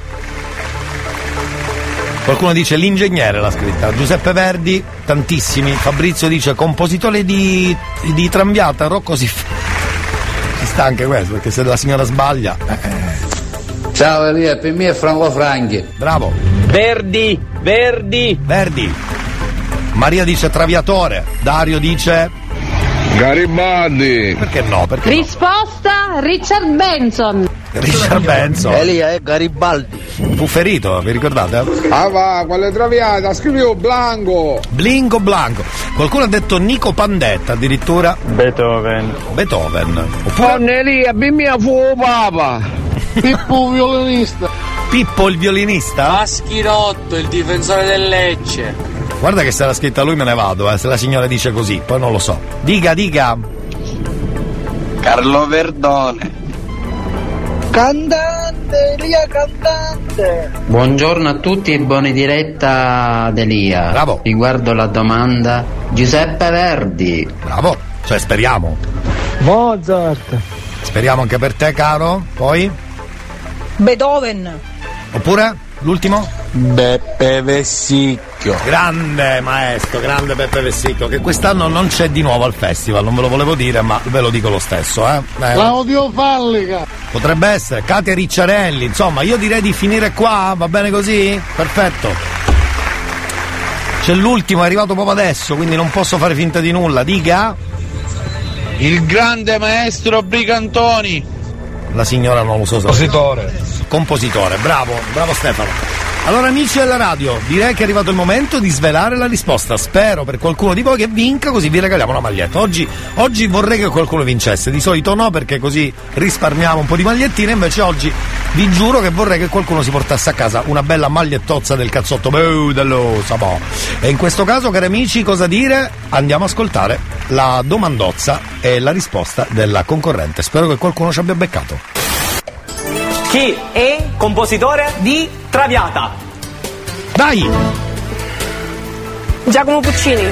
Qualcuno dice l'ingegnere, l'ha scritta. Giuseppe Verdi, tantissimi. Fabrizio dice compositore di, di Traviata, Rocco si fa. Ci sta anche questo, perché se la signora sbaglia. Eh. Ciao Elia, per me è Franco Franghi. Bravo. Verdi, Verdi. Verdi. Maria dice Traviatore. Dario dice Garibaldi. Perché no? Perché Risposta no? Richard Benson. Richard Benson. Elia è Garibaldi. Fu ferito, vi ricordate? Ah va, quale Traviata? Scrivevo Blanco. Blingo Blanco. Qualcuno ha detto Nico Pandetta addirittura. Beethoven. Beethoven. Oppure Con Elia, mia fu papa. Pippo violinista. Pippo il violinista? Maschirotto, il difensore del Lecce. Guarda che se l'ha scritta lui me ne vado, eh, se la signora dice così, poi non lo so. Dica, dica. Carlo Verdone. Cantante, Elia cantante. Buongiorno a tutti e buona diretta ad Elia. Bravo. Riguardo la domanda, Giuseppe Verdi. Bravo, cioè speriamo. Mozart. Speriamo anche per te, caro. Poi? Beethoven. Oppure? L'ultimo? Beppe Vessicchio. Grande maestro, grande Beppe Vessicchio, che quest'anno non c'è di nuovo al festival, non ve lo volevo dire, ma ve lo dico lo stesso, eh. eh. Claudio Fallica. Potrebbe essere, Katia Ricciarelli, insomma, io direi di finire qua, va bene così? Perfetto. C'è l'ultimo, è arrivato proprio adesso, quindi non posso fare finta di nulla, dica. Il grande maestro Brigantoni. La signora non lo so se. Compositore. Compositore, bravo, bravo Stefano. Allora amici della radio, direi che è arrivato il momento di svelare la risposta. Spero per qualcuno di voi che vinca, così vi regaliamo una maglietta. Oggi, oggi vorrei che qualcuno vincesse, di solito no, perché così risparmiamo un po' di magliettine, invece oggi vi giuro che vorrei che qualcuno si portasse a casa una bella magliettozza del cazzotto Beh, dello Sabò. E in questo caso, cari amici, cosa dire? Andiamo ad ascoltare la domandozza e la risposta della concorrente. Spero che qualcuno ci abbia beccato. Chi è compositore di Traviata? Dai! Giacomo Puccini.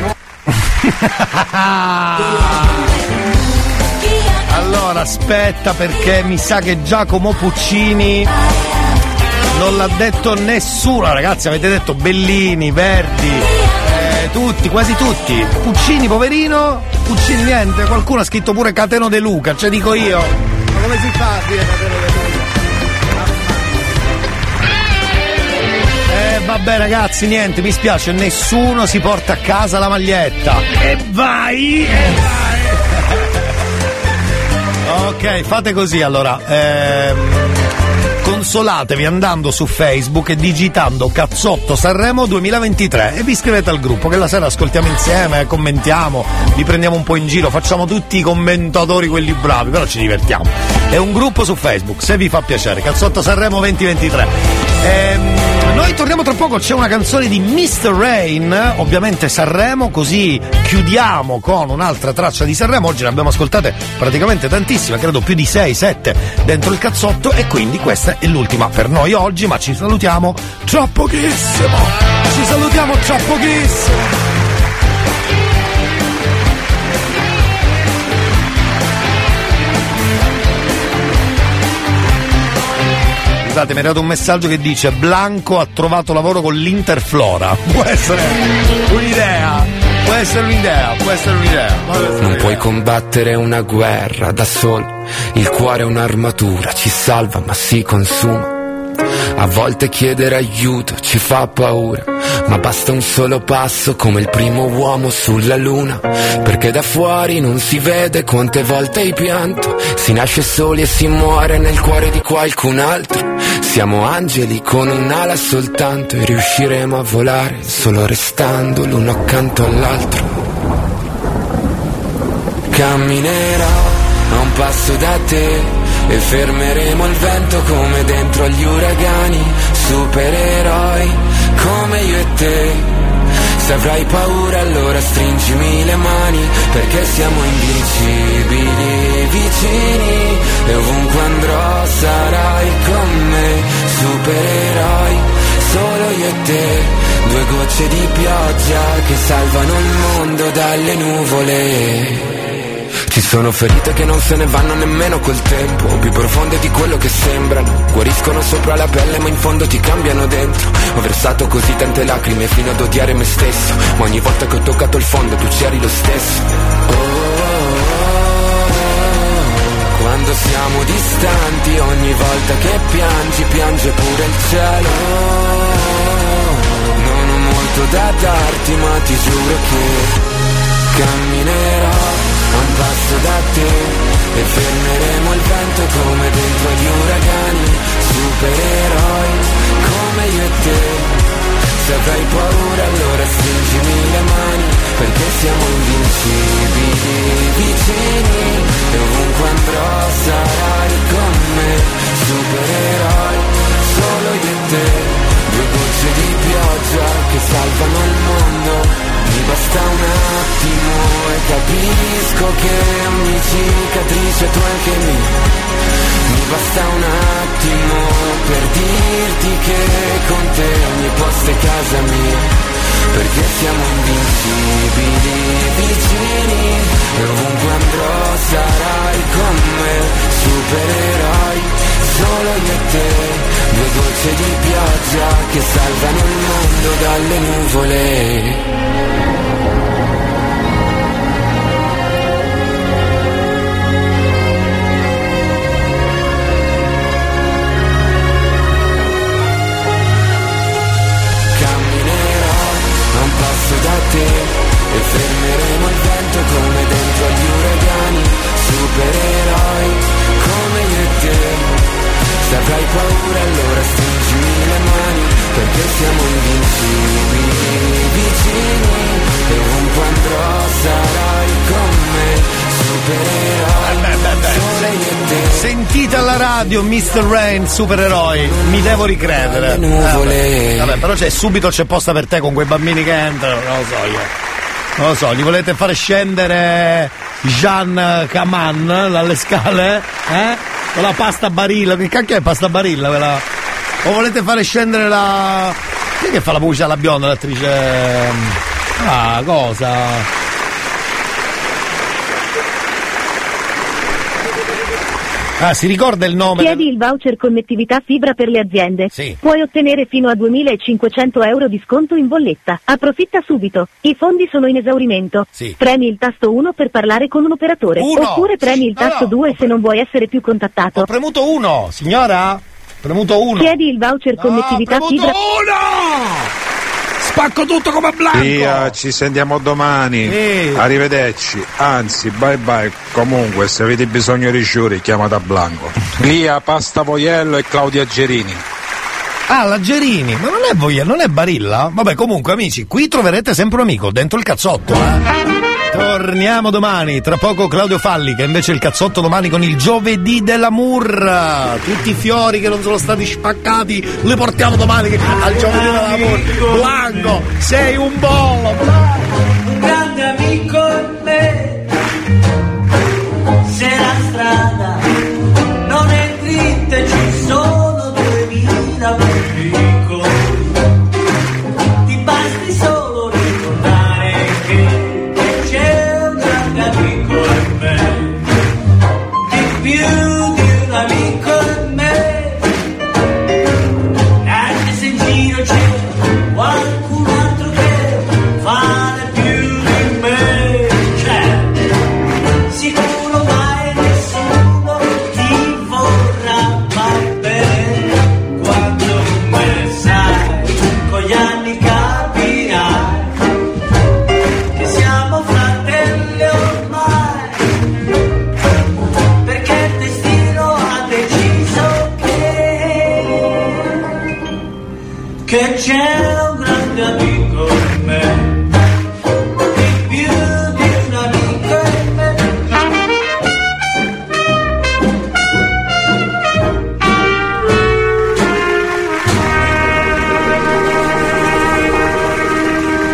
Allora aspetta, perché mi sa che Giacomo Puccini non l'ha detto nessuno, ragazzi. Avete detto Bellini, Verdi, eh, tutti, quasi tutti. Puccini poverino, Puccini niente. Qualcuno ha scritto pure Cateno De Luca, cioè dico io, ma come si fa a dire Cateno De Luca? Eh vabbè ragazzi, niente, mi spiace, nessuno si porta a casa la maglietta. E vai, e vai. Ok, fate così allora. Ehm, consolatevi andando su Facebook e digitando Cazzotto Sanremo duemilaventitré e vi iscrivete al gruppo, che la sera ascoltiamo insieme, commentiamo, vi prendiamo un po' in giro, facciamo tutti i commentatori quelli bravi, però ci divertiamo. È un gruppo su Facebook, se vi fa piacere, Cazzotto Sanremo duemilaventitré. Ehm, noi torniamo tra poco, c'è una canzone di mister Rain, ovviamente Sanremo, così chiudiamo con un'altra traccia di Sanremo. Oggi ne abbiamo ascoltate praticamente tantissime, credo più di sei sette dentro il cazzotto, e quindi questa è l'ultima per noi oggi, ma ci salutiamo tra pochissimo, ci salutiamo tra pochissimo. scusate, mi è arrivato un messaggio che dice Blanco ha trovato lavoro con l'Interflora. Può essere un'idea, può essere un'idea, può essere un'idea. Non puoi combattere una guerra da solo, il cuore è un'armatura, ci salva ma si consuma. A volte chiedere aiuto ci fa paura, ma basta un solo passo come il primo uomo sulla luna, perché da fuori non si vede quante volte hai pianto, si nasce soli e si muore nel cuore di qualcun altro. Siamo angeli con un'ala soltanto e riusciremo a volare solo restando l'uno accanto all'altro. Camminerò a un passo da te e fermeremo il vento come dentro agli uragani, supereroi come io e te. Se avrai paura allora stringimi le mani, perché siamo invincibili, vicini, e ovunque andrò sarai con me. Supereroi, solo io e te, due gocce di pioggia che salvano il mondo dalle nuvole. Ci sono ferite che non se ne vanno nemmeno col tempo, più profonde di quello che sembrano, guariscono sopra la pelle ma in fondo ti cambiano dentro. Ho versato così tante lacrime fino ad odiare me stesso, ma ogni volta che ho toccato il fondo tu c'eri lo stesso. Oh, oh, oh, oh. Quando siamo distanti, ogni volta che piangi, piange pure il cielo. Oh, non ho molto da darti ma ti giuro che camminerò a un passo da te e fermeremo il vento come dentro gli uragani. Supereroi come io e te. Se avrai paura allora stringimi le mani, perché siamo invincibili, vicini, e ovunque andrò sarai con me. Supereroi, solo io e te, due gocce di pioggia che salvano il mondo. Mi basta un attimo e capisco che ogni cicatrice tu anche mia. Mi basta un attimo per dirti che con te ogni posto è casa mia, perché siamo invincibili, vicini, e ovunque andrò sarai con me. Supereroi, solo io e te, due gocce di pioggia che salvano il mondo dalle nuvole. Da te e fermeremo il vento come dentro agli uragani. Supereroi come io e te. Se avrai paura allora stringimi le mani, perché siamo invincibili, vicini, e ovunque andrò sarai con me. Supereroi, beh, beh, beh. solo io e te. Sentite alla radio mister Rain, Supereroi, mi devo ricredere. Le nuvole. Eh, vabbè, però c'è subito c'è posta per te con quei bambini che entrano, non lo so io. Non lo so, gli volete fare scendere Jean Caman dalle scale? Eh? Con la pasta Barilla, che cacchio è pasta Barilla? Quella... O volete fare scendere la... Chi è che fa la pubblicità alla bionda, l'attrice? Ah, cosa? Ah, si ricorda il nome? Chiedi il voucher connettività fibra per le aziende. Sì. Puoi ottenere fino a duemilacinquecento euro di sconto in bolletta. Approfitta subito. I fondi sono in esaurimento. Sì. Premi il tasto uno per parlare con un operatore. Uno. Oppure premi il tasto no, due se non vuoi essere più contattato. Ho premuto uno, signora? Premuto uno. Chiedi il voucher no, connettività premuto fibra. uno! Spacco tutto come Blanco. Via, ci sentiamo domani. Sì. Arrivederci. Anzi, bye bye. Comunque, se avete bisogno di sciuri, chiamate Blanco. Via, Pasta Voiello e Claudia Gerini. Ah, la Gerini, ma non è Voiello, non è Barilla? Vabbè, comunque, amici, qui troverete sempre un amico dentro il cazzotto, eh. Torniamo domani, tra poco Claudio Falli, che invece il cazzotto domani con il giovedì dell'amour. Tutti i fiori che non sono stati spaccati li portiamo domani al giovedì dell'amour. Blanco, sei un bollo, Blanco. Un grande amico è me, se la strada non è dritta e ci sono duemila pericoli, ti basti solo ricordare che c'è un grande amico in me, di più di un amico in me, c'è